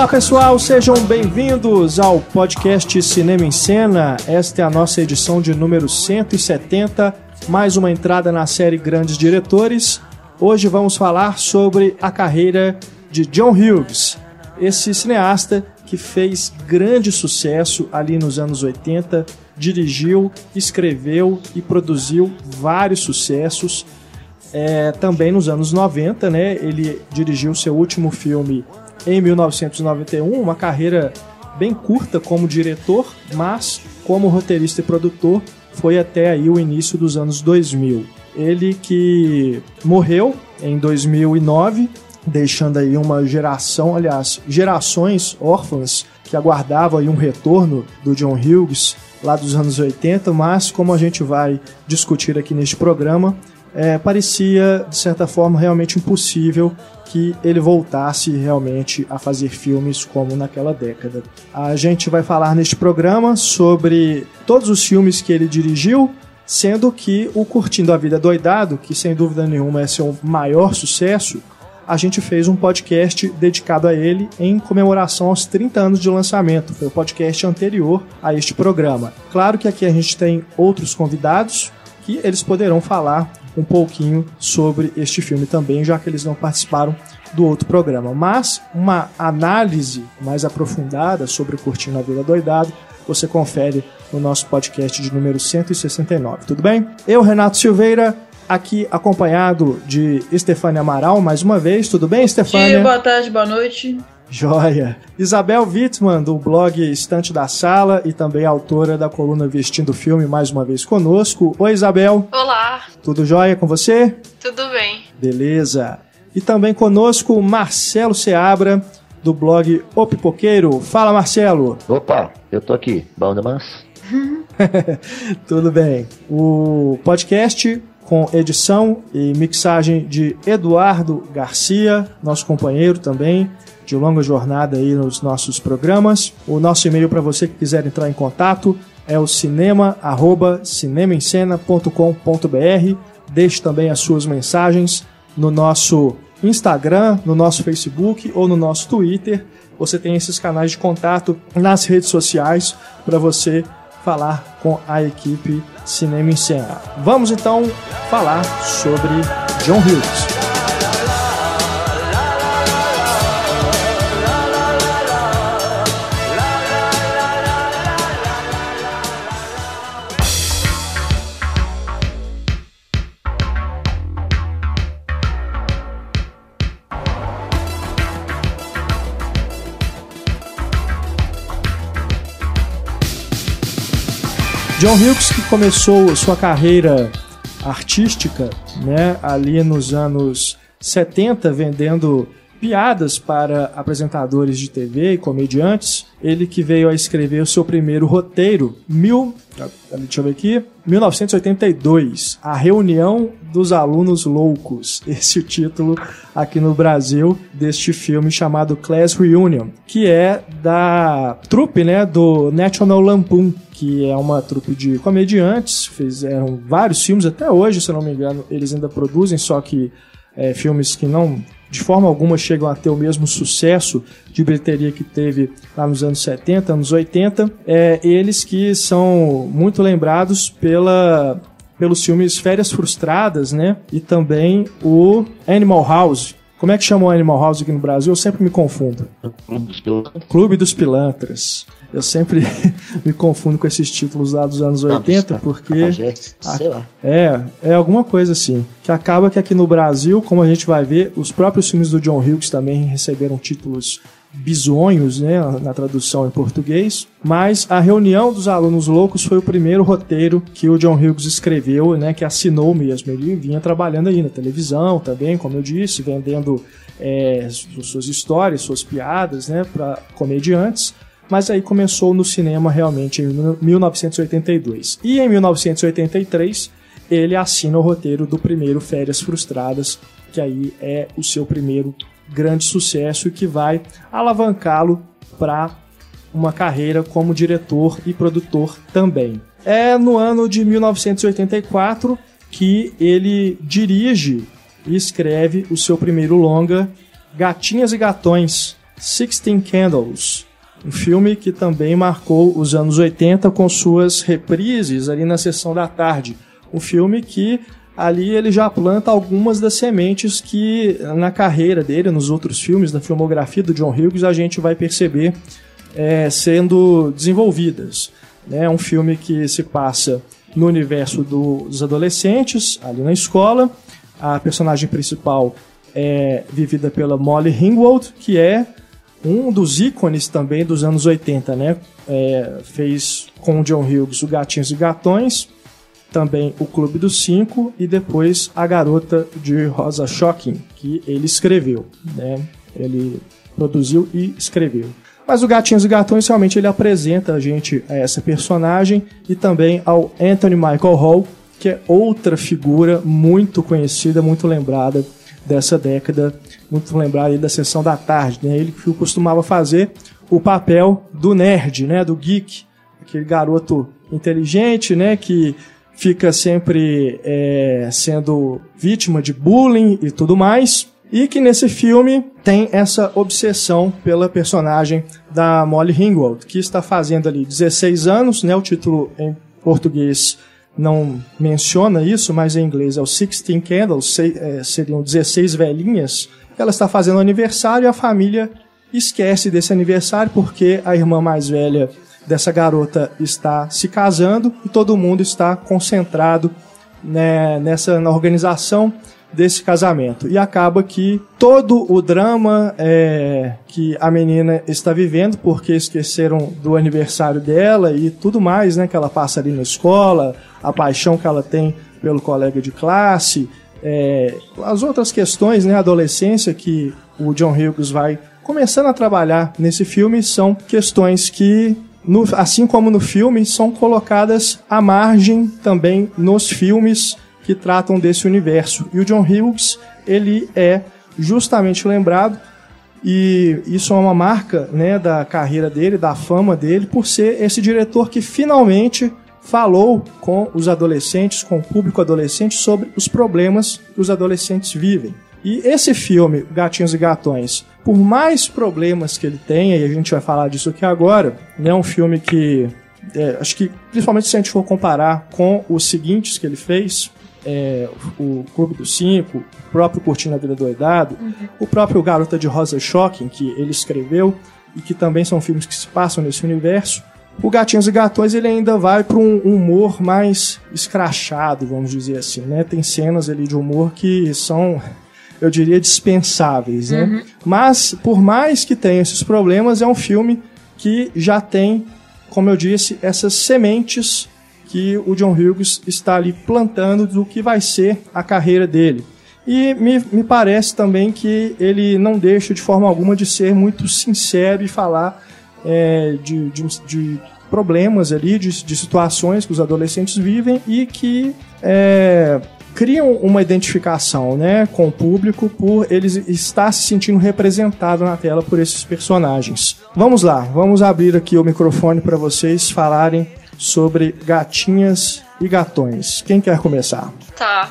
Olá pessoal, sejam bem-vindos ao podcast Cinema em Cena. Esta é a nossa edição de número 170, mais uma entrada na série Grandes Diretores. Hoje vamos falar sobre a carreira de John Hughes, esse cineasta que fez grande sucesso ali nos anos 80, dirigiu, escreveu e produziu vários sucessos. Também nos anos 90, né, ele dirigiu seu último filme em 1991, uma carreira bem curta como diretor, mas como roteirista e produtor foi até aí o início dos anos 2000. Ele que morreu em 2009, deixando aí uma geração, aliás, gerações órfãs que aguardavam aí um retorno do John Hughes lá dos anos 80, mas como a gente vai discutir aqui neste programa, parecia, de certa forma, realmente impossível que ele voltasse realmente a fazer filmes como naquela década. A gente vai falar neste programa sobre todos os filmes que ele dirigiu, sendo que o Curtindo a Vida Doidado, que sem dúvida nenhuma é seu maior sucesso, a gente fez um podcast dedicado a ele em comemoração aos 30 anos de lançamento. Foi o podcast anterior a este programa. Claro que aqui a gente tem outros convidados que eles poderão falar um pouquinho sobre este filme também, já que eles não participaram do outro programa. Mas uma análise mais aprofundada sobre Curtindo a Vida Doidado você confere no nosso podcast de número 169, tudo bem? Eu, Renato Silveira, aqui acompanhado de Estefânia Amaral, mais uma vez. Tudo bem, Estefânia? Dia, boa tarde, boa noite. Joia. Isabel Wittmann, do blog Estante da Sala e também autora da coluna Vestindo o Filme, mais uma vez conosco. Oi, Isabel. Olá. Tudo jóia com você? Tudo bem. Beleza. E também conosco Marcelo Seabra, do blog O Pipoqueiro. Fala, Marcelo. Opa, eu tô aqui. Bom demais? Tudo bem. O podcast com edição e mixagem de Eduardo Garcia, nosso companheiro também, de longa jornada aí nos nossos programas. O nosso e-mail para você que quiser entrar em contato é o cinema@cinemaencena.com.br. Deixe também as suas mensagens no nosso Instagram, no nosso Facebook ou no nosso Twitter. Você tem esses canais de contato nas redes sociais para você falar com a equipe Cinema em Cena. Vamos então falar sobre John Hughes. John Hughes, que começou sua carreira artística, né, ali nos anos 70, vendendo piadas para apresentadores de TV e comediantes. Ele que veio a escrever o seu primeiro roteiro, 1982, A Reunião dos Alunos Loucos. Esse é o título aqui no Brasil deste filme chamado Class Reunion, que é da trupe, né, do National Lampoon, que é uma trupe de comediantes. Fizeram vários filmes, até hoje, se não me engano, eles ainda produzem, só que filmes que não, de forma alguma, chegam a ter o mesmo sucesso de bilheteria que teve lá nos anos 70, anos 80. Eles que são muito lembrados pelos filmes Férias Frustradas, né? E também o Animal House. Como é que chama o Animal House aqui no Brasil? Eu sempre me confundo. Clube dos Pilantras. Eu sempre me confundo com esses títulos lá dos anos 80, porque é alguma coisa assim, que acaba que aqui no Brasil, como a gente vai ver, os próprios filmes do John Hughes também receberam títulos bizonhos, né, na tradução em português, mas A Reunião dos Alunos Loucos foi o primeiro roteiro que o John Hughes escreveu, né, que assinou mesmo. Ele vinha trabalhando aí na televisão também, como eu disse, vendendo suas histórias, suas piadas, né, para comediantes. Mas aí começou no cinema realmente em 1982. E em 1983 ele assina o roteiro do primeiro Férias Frustradas, que aí é o seu primeiro grande sucesso e que vai alavancá-lo para uma carreira como diretor e produtor também. É no ano de 1984 que ele dirige e escreve o seu primeiro longa, Gatinhas e Gatões, Sixteen Candles, um filme que também marcou os anos 80 com suas reprises ali na sessão da tarde. Um filme que ali ele já planta algumas das sementes que na carreira dele, nos outros filmes, na filmografia do John Hughes, a gente vai perceber sendo desenvolvidas. É um filme que se passa no universo dos adolescentes, ali na escola. A personagem principal é vivida pela Molly Ringwald, que é um dos ícones também dos anos 80, né? Fez com o John Hughes o Gatinhos e Gatões, também o Clube dos Cinco e depois A Garota de Rosa Shocking, que ele escreveu, né? Ele produziu e escreveu. Mas o Gatinhos e Gatões realmente ele apresenta a gente a essa personagem e também ao Anthony Michael Hall, que é outra figura muito conhecida, muito lembrada dessa década, muito lembrada aí da sessão da tarde, né? Ele que costumava fazer o papel do nerd, né? Do geek, aquele garoto inteligente, né? Que fica sempre sendo vítima de bullying e tudo mais, e que nesse filme tem essa obsessão pela personagem da Molly Ringwald, que está fazendo ali 16 anos, né? O título em português não menciona isso, mas em inglês é o Sixteen Candles, seriam 16 velhinhas. Ela está fazendo aniversário e a família esquece desse aniversário porque a irmã mais velha dessa garota está se casando e todo mundo está concentrado, né, na organização desse casamento. E acaba que todo o drama que a menina está vivendo, porque esqueceram do aniversário dela e tudo mais, né, que ela passa ali na escola, a paixão que ela tem pelo colega de classe, as outras questões, né, adolescência que o John Hughes vai começando a trabalhar nesse filme, são questões que, assim como no filme, são colocadas à margem também nos filmes que tratam desse universo. E o John Hughes, ele é justamente lembrado, e isso é uma marca, né, da carreira dele, da fama dele, por ser esse diretor que finalmente falou com os adolescentes, com o público adolescente, sobre os problemas que os adolescentes vivem. E esse filme, Gatinhos e Gatões, por mais problemas que ele tenha, e a gente vai falar disso aqui agora, é um filme que, acho que, principalmente se a gente for comparar com os seguintes que ele fez, o Clube dos Cinco, o próprio Curtindo a Vida Doidado, o próprio Garota de Rosa Shocking, que ele escreveu, e que também são filmes que se passam nesse universo, o Gatinhos e Gatões ele ainda vai para um humor mais escrachado, vamos dizer assim, né? Tem cenas ali de humor que são, eu diria, dispensáveis, né? Mas, por mais que tenha esses problemas, é um filme que já tem, como eu disse, essas sementes que o John Hughes está ali plantando do que vai ser a carreira dele. E me parece também que ele não deixa de forma alguma de ser muito sincero e falar de problemas ali, de situações que os adolescentes vivem e que criam uma identificação, né, com o público por eles estar se sentindo representado na tela por esses personagens. Vamos lá, vamos abrir aqui o microfone para vocês falarem sobre Gatinhas e Gatões. Quem quer começar? Tá.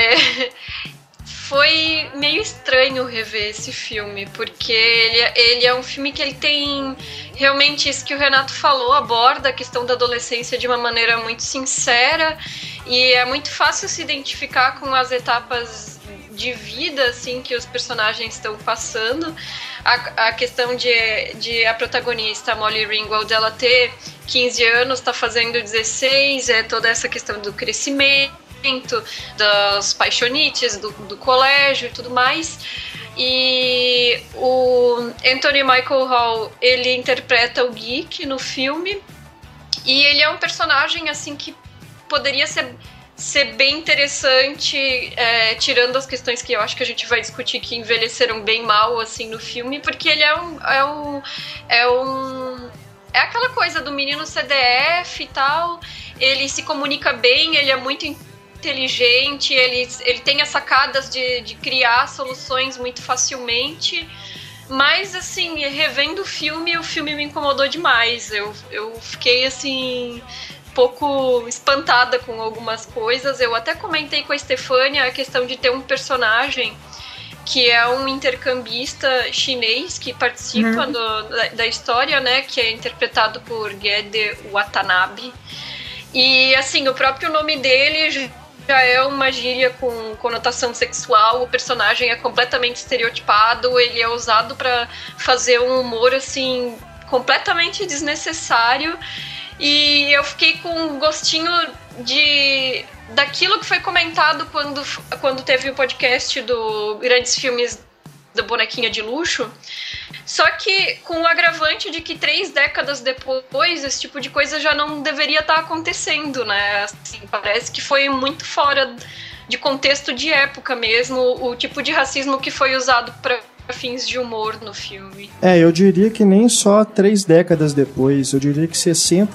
Foi meio estranho rever esse filme, porque ele é um filme que ele tem realmente isso que o Renato falou, aborda a questão da adolescência de uma maneira muito sincera e é muito fácil se identificar com as etapas de vida assim, que os personagens estão passando. A questão de a protagonista, a Molly Ringwald, ela ter 15 anos, tá fazendo 16, toda essa questão do crescimento, das paixonites, do colégio e tudo mais. E o Anthony Michael Hall, ele interpreta o Geek no filme, e ele é um personagem assim que poderia ser bem interessante, tirando as questões que eu acho que a gente vai discutir que envelheceram bem mal assim no filme, porque ele é aquela coisa do menino CDF e tal, ele se comunica bem, ele é muito inteligente, ele tem as sacadas de criar soluções muito facilmente, mas assim, revendo o filme me incomodou demais, eu fiquei assim pouco espantada com algumas coisas. Eu até comentei com a Estefânia a questão de ter um personagem que é um intercambista chinês que participa da história, né, que é interpretado por Gede Watanabe. E, assim, o próprio nome dele já é uma gíria com conotação sexual, o personagem é completamente estereotipado, ele é usado para fazer um humor, assim, completamente desnecessário. E eu fiquei com um gostinho daquilo que foi comentado quando teve o podcast do Grandes Filmes da Bonequinha de Luxo, só que com o agravante de que 3 décadas depois esse tipo de coisa já não deveria estar acontecendo, né? Assim, parece que foi muito fora de contexto de época mesmo, o tipo de racismo que foi usado para fins de humor no filme. Eu diria que nem só 3 décadas depois, eu diria que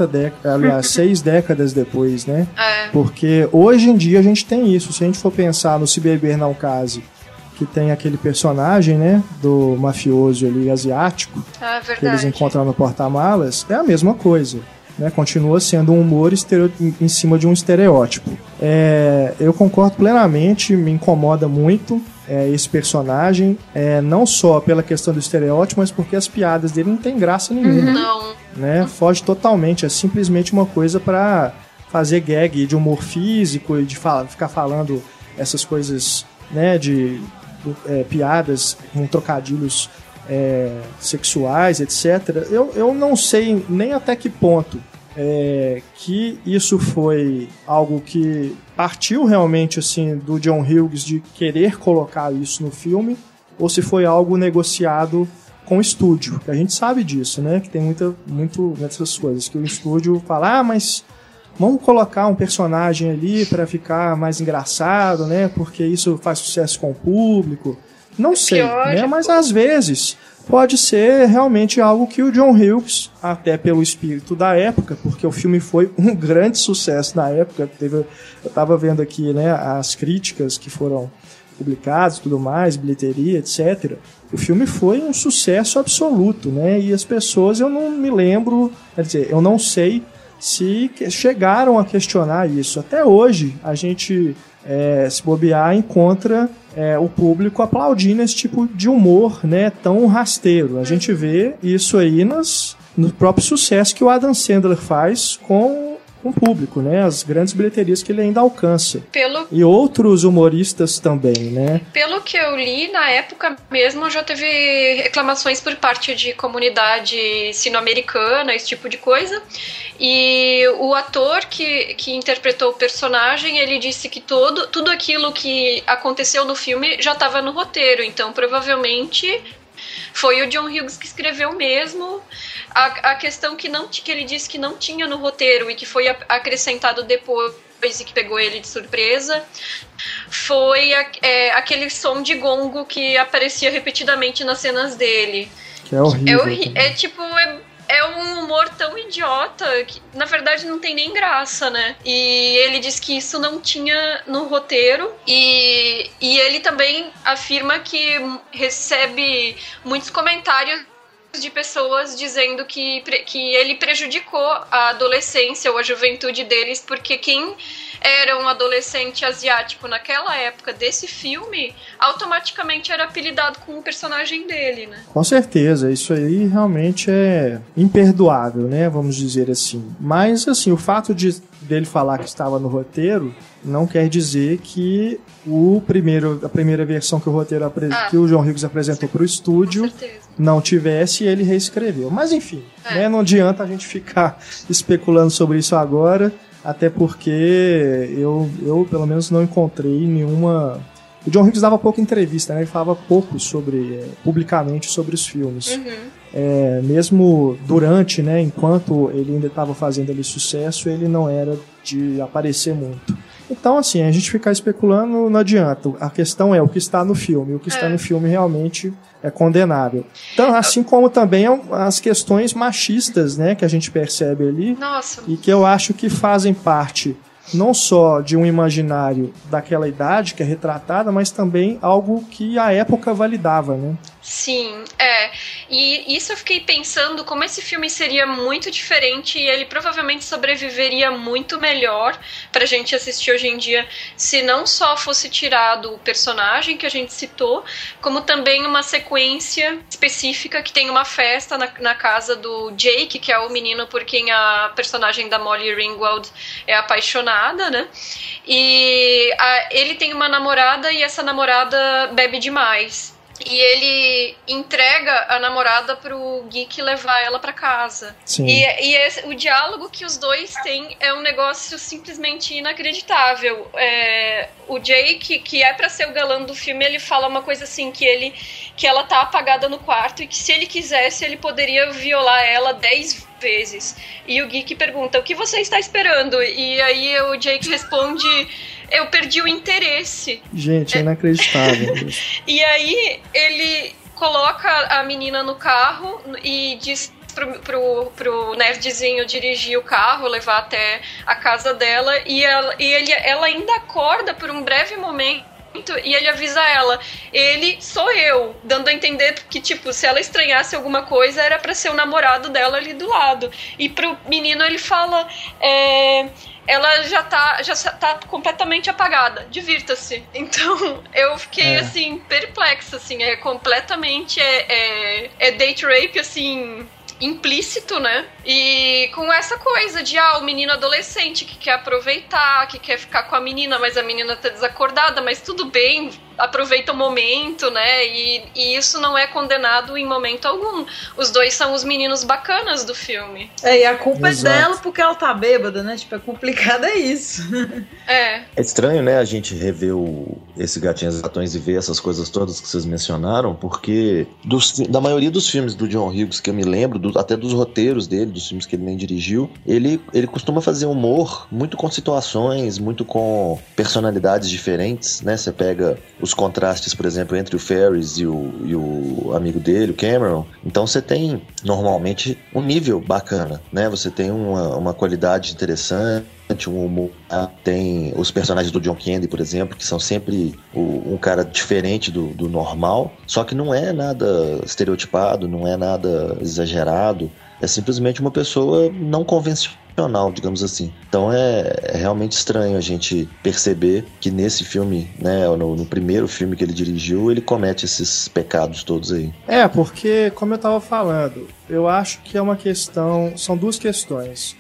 6 décadas depois, né? Porque hoje em dia a gente tem isso. Se a gente for pensar no Se Beber Não Case, que tem aquele personagem, né, do mafioso ali asiático, que eles encontram no porta-malas, é a mesma coisa, né? Continua sendo um humor em cima de um estereótipo. Eu concordo plenamente, me incomoda muito esse personagem, não só pela questão do estereótipo, mas porque as piadas dele não tem graça nenhuma. Não. Né? Foge totalmente, é simplesmente uma coisa para fazer gag de humor físico e de ficar falando essas coisas, né, de piadas com trocadilhos sexuais, etc. Eu não sei nem até que ponto que isso foi algo que partiu realmente assim do John Hughes de querer colocar isso no filme, ou se foi algo negociado com o estúdio, que a gente sabe disso, né? Que tem muito dessas coisas, que o estúdio fala, mas vamos colocar um personagem ali para ficar mais engraçado, né? Porque isso faz sucesso com o público. Não sei, né? Mas às vezes pode ser realmente algo que o John Hughes, até pelo espírito da época, porque o filme foi um grande sucesso na época. Eu estava vendo aqui, né, as críticas que foram publicadas e tudo mais, bilheteria, etc. O filme foi um sucesso absoluto, né? E as pessoas, eu não me lembro, quer dizer, eu não sei se chegaram a questionar isso. Até hoje, a gente, se bobear, encontra o público aplaudindo esse tipo de humor, né, tão rasteiro. A gente vê isso aí no próprio sucesso que o Adam Sandler faz com o público, né, as grandes bilheterias que ele ainda alcança. E outros humoristas também, né? Pelo que eu li, na época mesmo já teve reclamações por parte de comunidade sino-americana, esse tipo de coisa. E o ator que interpretou o personagem, ele disse que tudo aquilo que aconteceu no filme já estava no roteiro, então provavelmente foi o John Hughes que escreveu mesmo. A questão que ele disse que não tinha no roteiro e que foi acrescentado depois e que pegou ele de surpresa foi aquele som de gongo que aparecia repetidamente nas cenas dele. Que é horrível. É um humor tão idiota que, na verdade, não tem nem graça, né? E ele diz que isso não tinha no roteiro. E ele também afirma que recebe muitos comentários de pessoas dizendo que ele prejudicou a adolescência ou a juventude deles, porque quem era um adolescente asiático naquela época desse filme, automaticamente era apelidado com o personagem dele, né? Com certeza, isso aí realmente é imperdoável, né? Vamos dizer assim. Mas, assim, o fato dele falar que estava no roteiro não quer dizer que a primeira versão que que o John Hughes apresentou para o estúdio não tivesse e ele reescreveu. Mas, enfim, né? Não adianta a gente ficar especulando sobre isso agora, até porque eu pelo menos não encontrei nenhuma... O John Hughes dava pouca entrevista, né? Ele falava pouco publicamente sobre os filmes. Mesmo durante, né, enquanto ele ainda estava fazendo ali sucesso, ele não era de aparecer muito. Então, assim, a gente ficar especulando não adianta. A questão é o que está no filme. O que está no filme realmente é condenável. Então, assim como também as questões machistas, né, que a gente percebe ali. Nossa. E que eu acho que fazem parte não só de um imaginário daquela idade que é retratada, mas também algo que a época validava, né? Sim, E isso eu fiquei pensando como esse filme seria muito diferente e ele provavelmente sobreviveria muito melhor pra gente assistir hoje em dia se não só fosse tirado o personagem que a gente citou, como também uma sequência específica que tem uma festa na casa do Jake, que é o menino por quem a personagem da Molly Ringwald é apaixonada, né? E ele tem uma namorada e essa namorada bebe demais. E ele entrega a namorada pro Geek levar ela pra casa. Sim. E o diálogo que os dois têm é um negócio simplesmente inacreditável. O Jake, que é pra ser o galã do filme, ele fala uma coisa assim, que ela tá apagada no quarto e que se ele quisesse, ele poderia violar ela 10 vezes. E o Geek pergunta, o que você está esperando? E aí o Jake responde... Eu perdi o interesse. Gente, é inacreditável. E aí ele coloca a menina no carro e diz pro nerdzinho dirigir o carro, levar até a casa dela, e ela ainda acorda por um breve momento e ele avisa ela, ele sou eu, dando a entender que, tipo, se ela estranhasse alguma coisa, era pra ser o namorado dela ali do lado. E pro menino ele fala, ela já tá completamente apagada, divirta-se. Então, eu fiquei, assim, perplexa, assim, completamente, date rape, assim... implícito, né? E com essa coisa de o menino adolescente que quer aproveitar, que quer ficar com a menina, mas a menina tá desacordada, mas tudo bem, aproveita o momento, né? E isso não é condenado em momento algum. Os dois são os meninos bacanas do filme. E a culpa é dela porque ela tá bêbada, né? Tipo, é complicado isso. É estranho, né, a gente rever esse Gatinhas e Gatões e ver essas coisas todas que vocês mencionaram, porque da maioria dos filmes do John Hughes que eu me lembro, até dos roteiros dele, dos filmes que ele nem dirigiu, ele costuma fazer humor muito com situações, muito com personalidades diferentes, né? Você pega os contrastes, por exemplo, entre o Ferris e o amigo dele, o Cameron. Então você tem, normalmente, um nível bacana, né? Você tem uma qualidade interessante, um humor. Tem os personagens do John Candy, por exemplo, que são sempre um cara diferente do normal, só que não é nada estereotipado, não é nada exagerado, é simplesmente uma pessoa não convencional, digamos assim. Então é realmente estranho a gente perceber que nesse filme, né, no primeiro filme que ele dirigiu, ele comete esses pecados todos aí. Porque, como eu tava falando, eu acho que é uma questão, são duas questões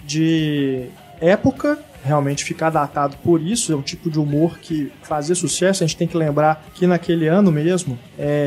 de época, realmente ficar datado por isso, é um tipo de humor que fazia sucesso. A gente tem que lembrar que naquele ano mesmo,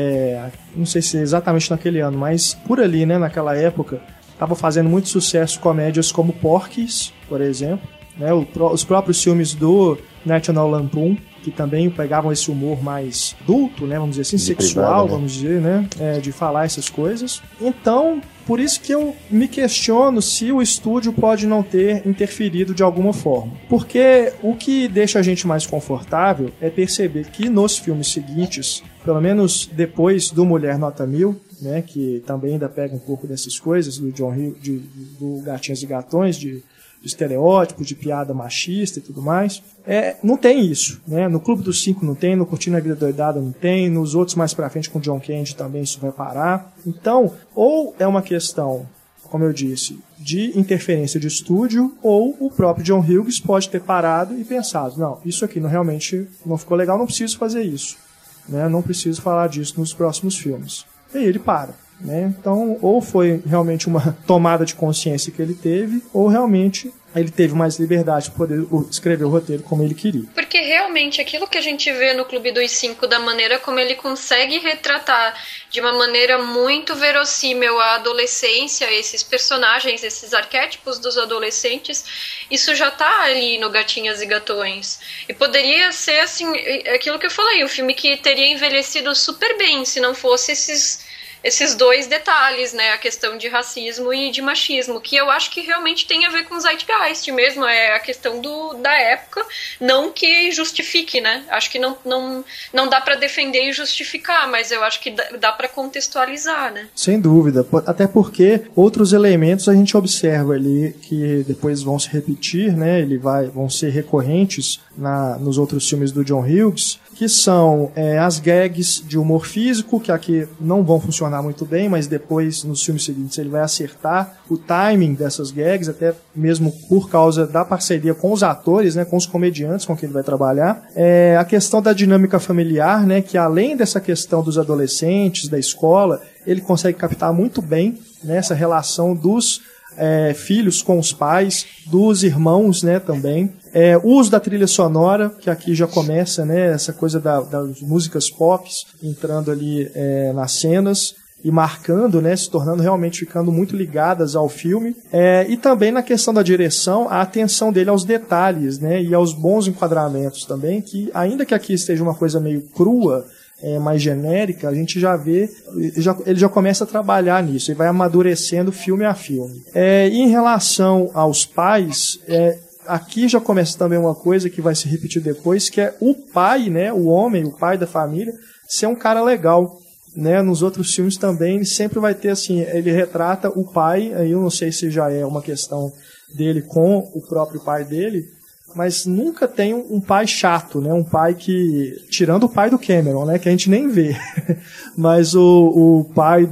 não sei se é exatamente naquele ano, mas por ali, né, naquela época, estava fazendo muito sucesso comédias como Porky's, por exemplo, né, os próprios filmes do National Lampoon, que também pegavam esse humor mais adulto, né, vamos dizer assim, sexual, privado, né? Vamos dizer, né, de falar essas coisas. Então, por isso que eu me questiono se o estúdio pode não ter interferido de alguma forma. Porque o que deixa a gente mais confortável é perceber que nos filmes seguintes, pelo menos depois do Mulher Nota 1000, né, que também ainda pega um pouco dessas coisas do John Hill, do Gatinhas e Gatões, de estereótipo, de piada machista e tudo mais, não tem isso, né? No Clube dos Cinco não tem, no Curtindo a Vida Doidada não tem, nos outros mais pra frente com o John Candy também isso vai parar. Então, ou é uma questão, como eu disse, de interferência de estúdio, ou o próprio John Hughes pode ter parado e pensado, não, isso aqui realmente não ficou legal, não preciso fazer isso, né? Não preciso falar disso nos próximos filmes. E aí ele para. Né? Então, ou foi realmente uma tomada de consciência que ele teve, ou realmente ele teve mais liberdade para poder escrever o roteiro como ele queria. Porque realmente aquilo que a gente vê no Clube dos Cinco, da maneira como ele consegue retratar de uma maneira muito verossímil a adolescência, esses personagens, esses arquétipos dos adolescentes, isso já tá ali no Gatinhas e Gatões. E poderia ser, assim, aquilo que eu falei, um filme que teria envelhecido super bem se não fosse esses dois detalhes, né, a questão de racismo e de machismo, que eu acho que realmente tem a ver com Zeitgeist mesmo, é a questão da época, não que justifique, né, acho que não dá pra defender e justificar, mas eu acho que dá pra contextualizar, né. Sem dúvida, até porque outros elementos a gente observa ali que depois vão se repetir, né, vão ser recorrentes nos outros filmes do John Hughes, que são as gags de humor físico, que aqui não vão funcionar muito bem, mas depois, nos filmes seguintes, ele vai acertar o timing dessas gags, até mesmo por causa da parceria com os atores, né, com os comediantes com quem ele vai trabalhar. A questão da dinâmica familiar, né, que além dessa questão dos adolescentes, da escola, ele consegue captar muito bem, né, essa relação dos filhos com os pais, dos irmãos, né, também. O uso da trilha sonora, que aqui já começa, né, essa coisa das músicas pop entrando ali nas cenas e marcando, né, se tornando realmente, ficando muito ligadas ao filme. E também na questão da direção, a atenção dele aos detalhes, né, e aos bons enquadramentos também, que ainda que aqui esteja uma coisa meio crua, mais genérica, a gente já vê, ele já começa a trabalhar nisso, e vai amadurecendo filme a filme. E em relação aos pais, aqui já começa também uma coisa que vai se repetir depois, que é o pai, né, o homem, o pai da família, ser um cara legal. Né, nos outros filmes também ele sempre vai ter assim, ele retrata o pai, aí eu não sei se já é uma questão dele com o próprio pai dele, mas nunca tem um pai chato, né? Um pai que, tirando o pai do Cameron, né? Que a gente nem vê, mas o pai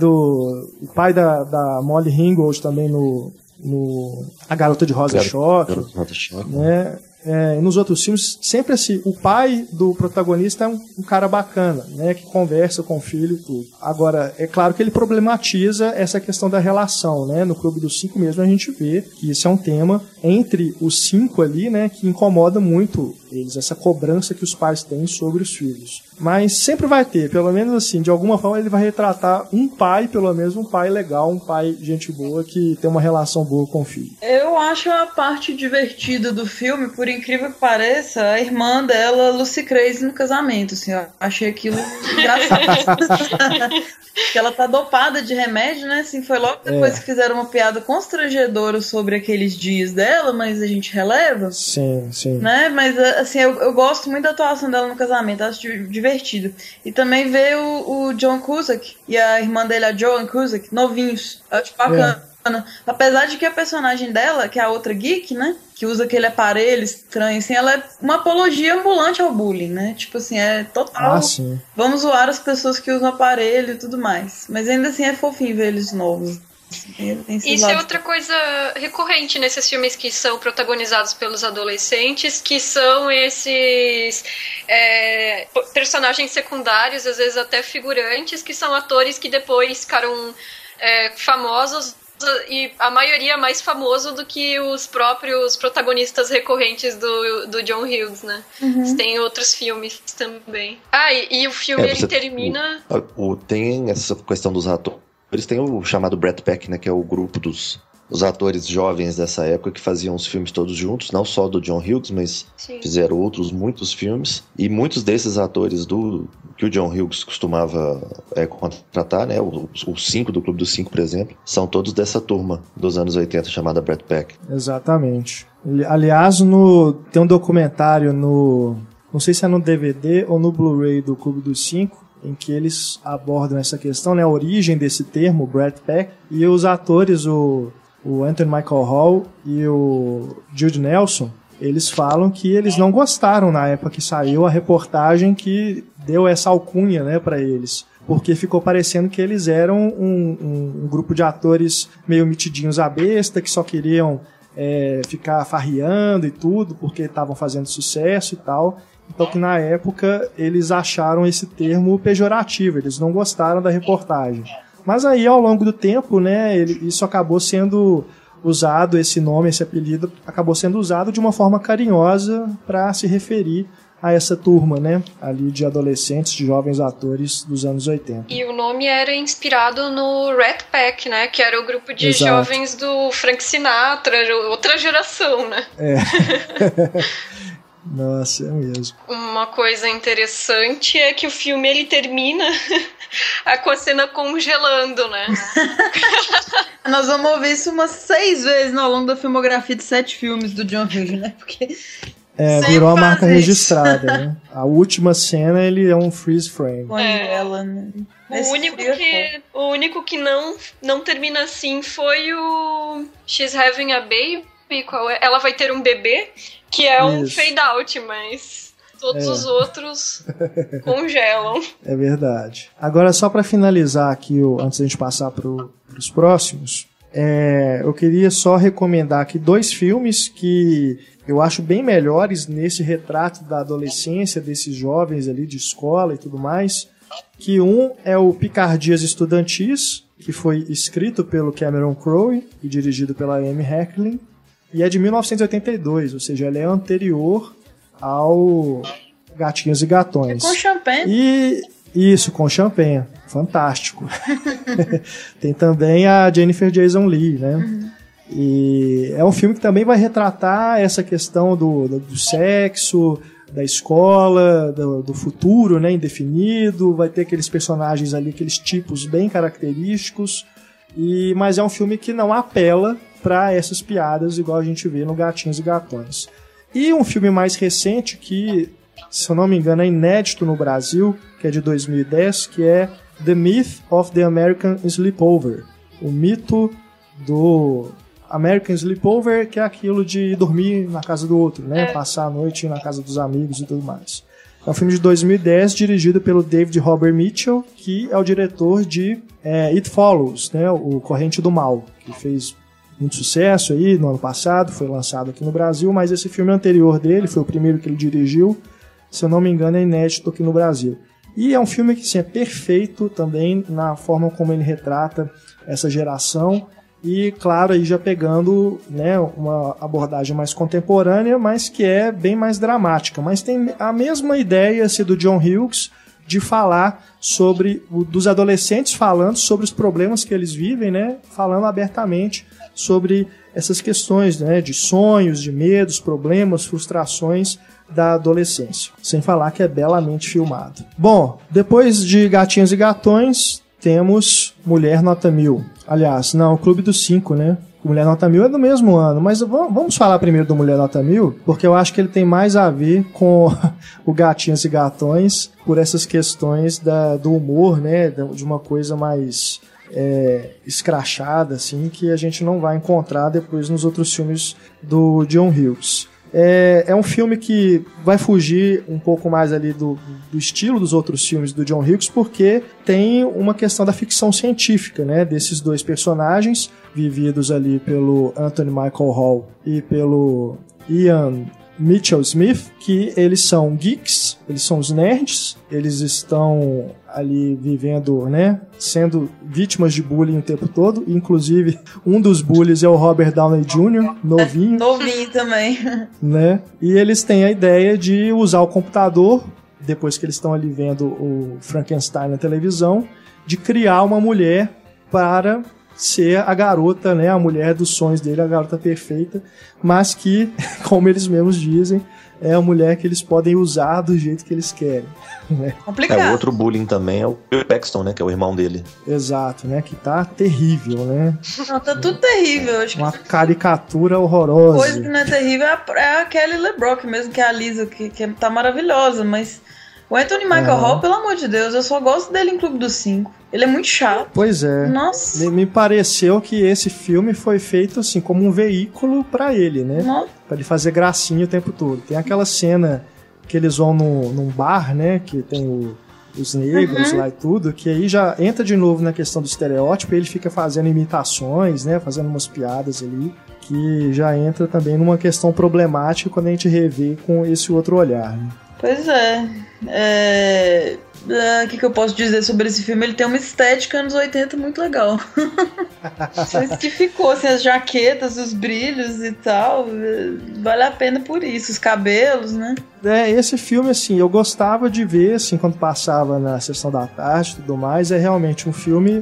da Molly Ringwald também no A Garota de Rosa Choque, né? E nos outros filmes, sempre assim, o pai do protagonista é um cara bacana, né, que conversa com o filho e tudo. Agora, é claro que ele problematiza essa questão da relação, né, no Clube dos Cinco mesmo a gente vê que isso é um tema entre os cinco ali, né, que incomoda muito eles, essa cobrança que os pais têm sobre os filhos. Mas sempre vai ter, pelo menos assim, de alguma forma ele vai retratar um pai, pelo menos um pai legal, um pai gente boa, que tem uma relação boa com o filho. Eu acho a parte divertida do filme, por incrível que pareça, a irmã dela, Lucy Crazy, no casamento, assim, eu achei aquilo engraçado. Porque ela tá dopada de remédio, né, assim, foi logo depois que fizeram uma piada constrangedora sobre aqueles dias dela, mas a gente releva. Sim, sim. Né, mas assim, eu gosto muito da atuação dela no casamento, acho divertido. E também ver o John Cusack e a irmã dele, a Joan Cusack, novinhos, acho bacana. Apesar de que a personagem dela, que é a outra geek, né, que usa aquele aparelho estranho, assim, ela é uma apologia ambulante ao bullying, né, tipo assim, é total, vamos zoar as pessoas que usam aparelho e tudo mais, mas ainda assim é fofinho ver eles novos. Isso é outra coisa recorrente nesses filmes que são protagonizados pelos adolescentes, que são esses personagens secundários, às vezes até figurantes, que são atores que depois ficaram famosos, e a maioria mais famoso do que os próprios protagonistas recorrentes do John Hughes, né? Uhum. Tem outros filmes também. E o filme ele termina... Tem essa questão dos atores. Eles têm o chamado Brat Pack, né, que é o grupo dos atores jovens dessa época que faziam os filmes todos juntos, não só do John Hughes, mas fizeram muitos filmes. E muitos desses atores que o John Hughes costumava contratar, né, os 5 do Clube dos 5, por exemplo, são todos dessa turma dos anos 80 chamada Brat Pack. Exatamente. Aliás, tem um documentário não sei se é no DVD ou no Blu-ray do Clube dos 5, em que eles abordam essa questão, né, a origem desse termo, Brat Pack, e os atores, o Anthony Michael Hall e o Jude Nelson, eles falam que eles não gostaram na época que saiu a reportagem que deu essa alcunha, né, para eles, porque ficou parecendo que eles eram um grupo de atores meio metidinhos à besta, que só queriam ficar farriando e tudo, porque estavam fazendo sucesso e tal. Então que na época eles acharam esse termo pejorativo, eles não gostaram da reportagem. Mas aí ao longo do tempo, né, isso acabou sendo usado, esse nome, esse apelido, acabou sendo usado de uma forma carinhosa para se referir a essa turma, né, ali de adolescentes, de jovens atores dos anos 80. E o nome era inspirado no Rat Pack, né, que era o grupo de jovens do Frank Sinatra, outra geração, né? Nossa, é mesmo. Uma coisa interessante é que o filme ele termina com a cena congelando, né? Nós vamos ouvir isso umas 6 vezes ao longo da filmografia de 7 filmes do John Hughes, né? Porque virou uma marca registrada, né? A última cena ele é um freeze frame. Ela, né? O único que não termina assim foi o She's Having a Baby. Ela vai ter um bebê, que é um fade out, mas Todos os outros congelam. É verdade. Agora, só para finalizar aqui, antes da gente passar para os próximos, eu queria só recomendar aqui 2 filmes que eu acho bem melhores nesse retrato da adolescência desses jovens ali de escola e tudo mais, que um é o Picardias Estudantis, que foi escrito pelo Cameron Crowe e dirigido pela Amy Heckerling, e é de 1982, ou seja, ele é anterior ao Gatinhos e Gatões. É com champanhe. E isso, com champanhe. Fantástico. Tem também a Jennifer Jason Leigh, né? Uhum. E é um filme que também vai retratar essa questão do sexo, da escola, do futuro, né, indefinido. Vai ter aqueles personagens ali, aqueles tipos bem característicos. Mas é um filme que não apela para essas piadas igual a gente vê no Gatinhos e Gatões. E um filme mais recente que, se eu não me engano, é inédito no Brasil, que é de 2010, que é The Myth of the American Sleepover. O mito do American Sleepover, que é aquilo de dormir na casa do outro, né? Passar a noite na casa dos amigos e tudo mais. É um filme de 2010, dirigido pelo David Robert Mitchell, que é o diretor de It Follows, né? O Corrente do Mal, que fez muito sucesso aí no ano passado, foi lançado aqui no Brasil, mas esse filme anterior dele, foi o primeiro que ele dirigiu, se eu não me engano é inédito aqui no Brasil. E é um filme que sim, é perfeito também na forma como ele retrata essa geração e, claro, aí já pegando, né, uma abordagem mais contemporânea, mas que é bem mais dramática. Mas tem a mesma ideia assim, do John Hughes de falar sobre, dos adolescentes falando sobre os problemas que eles vivem, né, falando abertamente sobre essas questões, né, de sonhos, de medos, problemas, frustrações da adolescência. Sem falar que é belamente filmado. Bom, depois de Gatinhos e Gatões, temos Mulher Nota 1000. Aliás, não, o Clube dos 5, né? Mulher Nota 1000 é do mesmo ano, mas vamos falar primeiro do Mulher Nota 1000, porque eu acho que ele tem mais a ver com o Gatinhos e Gatões por essas questões do humor, né? De uma coisa mais escrachada, assim, que a gente não vai encontrar depois nos outros filmes do John Hughes. É um filme que vai fugir um pouco mais ali do estilo dos outros filmes do John Hughes, porque tem uma questão da ficção científica, né, desses 2 personagens, vividos ali pelo Anthony Michael Hall e pelo Ian Mitchell Smith, que eles são geeks, eles são os nerds, eles estão ali vivendo, né, sendo vítimas de bullying o tempo todo, inclusive um dos bullies é o Robert Downey Jr., novinho. Novinho também. Né, e eles têm a ideia de usar o computador, depois que eles estão ali vendo o Frankenstein na televisão, de criar uma mulher para ser a garota, né, a mulher dos sonhos dele, a garota perfeita, mas que, como eles mesmos dizem, é a mulher que eles podem usar do jeito que eles querem. Né? Complicado. O outro bullying também é o Paxton, né, que é o irmão dele. Exato, né, que tá terrível, né? Não, tá tudo terrível. Acho uma caricatura horrorosa. Coisa que não é terrível é a Kelly LeBrock mesmo, que é a Lisa, que tá maravilhosa, mas o Anthony Michael Hall, pelo amor de Deus, eu só gosto dele em Clube dos 5. Ele é muito chato. Pois é. Nossa. Me pareceu que esse filme foi feito assim como um veículo pra ele, né? Nossa. Pra ele fazer gracinha o tempo todo. Tem aquela cena que eles vão num bar, né? Que tem os negros lá e tudo, que aí já entra de novo na questão do estereótipo e ele fica fazendo imitações, né? Fazendo umas piadas ali, que já entra também numa questão problemática quando a gente revê com esse outro olhar, né? Pois é. O que eu posso dizer sobre esse filme? Ele tem uma estética anos 80 muito legal. Isso que ficou, assim, as jaquetas, os brilhos e tal. Vale a pena por isso, os cabelos, né? Esse filme, assim, eu gostava de ver, assim, quando passava na sessão da tarde e tudo mais. É realmente um filme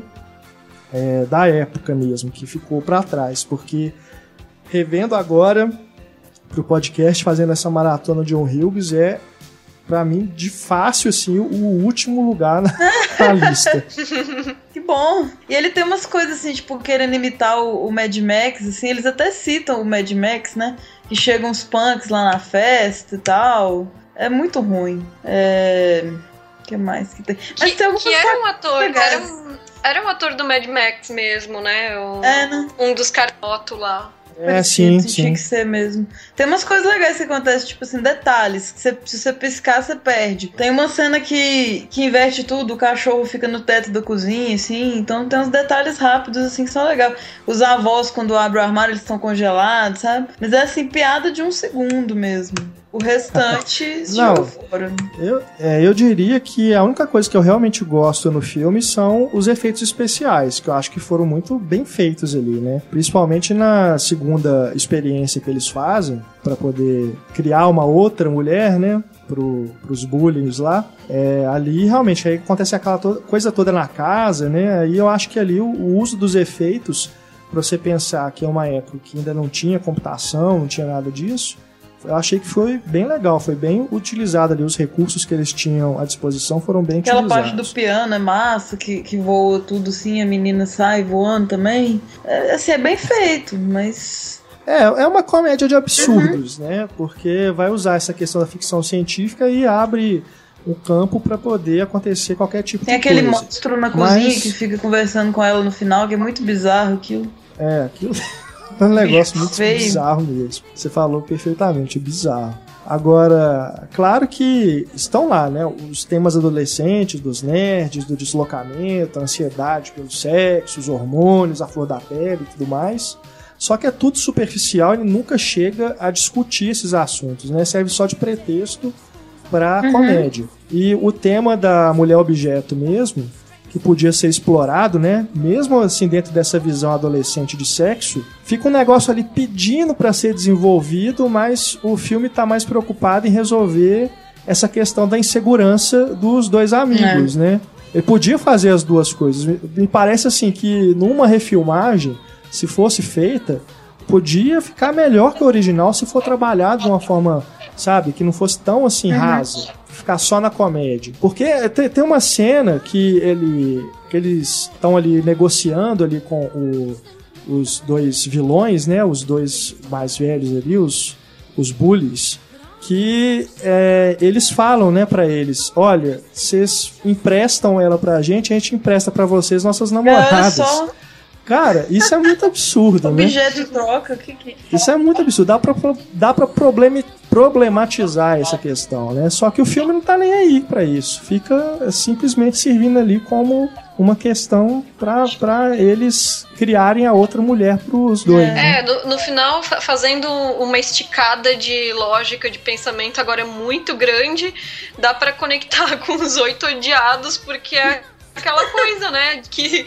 da época mesmo, que ficou pra trás. Porque, revendo agora pro podcast, fazendo essa maratona de John Hughes, pra mim, de fácil, assim, o último lugar na lista. Que bom! E ele tem umas coisas, assim, tipo, querendo imitar o Mad Max, assim, eles até citam o Mad Max, né? Que chegam uns punks lá na festa e tal. É muito ruim. O que mais que tem? Mas tem algumas coisas era um ator, era um ator do Mad Max mesmo, né? né? Um dos carotos lá. sim. Tinha que ser mesmo. Tem umas coisas legais que acontecem, tipo assim, detalhes. Que se você piscar, você perde. Tem uma cena que inverte tudo, o cachorro fica no teto da cozinha, assim. Então tem uns detalhes rápidos, assim, que são legais. Os avós, quando abrem o armário, eles estão congelados, sabe? Mas é assim, piada de 1 segundo mesmo. O restante jogou fora. Eu diria que a única coisa que eu realmente gosto no filme são os efeitos especiais, que eu acho que foram muito bem feitos ali, né? Principalmente na segunda experiência que eles fazem, para poder criar uma outra mulher, né? Pros bullies lá. Ali realmente aí acontece aquela coisa toda na casa, né? Aí eu acho que ali o uso dos efeitos, para você pensar que é uma época que ainda não tinha computação, não tinha nada disso, eu achei que foi bem legal, foi bem utilizado ali, os recursos que eles tinham à disposição foram bem utilizados. Aquela parte do piano é massa, que voa tudo assim, a menina sai voando também. Assim, é bem feito, mas... É uma comédia de absurdos, né? Porque vai usar essa questão da ficção científica e abre um campo para poder acontecer qualquer tipo de coisa. Tem aquele monstro na cozinha que fica conversando com ela no final, que é muito bizarro aquilo. Aquilo... É um negócio muito bizarro mesmo. Você falou perfeitamente, bizarro. Agora, claro que estão lá, né? Os temas adolescentes, dos nerds, do deslocamento, a ansiedade pelo sexo, os hormônios, a flor da pele e tudo mais. Só que é tudo superficial e nunca chega a discutir esses assuntos, né? Serve só de pretexto para comédia. E o tema da mulher objeto mesmo, que podia ser explorado, né? Mesmo assim, dentro dessa visão adolescente de sexo, fica um negócio ali pedindo para ser desenvolvido, mas o filme tá mais preocupado em resolver essa questão da insegurança dos dois amigos, né? Ele podia fazer as duas coisas. Me parece assim que numa refilmagem, se fosse feita, podia ficar melhor que o original se for trabalhado de uma forma, sabe, que não fosse tão assim rasa. Ficar só na comédia. Porque tem uma cena que eles estão ali negociando ali com os dois vilões, né? Os dois mais velhos ali, os bullies, que eles falam, né, pra eles: olha, vocês emprestam ela pra gente, a gente empresta pra vocês nossas namoradas. Cara, isso é muito absurdo, né? Objeto de troca, Isso é muito absurdo. Dá pra problematizar essa questão, né? Só que o filme não tá nem aí pra isso. Fica simplesmente servindo ali como uma questão pra eles criarem a outra mulher pros dois. Né? No final, fazendo uma esticada de lógica, de pensamento agora muito grande, dá pra conectar com os 8 odiados, porque é aquela coisa, né? Que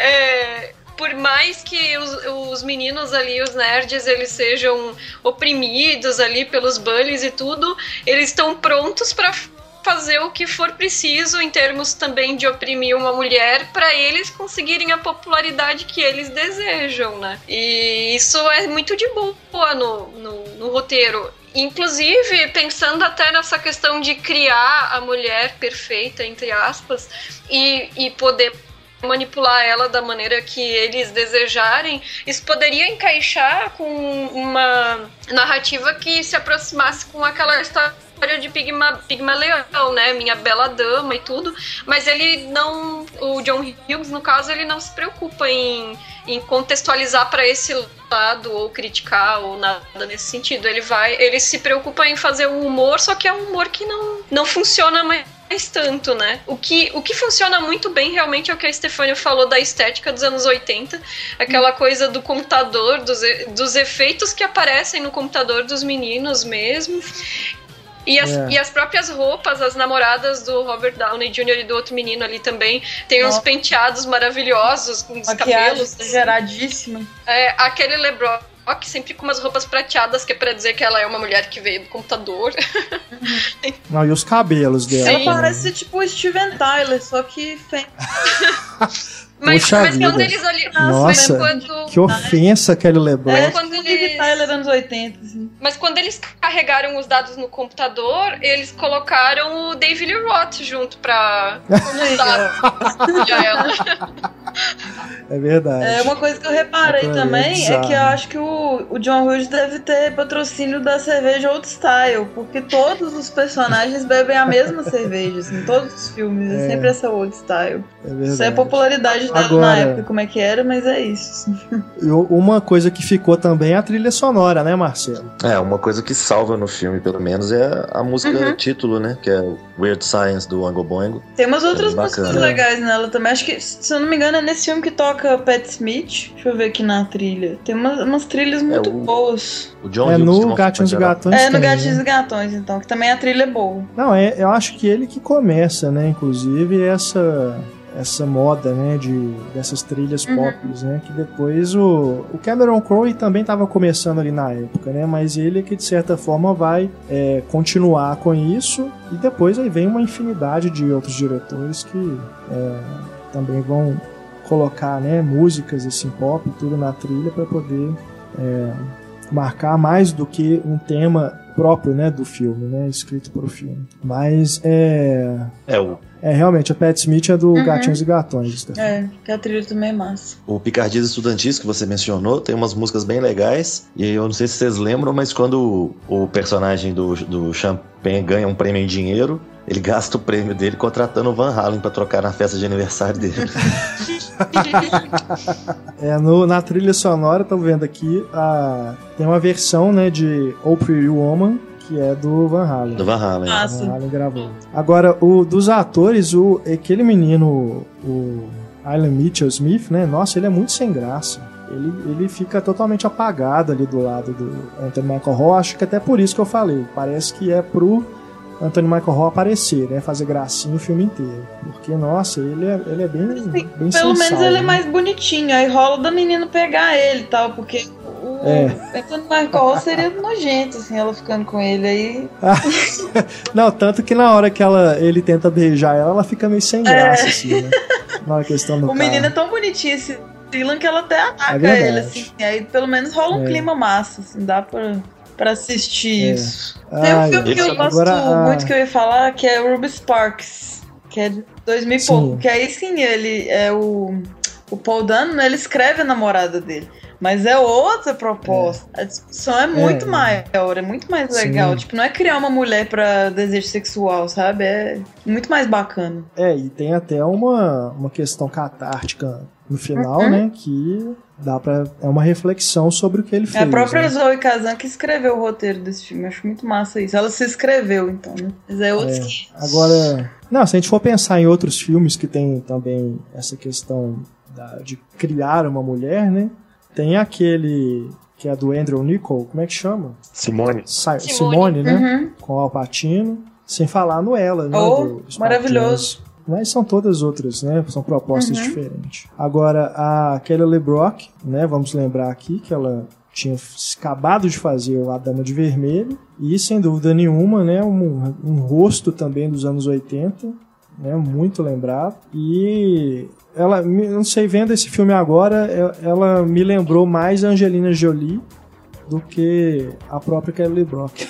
por mais que os meninos ali, os nerds, eles sejam oprimidos ali pelos bullies e tudo, eles estão prontos para fazer o que for preciso em termos também de oprimir uma mulher para eles conseguirem a popularidade que eles desejam, né? E isso é muito de boa no roteiro. Inclusive, pensando até nessa questão de criar a mulher perfeita, entre aspas, e poder manipular ela da maneira que eles desejarem, isso poderia encaixar com uma narrativa que se aproximasse com aquela história de Pigmaleão, né, Minha Bela Dama e tudo, mas ele não, o John Hughes, no caso, ele não se preocupa em contextualizar para esse lado ou criticar ou nada nesse sentido. Ele se preocupa em fazer um humor, só que é um humor que não funciona mais tanto, né? O que funciona muito bem realmente é o que a Stefania falou da estética dos anos 80, aquela coisa do computador, dos efeitos que aparecem no computador dos meninos mesmo. E as próprias roupas, as namoradas do Robert Downey Jr. e do outro menino ali também tem uns penteados maravilhosos, com os cabelos geradíssima. Aquele LeBron sempre com umas roupas prateadas, que é pra dizer que ela é uma mulher que veio do computador. Não, e os cabelos dela. Ela parece tipo o Steven Tyler, só que mas quando eles ali... Nossa, que ofensa aquele LeBron. Quando eles... Tyler anos 80. Assim. Mas quando eles carregaram os dados no computador, eles colocaram o David Lee Roth junto pra... ela. É verdade. Uma coisa que eu reparei também é que eu acho que o John Hughes deve ter patrocínio da cerveja Old Style, porque todos os personagens bebem a mesma cerveja, assim, todos os filmes, é sempre essa Old Style. Isso é a popularidade dela na época, como é que era, mas é isso. Uma coisa que ficou também é a trilha sonora, né, Marcelo? Uma coisa que salva no filme, pelo menos, é a música título, né, que é Weird Science do Oingo Boingo. Tem umas outras músicas legais nela também, acho que, se eu não me engano, é nesse filme que toca Pat Smith. Deixa eu ver aqui na trilha. Tem umas trilhas muito boas. O John Hughes, no Gatinhos e Gatões. No Gatinhos e Gatões, então, que também a trilha é boa. Não, eu acho que ele que começa, né, inclusive, essa moda, né, dessas trilhas pop, né, que depois o Cameron Crowe também estava começando ali na época, né, mas ele que de certa forma vai continuar com isso, e depois aí vem uma infinidade de outros diretores que também vão colocar, né, músicas assim, pop e tudo na trilha para poder marcar mais do que um tema próprio, né, do filme, né, escrito para o filme. Mas realmente, a Pat Smith é do Gatinhos e Gatões. Que a trilha também é massa. O Picardias Estudantis, que você mencionou, tem umas músicas bem legais. E eu não sei se vocês lembram, mas quando o personagem do Champagne ganha um prêmio em dinheiro, ele gasta o prêmio dele contratando o Van Halen pra trocar na festa de aniversário dele. Na trilha sonora, tô vendo aqui, tem uma versão, né, de Oh Pretty Woman, que é do Van Halen. Do Van Halen. Van Halen gravou. Agora, dos atores, aquele menino, o Ian Mitchell Smith, né? Nossa, ele é muito sem graça. Ele fica totalmente apagado ali do lado do Anthony Michael Hall. Acho que até por isso que eu falei. Parece que é pro Anthony Michael Hall aparecer, né? Fazer gracinha o filme inteiro. Porque, nossa, ele é bem pelo sensal, menos ele né? é mais bonitinho. Aí rola da menina pegar ele e tal, porque Anthony Michael Hall seria nojento, assim, ela ficando com ele aí. Não, tanto que na hora que ele tenta beijar ela fica meio sem graça, assim, né? Na hora que eles estão no carro. menino é tão bonitinho esse Dylan que ela até ataca ele, assim. Aí pelo menos rola um clima massa, assim, dá pra assistir isso. Tem um filme que eu gosto muito, que eu ia falar, que é o Ruby Sparks, que é de 2000 e pouco. Que aí sim, ele é o Paul Dano, né, ele escreve a namorada dele. Mas é outra proposta. A discussão é muito maior, é muito mais legal. Tipo, não é criar uma mulher pra desejo sexual, sabe? É muito mais bacana. E tem até uma questão catártica no final, né? Que é uma reflexão sobre o que ele fez. É a própria, né? Zoe Kazan que escreveu o roteiro desse filme. Acho muito massa isso. Ela se escreveu, então, né? Mas é outros que... Agora, se a gente for pensar em outros filmes que tem também essa questão de criar uma mulher, né? Tem aquele que é do Andrew Niccol, como é que chama? Simone, né? Com o Al Pacino, sem falar no Ela, né? Maravilhoso. Mas são todas outras, né? São propostas diferentes. Agora, a Kelly LeBrock, né? Vamos lembrar aqui que ela tinha acabado de fazer A Dama de Vermelho e, sem dúvida nenhuma, né? Um rosto também dos anos 80, né? Muito lembrado. E... ela, não sei, vendo esse filme agora, ela me lembrou mais a Angelina Jolie do que a própria Kelly LeBrock.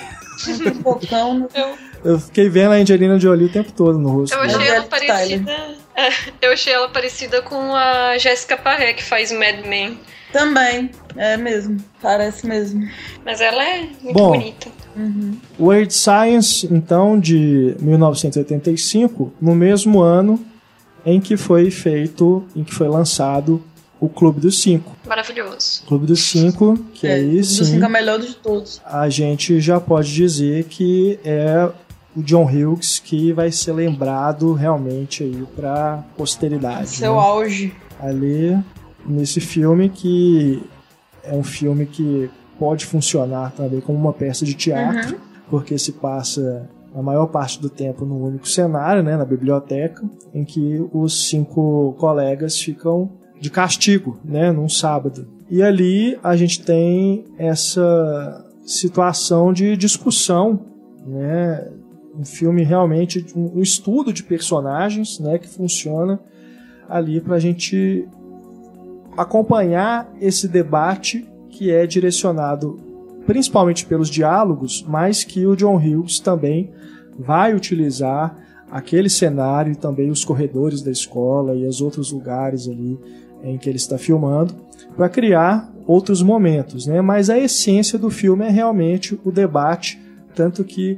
Eu fiquei vendo a Angelina Jolie o tempo todo no rosto. Eu achei ela parecida com a Jessica Paré, que faz Mad Men. Também, é mesmo, parece mesmo. Mas ela é muito bonita. Weird Science, então, de 1985, no mesmo ano em que foi lançado o Clube dos Cinco. Maravilhoso. Clube dos Cinco, que aí Clube sim... dos Cinco é o melhor de todos. A gente já pode dizer que é o John Hughes que vai ser lembrado realmente aí pra posteridade. Seu auge. Ali, nesse filme, que é um filme que pode funcionar também como uma peça de teatro, porque se passa a maior parte do tempo num único cenário, né, na biblioteca, em que os 5 colegas ficam de castigo, né, num sábado. E ali a gente tem essa situação de discussão, né, um filme realmente, um estudo de personagens, né, que funciona ali para a gente acompanhar esse debate que é direcionado principalmente pelos diálogos, mas que o John Hughes também vai utilizar aquele cenário e também os corredores da escola e os outros lugares ali em que ele está filmando, para criar outros momentos, né? Mas a essência do filme é realmente o debate, tanto que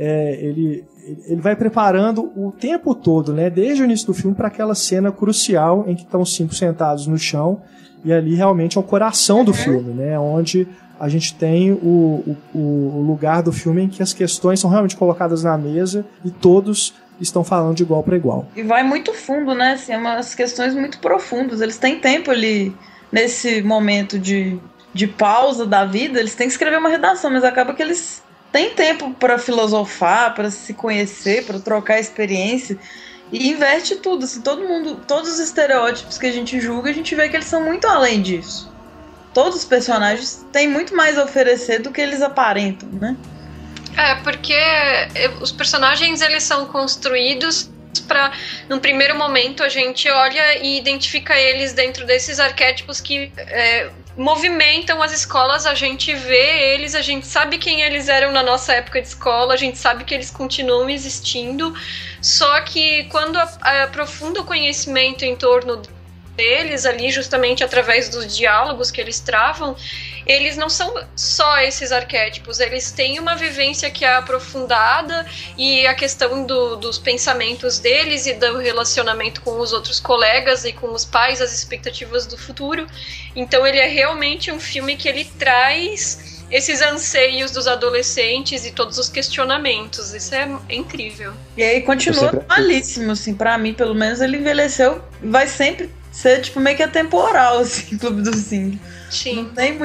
ele vai preparando o tempo todo, né? Desde o início do filme, para aquela cena crucial em que estão os 5 sentados no chão, e ali realmente é o coração do filme, né? Onde a gente tem o lugar do filme em que as questões são realmente colocadas na mesa e todos estão falando de igual para igual. E vai muito fundo, né? Assim, é umas questões muito profundas. Eles têm tempo ali, nesse momento de pausa da vida, eles têm que escrever uma redação, mas acaba que eles têm tempo para filosofar, para se conhecer, para trocar experiência. E inverte tudo, assim, todos os estereótipos que a gente julga, a gente vê que eles são muito além disso. Todos os personagens têm muito mais a oferecer do que eles aparentam, né? Porque os personagens, eles são construídos para, num primeiro momento, a gente olha e identifica eles dentro desses arquétipos que movimentam as escolas, a gente vê eles, a gente sabe quem eles eram na nossa época de escola, a gente sabe que eles continuam existindo, só que quando aprofunda o conhecimento em torno deles ali, justamente através dos diálogos que eles travam, eles não são só esses arquétipos, eles têm uma vivência que é aprofundada, e a questão dos pensamentos deles e do relacionamento com os outros colegas e com os pais, as expectativas do futuro. Então ele é realmente um filme que ele traz esses anseios dos adolescentes e todos os questionamentos. Isso é incrível. E aí continua atualíssimo, assim, pra mim, pelo menos, ele envelheceu, vai sempre ser, tipo, meio que atemporal, assim, Clube dos 5. Sim. Não tem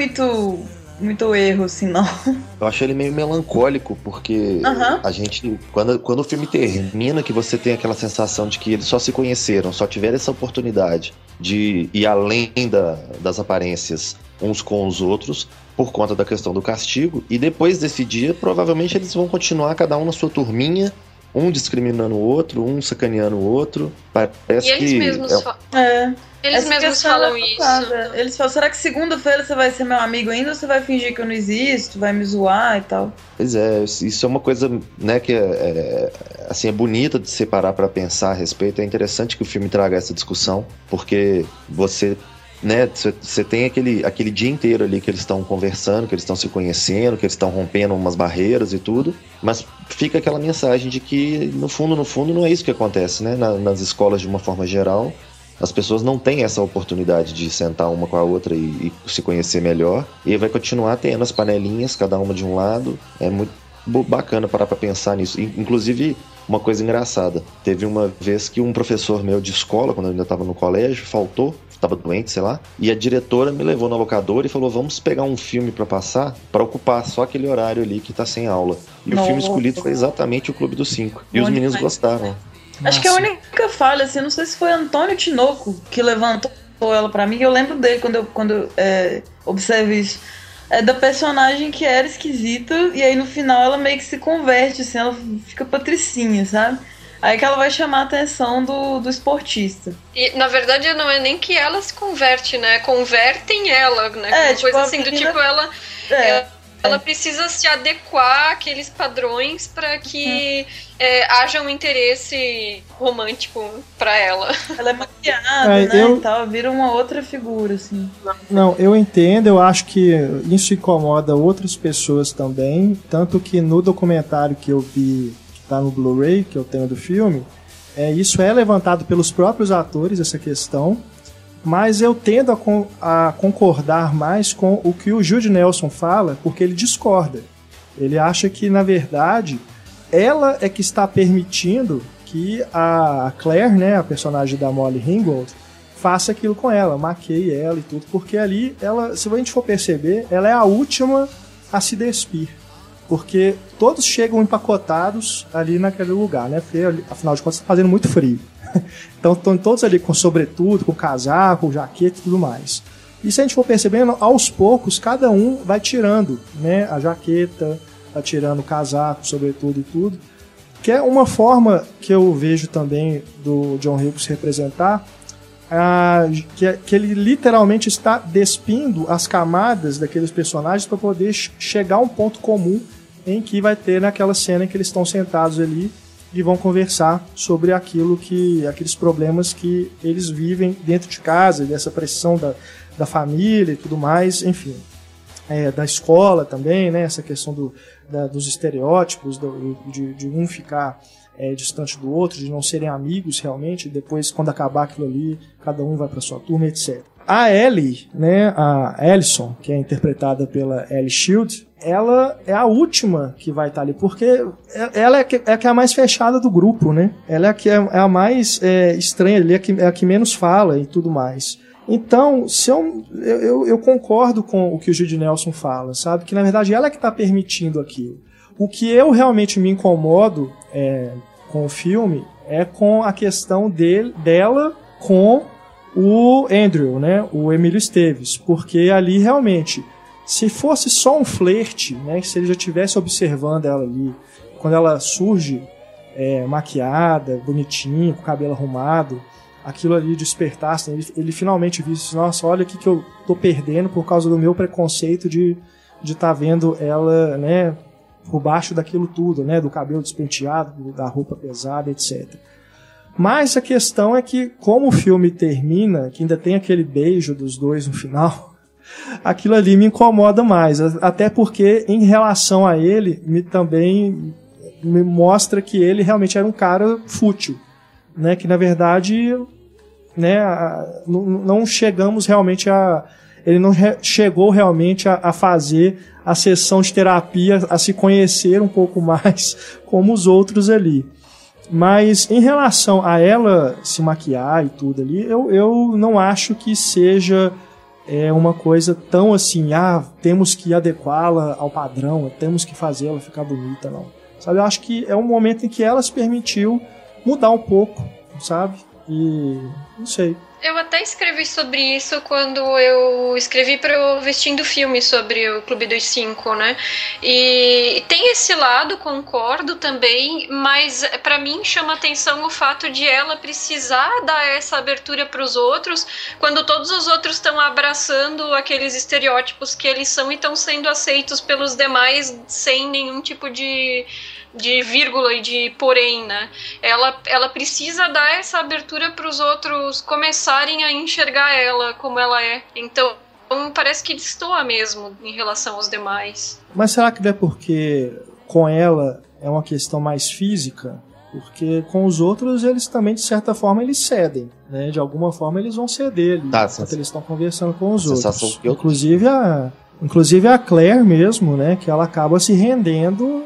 muito erro, assim, não. Eu achei ele meio melancólico, porque a gente, quando o filme termina, que você tem aquela sensação de que eles só se conheceram, só tiveram essa oportunidade de ir além das aparências uns com os outros, por conta da questão do castigo, e depois desse dia, provavelmente eles vão continuar cada um na sua turminha, um discriminando o outro, um sacaneando o outro. Parece eles que mesmos eles Essa mesmos falam isso. Eles falam, será que segunda-feira você vai ser meu amigo ainda, ou você vai fingir que eu não existo, vai me zoar e tal? Pois é, isso é uma coisa, né, que assim, é bonita de separar para pensar a respeito. É interessante que o filme traga essa discussão, porque você tem aquele dia inteiro ali que eles estão conversando, que eles estão se conhecendo, que eles estão rompendo umas barreiras e tudo, mas fica aquela mensagem de que no fundo não é isso que acontece, né? Nas escolas, de uma forma geral, as pessoas não têm essa oportunidade de sentar uma com a outra e se conhecer melhor, e vai continuar tendo as panelinhas, cada uma de um lado. É muito bacana parar pra pensar nisso. Inclusive, uma coisa engraçada, teve uma vez que um professor meu de escola, quando eu ainda estava no colégio, faltou, estava doente, sei lá, e a diretora me levou na locadora e falou, vamos pegar um filme pra passar, pra ocupar só aquele horário ali que tá sem aula. E o filme escolhido foi exatamente o Clube dos 5. E os meninos gostaram. Acho que a única falha, assim, não sei se foi Antônio Tinoco que levantou ela pra mim, eu lembro dele quando eu observo isso. É da personagem que era esquisita, e aí no final ela meio que se converte, assim, ela fica patricinha, sabe? Aí que ela vai chamar a atenção do esportista. E, na verdade, não é nem que ela se converte, né? Convertem ela, né? Uma tipo, coisa assim, do tipo, ela precisa se adequar àqueles padrões para que haja um interesse romântico para ela. Ela é maquiada, né, e tal, vira uma outra figura, assim. Não, eu entendo, eu acho que isso incomoda outras pessoas também, tanto que no documentário que eu vi, que tá no Blu-ray, que eu tenho do filme, isso é levantado pelos próprios atores, essa questão, mas eu tendo a concordar mais com o que o Jude Nelson fala, porque ele discorda. Ele acha que, na verdade, ela é que está permitindo que a Claire, né, a personagem da Molly Ringwald, faça aquilo com ela, maqueie ela e tudo, porque ali, ela, se a gente for perceber, ela é a última a se despir. Porque todos chegam empacotados ali naquele lugar, né? Porque, afinal de contas, está fazendo muito frio. Então estão todos ali com sobretudo, com casaco, jaqueta e tudo mais. E se a gente for percebendo, aos poucos, cada um vai tirando, né, a jaqueta, vai tirando o casaco, sobretudo e tudo. Que é uma forma que eu vejo também do John Hughes representar, que ele literalmente está despindo as camadas daqueles personagens para poder chegar a um ponto comum em que vai ter naquela cena em que eles estão sentados ali e vão conversar sobre aqueles problemas que eles vivem dentro de casa, dessa pressão da família e tudo mais, enfim. Da escola também, né? Essa questão dos estereótipos, de um ficar distante do outro, de não serem amigos realmente, depois, quando acabar aquilo ali, cada um vai para sua turma, etc. A Ellie, né, a Allison, que é interpretada pela Ellie Shield, ela é a última que vai estar ali, porque ela é a mais fechada do grupo, né? Ela é a mais estranha ali, é a que menos fala e tudo mais. Então, eu concordo com o que o Judy Nelson fala, sabe? Que, na verdade, ela é que está permitindo aquilo. O que eu realmente me incomodo com o filme é com a questão dela com o Andrew, né? O Emílio Esteves. Porque ali, realmente, se fosse só um flerte, né? Se ele já estivesse observando ela ali, quando ela surge maquiada, bonitinha, com o cabelo arrumado, aquilo ali despertasse, né? Ele finalmente visse, nossa, olha o que eu tô perdendo por causa do meu preconceito de estar vendo ela, né, por baixo daquilo tudo, né, do cabelo despenteado, da roupa pesada, etc. Mas a questão é que, como o filme termina, que ainda tem aquele beijo dos dois no final, aquilo ali me incomoda mais, até porque, em relação a ele, também me mostra que ele realmente era um cara fútil, né, que na verdade, né, não chegamos realmente ele não chegou realmente a fazer a sessão de terapia, a se conhecer um pouco mais como os outros ali. Mas em relação a ela se maquiar e tudo ali, eu não acho que seja uma coisa tão assim, temos que adequá-la ao padrão, temos que fazê-la ficar bonita, não. Sabe, eu acho que é um momento em que ela se permitiu mudar um pouco, sabe? E não sei. Eu até escrevi sobre isso quando eu escrevi para o Vestindo Filme sobre o Clube dos Cinco, né? E tem esse lado, concordo também, mas para mim chama atenção o fato de ela precisar dar essa abertura para os outros, quando todos os outros estão abraçando aqueles estereótipos que eles são e estão sendo aceitos pelos demais sem nenhum tipo de vírgula e de porém, né? Ela precisa dar essa abertura para os outros começarem a enxergar ela como ela é. Então parece que destoa mesmo em relação aos demais. Mas será que é porque com ela é uma questão mais física? Porque com os outros eles também, de certa forma, eles cedem, né? De alguma forma eles vão ceder ali, enquanto eles estão conversando com os outros. Inclusive a Claire mesmo, né, que ela acaba se rendendo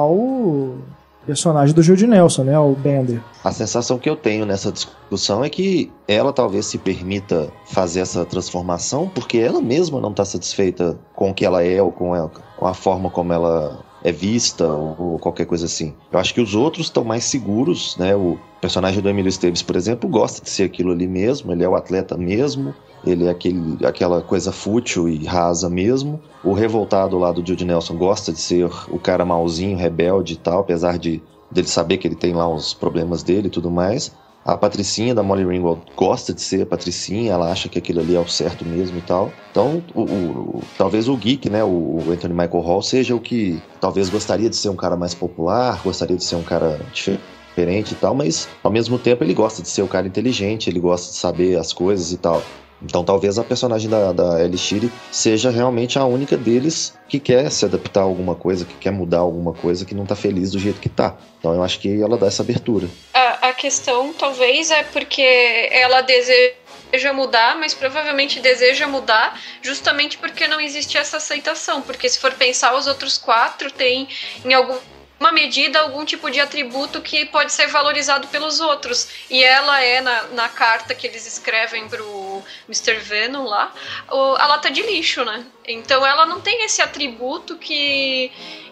ao personagem do Judy Nelson, né, ao Bender. A sensação que eu tenho nessa discussão é que ela talvez se permita fazer essa transformação porque ela mesma não está satisfeita com o que ela é ou com a forma como ela é vista ou qualquer coisa assim. Eu acho que os outros estão mais seguros, né? O personagem do Emílio Esteves, por exemplo, gosta de ser aquilo ali mesmo, ele é o atleta mesmo, ele é aquela coisa fútil e rasa mesmo. O revoltado lá do Judy Nelson gosta de ser o cara malzinho, rebelde e tal, apesar dele saber que ele tem lá uns problemas dele e tudo mais. A Patricinha da Molly Ringwald gosta de ser a Patricinha, ela acha que aquilo ali é o certo mesmo e tal. Então, talvez o geek, né, o Anthony Michael Hall, seja o que talvez gostaria de ser um cara mais popular, gostaria de ser um cara diferente e tal, mas ao mesmo tempo ele gosta de ser o cara inteligente, ele gosta de saber as coisas e tal. Então talvez a personagem da Ellie Sheedy seja realmente a única deles que quer se adaptar a alguma coisa, que quer mudar alguma coisa, que não tá feliz do jeito que tá. Então eu acho que ela dá essa abertura. A questão talvez é porque ela deseja mudar, mas provavelmente deseja mudar justamente porque não existe essa aceitação. Porque se for pensar, os outros 4 têm em alguma medida algum tipo de atributo que pode ser valorizado pelos outros, e ela é na carta que eles escrevem pro Mr. Venom lá, a lata de lixo, né? Então ela não tem esse atributo que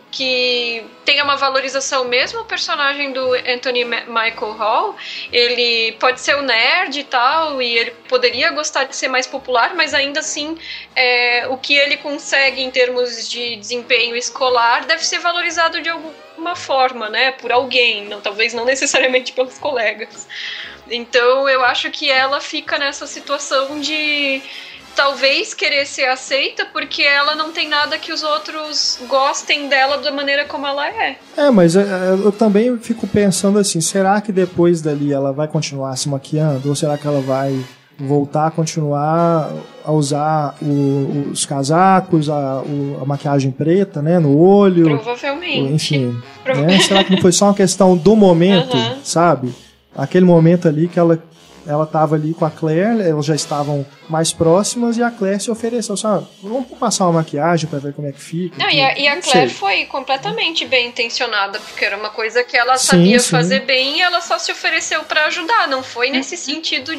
tenha uma valorização. Mesmo o personagem do Anthony Michael Hall, ele pode ser o nerd e tal, e ele poderia gostar de ser mais popular, mas ainda assim o que ele consegue em termos de desempenho escolar deve ser valorizado de alguma forma, né, por alguém, talvez não necessariamente pelos colegas. Então eu acho que ela fica nessa situação de talvez querer ser aceita porque ela não tem nada que os outros gostem dela da maneira como ela é. Mas eu também fico pensando assim, será que depois dali ela vai continuar se maquiando? Ou será que ela vai voltar a continuar a usar os casacos, a maquiagem preta, né, no olho? Provavelmente. Enfim, né? Será que não foi só uma questão do momento, sabe? Aquele momento ali que ela estava ali com a Claire, elas já estavam mais próximas e a Claire se ofereceu, sabe? Vamos passar uma maquiagem pra ver como é que fica. Não, e a Claire foi completamente bem intencionada, porque era uma coisa que ela sabia fazer bem e ela só se ofereceu pra ajudar. Não foi nesse sentido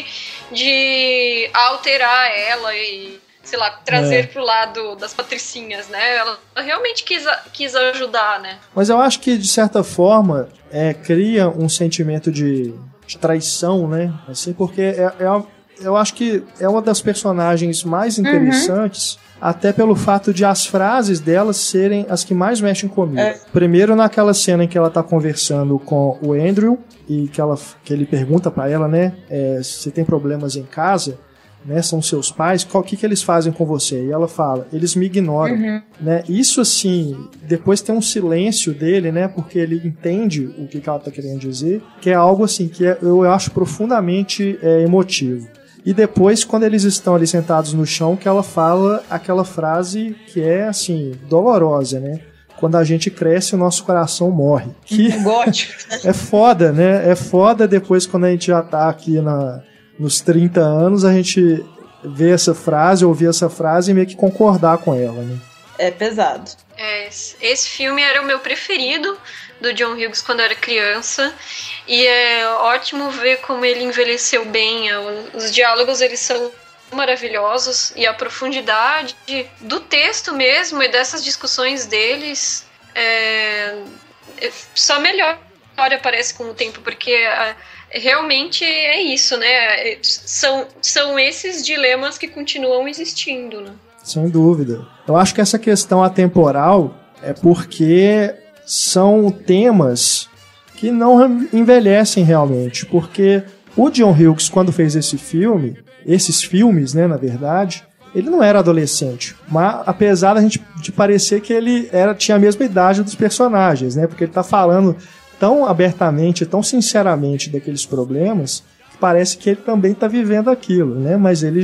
de alterar ela e, sei lá, trazer pro lado das patricinhas, né? Ela realmente quis ajudar, né? Mas eu acho que, de certa forma, cria um sentimento de traição, né? Assim, porque eu acho que é uma das personagens mais interessantes, até pelo fato de as frases delas serem as que mais mexem comigo. Primeiro, naquela cena em que ela tá conversando com o Andrew e que ele pergunta pra ela, né? Se tem problemas em casa, né? São seus pais, o que eles fazem com você? E ela fala, eles me ignoram, né? Isso, assim, depois tem um silêncio dele, né? Porque ele entende o que ela tá querendo dizer, que é algo, assim, que eu acho profundamente emotivo. E depois, quando eles estão ali sentados no chão, que ela fala aquela frase que é, assim, dolorosa, né? Quando a gente cresce, o nosso coração morre. Que gótico. É foda, né? É foda depois, quando a gente já tá aqui nos 30 anos, a gente vê essa frase, ouvir essa frase e meio que concordar com ela, né? É pesado. Esse filme era o meu preferido do John Hughes quando eu era criança, e é ótimo ver como ele envelheceu bem. Os diálogos, eles são maravilhosos, e a profundidade do texto mesmo e dessas discussões deles só melhora, parece, com o tempo, porque realmente é isso, né? São esses dilemas que continuam existindo, né? Sem dúvida. Eu acho que essa questão atemporal é porque são temas que não envelhecem realmente, porque o John Hughes, quando fez esses filmes, né, na verdade, ele não era adolescente, mas apesar de parecer que ele tinha a mesma idade dos personagens, né, porque ele está falando tão abertamente, tão sinceramente daqueles problemas, que parece que ele também está vivendo aquilo, né? Mas ele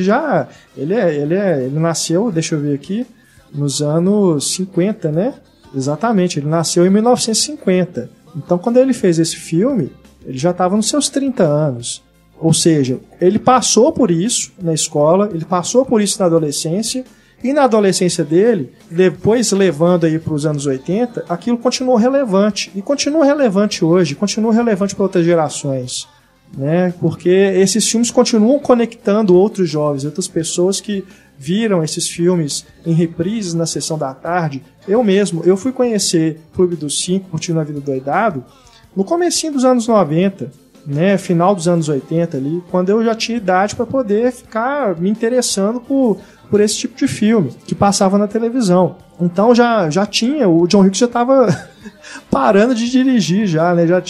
nasceu, deixa eu ver aqui, nos anos 50, né? Exatamente, ele nasceu em 1950. Então, quando ele fez esse filme, ele já estava nos seus 30 anos. Ou seja, ele passou por isso na escola, ele passou por isso na adolescência, e na adolescência dele, depois levando aí para os anos 80, aquilo continuou relevante. E continua relevante hoje, continua relevante para outras gerações, né? Porque esses filmes continuam conectando outros jovens, outras pessoas que viram esses filmes em reprises na sessão da tarde. Eu fui conhecer Clube dos Cinco, Curtindo a Vida Doidado, no comecinho dos anos 90, né? Final dos anos 80 ali, quando eu já tinha idade para poder ficar me interessando por esse tipo de filme que passava na televisão. Então já tinha, o John Hughes já estava parando de dirigir né? Já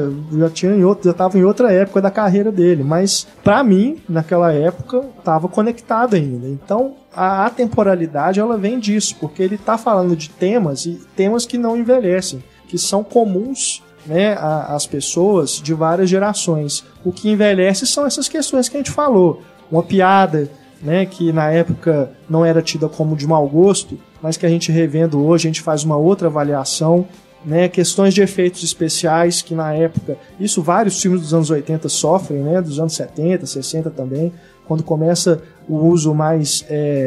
estava em outra época da carreira dele, mas para mim, naquela época, estava conectado ainda. Então a atemporalidade, ela vem disso, porque ele está falando de temas que não envelhecem, que são comuns, né, às pessoas de várias gerações. O que envelhece são essas questões que a gente falou. Uma piada, né, que na época não era tida como de mau gosto, mas que a gente revendo hoje, a gente faz uma outra avaliação, né, questões de efeitos especiais que na época, isso vários filmes dos anos 80 sofrem, né, dos anos 70, 60 também, quando começa o uso mais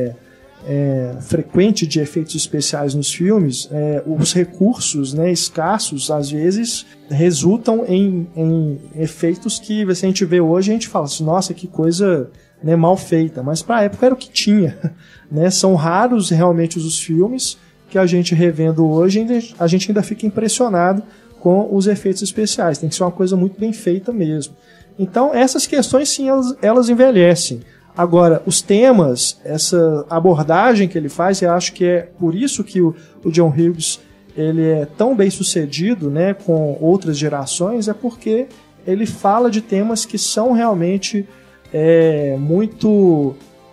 frequente de efeitos especiais nos filmes, os recursos, né, escassos, às vezes, resultam em efeitos que, se a gente vê hoje, a gente fala assim, nossa, que coisa, né, mal feita, mas para a época era o que tinha, né? São raros realmente os filmes que a gente revendo hoje, a gente ainda fica impressionado com os efeitos especiais, tem que ser uma coisa muito bem feita mesmo. Então essas questões sim, elas envelhecem. Agora, os temas, essa abordagem que ele faz, eu acho que é por isso que o John Hughes ele é tão bem sucedido, né, com outras gerações, é porque ele fala de temas que são realmente muito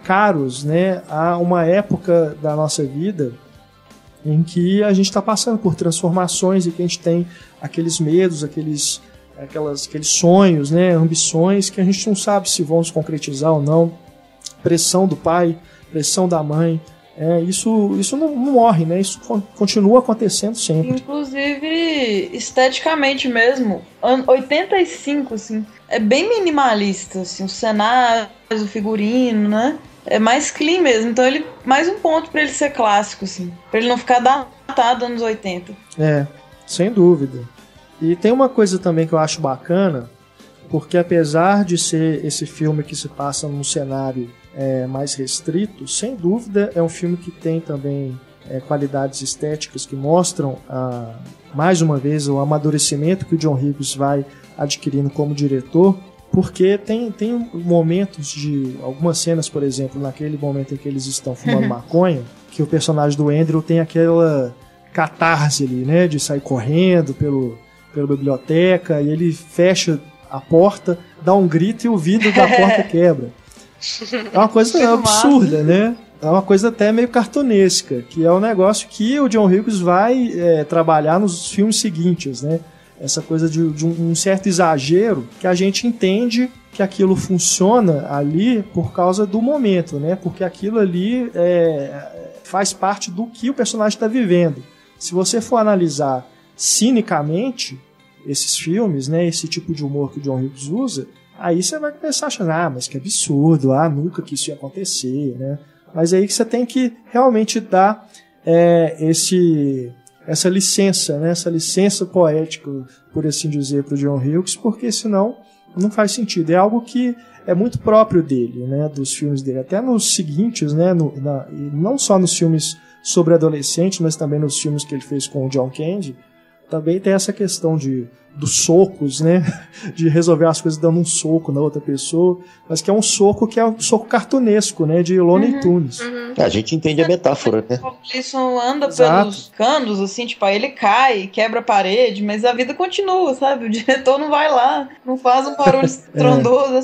caros, né, a uma época da nossa vida em que a gente está passando por transformações e que a gente tem aqueles medos, aqueles sonhos, né, ambições que a gente não sabe se vão se concretizar ou não. Pressão do pai, pressão da mãe, isso não morre, né? Isso continua acontecendo sempre. Inclusive, esteticamente mesmo, 85, assim, é bem minimalista, assim, os cenários, o figurino, né? É mais clean mesmo, então mais um ponto pra ele ser clássico, assim, pra ele não ficar datado anos 80. Sem dúvida. E tem uma coisa também que eu acho bacana, porque apesar de ser esse filme que se passa num cenário mais restrito, sem dúvida é um filme que tem também qualidades estéticas que mostram, mais uma vez, o amadurecimento que o John Hughes vai adquirindo como diretor, porque tem momentos de algumas cenas, por exemplo, naquele momento em que eles estão fumando maconha, que o personagem do Andrew tem aquela catarse ali, né, de sair correndo pela biblioteca, e ele fecha a porta, dá um grito e o vidro da porta quebra. É uma coisa absurda, né? É uma coisa até meio cartunesca, que é um negócio que o John Hughes vai trabalhar nos filmes seguintes, né? Essa coisa de um certo exagero que a gente entende que aquilo funciona ali por causa do momento, né? Porque aquilo ali faz parte do que o personagem está vivendo. Se você for analisar cinicamente esses filmes, né? Esse tipo de humor que o John Hughes usa, aí você vai começar a achar, mas que absurdo, nunca que isso ia acontecer, né? Mas aí que você tem que realmente dar essa licença, né? Essa licença poética, por assim dizer, para o John Hughes, porque senão não faz sentido. É algo que é muito próprio dele, né? Dos filmes dele. Até nos seguintes, né? Não só nos filmes sobre adolescentes, mas também nos filmes que ele fez com o John Candy, também tem essa questão dos socos, né? De resolver as coisas dando um soco na outra pessoa, mas que é um soco cartunesco, né? De Looney Tunes. A gente entende a metáfora, né? O Gleason anda pelos canos, assim, tipo, aí ele cai, quebra a parede, mas a vida continua, sabe? O diretor não vai lá, não faz um barulho estrondoso,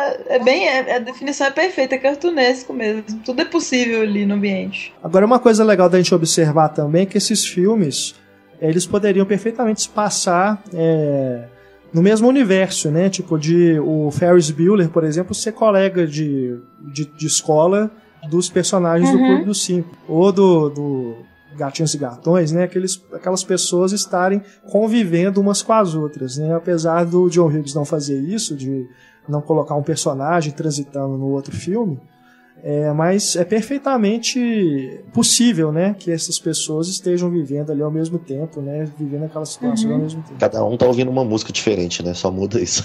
a definição é perfeita, é cartunesco mesmo. Tudo é possível ali no ambiente. Agora, uma coisa legal da gente observar também é que esses filmes, eles poderiam perfeitamente se passar no mesmo universo, né? Tipo, o Ferris Bueller, por exemplo, ser colega de escola dos personagens do Clube dos Cinco. Ou do Gatinhos e Gatões, né? Aquelas pessoas estarem convivendo umas com as outras, né? Apesar do John Hughes não fazer isso, de não colocar um personagem transitando no outro filme, mas é perfeitamente possível, né, que essas pessoas estejam vivendo ali ao mesmo tempo, né, vivendo aquela situação ao mesmo tempo. Cada um tá ouvindo uma música diferente, né, só muda isso.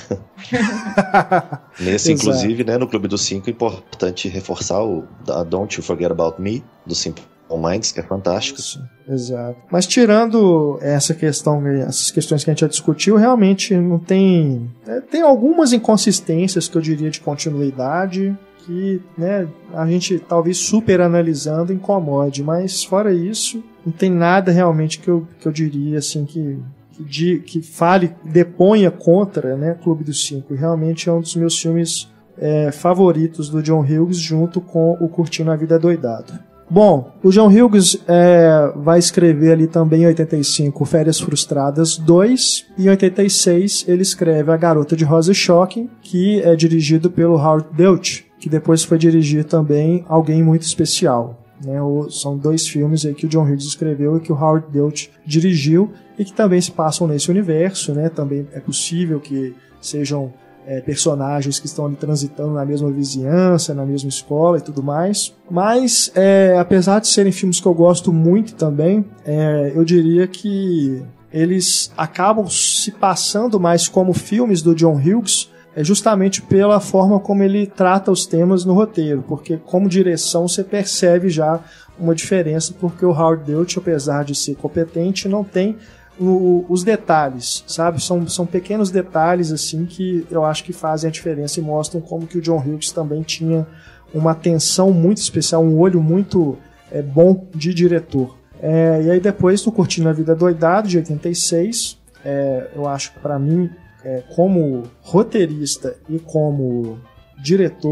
Nesse, inclusive, né, no Clube dos Cinco, é importante reforçar o Don't You Forget About Me, do Simple Minds, que é fantástico. Isso, exato. Mas tirando essas questões que a gente já discutiu, realmente não tem algumas inconsistências que eu diria de continuidade, que, né, a gente talvez super analisando incomode, mas fora isso não tem nada realmente que eu diria assim que fale, deponha contra, né, Clube dos Cinco. Realmente é um dos meus filmes favoritos do John Hughes, junto com o Curtindo a Vida Doidado. Bom, o John Hughes vai escrever ali também em 85 Férias Frustradas 2, e em 86 ele escreve A Garota de Rosa Shocking, que é dirigido pelo Howard Deutch, que depois foi dirigir também Alguém Muito Especial, né? São dois filmes aí que o John Hughes escreveu e que o Howard Deutch dirigiu, e que também se passam nesse universo, né? Também é possível que sejam personagens que estão ali transitando na mesma vizinhança, na mesma escola e tudo mais. Mas, apesar de serem filmes que eu gosto muito também, eu diria que eles acabam se passando mais como filmes do John Hughes, justamente pela forma como ele trata os temas no roteiro, porque como direção você percebe já uma diferença, porque o Howard Deutch, apesar de ser competente, não tem os detalhes, sabe? São pequenos detalhes assim que eu acho que fazem a diferença e mostram como que o John Hughes também tinha uma atenção muito especial, um olho muito bom de diretor. E aí depois, no Curtindo a Vida Doidado, de 86, eu acho que para mim, como roteirista e como diretor,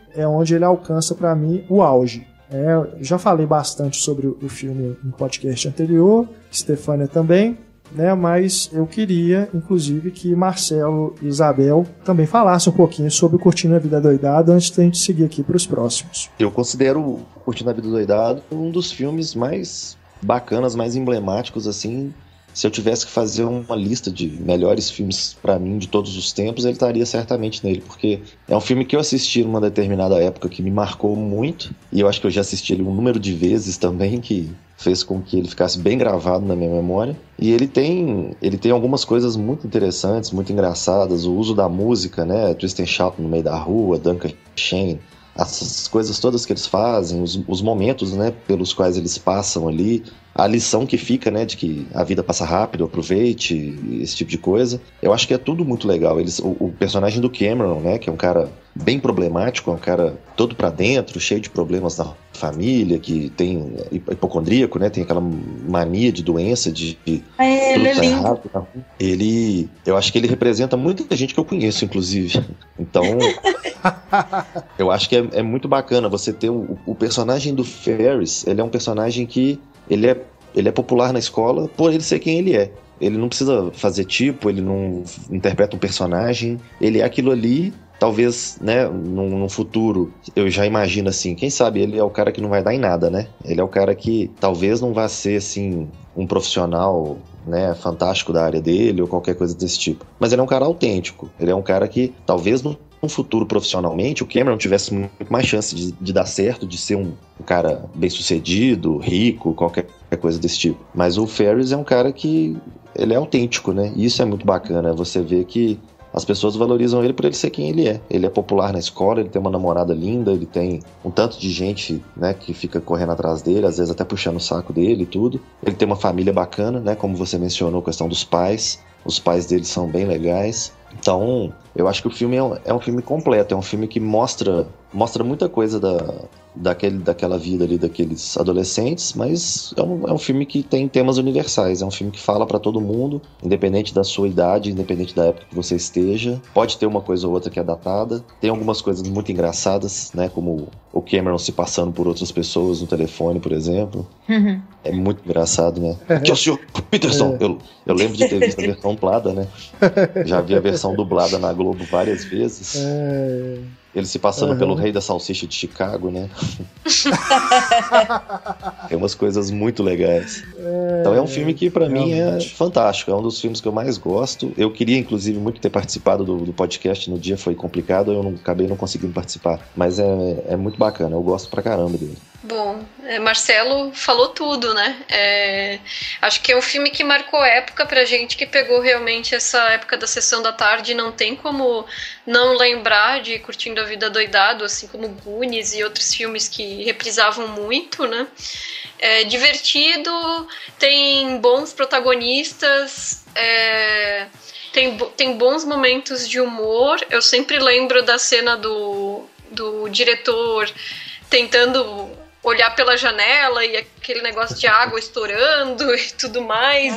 é onde ele alcança para mim o auge. Já falei bastante sobre o filme no podcast anterior, Stefânia também, né? Mas eu queria, inclusive, que Marcelo e Isabel também falassem um pouquinho sobre Curtindo a Vida Adoidado antes da gente seguir aqui para os próximos. Eu considero Curtindo a Vida Adoidado um dos filmes mais bacanas, mais emblemáticos, assim. Se eu tivesse que fazer uma lista de melhores filmes pra mim de todos os tempos, ele estaria certamente nele, porque é um filme que eu assisti numa determinada época que me marcou muito, e eu acho que eu já assisti ele um número de vezes também, que fez com que ele ficasse bem gravado na minha memória. E ele tem algumas coisas muito interessantes, muito engraçadas, o uso da música, né, Twist and Shout no meio da rua, Duncan Shane, essas coisas todas que eles fazem, os momentos, né, pelos quais eles passam ali, a lição que fica, né, de que a vida passa rápido, aproveite, esse tipo de coisa. Eu acho que é tudo muito legal. O personagem do Cameron, né, que é um cara bem problemático, é um cara todo pra dentro, cheio de problemas na família, que tem hipocondríaco, né, tem aquela mania de doença, de ele é lindo. Eu acho que ele representa muita gente que eu conheço, inclusive. Então, eu acho que é muito bacana você ter o personagem do Ferris. Ele é um personagem que ele é popular na escola por ele ser quem ele é. Ele não precisa fazer tipo, ele não interpreta um personagem, ele é aquilo ali. Talvez, né, num futuro, eu já imagino assim, quem sabe ele é o cara que não vai dar em nada, né? Ele é o cara que talvez não vá ser, assim, um profissional, né, fantástico da área dele ou qualquer coisa desse tipo. Mas ele é um cara autêntico. Ele é um cara que, talvez num futuro profissionalmente, o Cameron tivesse muito mais chance de dar certo, de ser um cara bem-sucedido, rico, qualquer coisa desse tipo. Mas o Ferris é um cara que ele é autêntico, né? E isso é muito bacana, você vê que as pessoas valorizam ele por ele ser quem ele é. Ele é popular na escola, ele tem uma namorada linda, ele tem um tanto de gente, né, que fica correndo atrás dele, às vezes até puxando o saco dele e tudo. Ele tem uma família bacana, né, como você mencionou, a questão dos pais. Os pais dele são bem legais. Então, eu acho que o filme é um filme completo, é um filme que mostra muita coisa daquela vida ali, daqueles adolescentes, mas é um filme que tem temas universais, é um filme que fala pra todo mundo, independente da sua idade, independente da época que você esteja. Pode ter uma coisa ou outra que é datada, tem algumas coisas muito engraçadas, né, como o Cameron se passando por outras pessoas no telefone, por exemplo. Uhum. É muito engraçado, né? Que é o senhor Peterson. Eu lembro de ter visto a versão dublada, né? Já vi a versão dublada na Globo várias vezes. Ele se passando pelo rei da salsicha de Chicago, né? Tem umas coisas muito legais. Então é um filme que pra mim é fantástico. É um dos filmes que eu mais gosto. Eu queria, inclusive, muito ter participado do podcast. No dia foi complicado, eu acabei não conseguindo participar. Mas é muito bacana, eu gosto pra caramba dele. Bom, Marcelo falou tudo, né? Acho que é um filme que marcou época pra gente, que pegou realmente essa época da sessão da tarde. Não tem como não lembrar de Curtindo a Vida Adoidado, assim como Goonies e outros filmes que reprisavam muito, né? É divertido, tem bons protagonistas, tem bons momentos de humor. Eu sempre lembro da cena do diretor tentando olhar pela janela e aquele negócio de água estourando e tudo mais.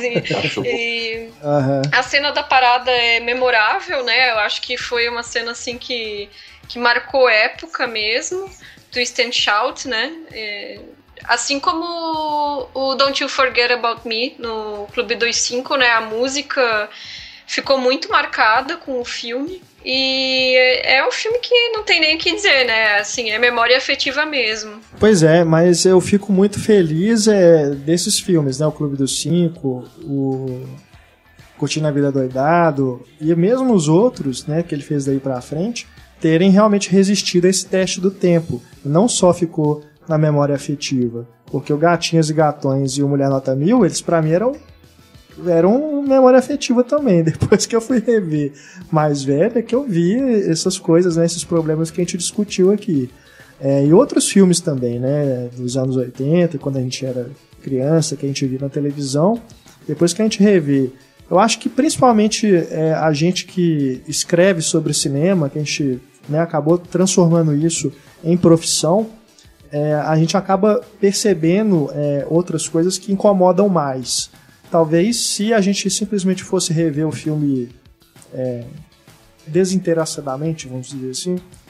A cena da parada é memorável, né? Eu acho que foi uma cena assim que marcou época mesmo. Twist and Shout, né? Assim como o Don't You Forget About Me no Clube 25, né? A música ficou muito marcada com o filme. E é um filme que não tem nem o que dizer, né? Assim, é memória afetiva mesmo. Pois é, mas eu fico muito feliz desses filmes, né? O Clube dos Cinco, o Curtindo a Vida Adoidado, e mesmo os outros, né, que ele fez daí pra frente, terem realmente resistido a esse teste do tempo. Não só ficou na memória afetiva, porque o Gatinhas e Gatões e o Mulher Nota 1000, eles pra mim eram memória afetiva também. Depois que eu fui rever mais velho, é que eu vi essas coisas, né, esses problemas que a gente discutiu aqui. E outros filmes também, né, dos anos 80, quando a gente era criança, que a gente via na televisão. Depois que a gente revê, eu acho que principalmente a gente que escreve sobre cinema, que a gente, né, acabou transformando isso em profissão, a gente acaba percebendo outras coisas que incomodam mais. Talvez se a gente simplesmente fosse rever o filme desinteressadamente, vamos dizer assim,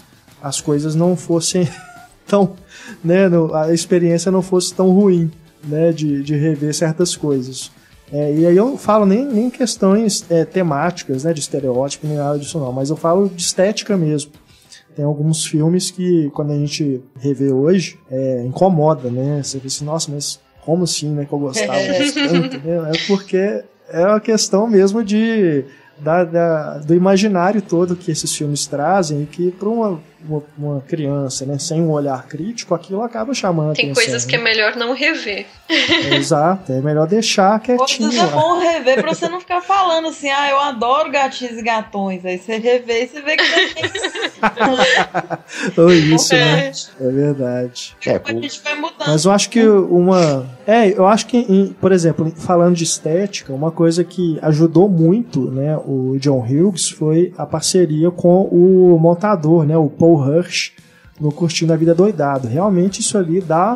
as coisas não fossem tão, né, a experiência não fosse tão ruim, né, de rever certas coisas. E aí eu falo nem questões temáticas, né, de estereótipo, nem nada disso não, mas eu falo de estética mesmo. Tem alguns filmes que, quando a gente revê hoje, incomoda, né? Você vê assim, nossa, mas como assim, né, que eu gostava disso tanto, né? É porque é uma questão mesmo do imaginário todo que esses filmes trazem, e que para uma criança, né, sem um olhar crítico, aquilo acaba chamando a atenção. Tem coisas que é melhor não rever. Exato, é melhor deixar quietinho. Outros é bom rever pra você não ficar falando assim, eu adoro gatinhos e gatões. Aí você revê e você vê que Ou isso, né? É verdade. A gente vai mudando. Mas eu acho que por exemplo, falando de estética, uma coisa que ajudou muito, né, o John Hughes foi a parceria com o montador, né, o Paul Hirsch, no Curtindo a Vida Doidado. Realmente isso ali dá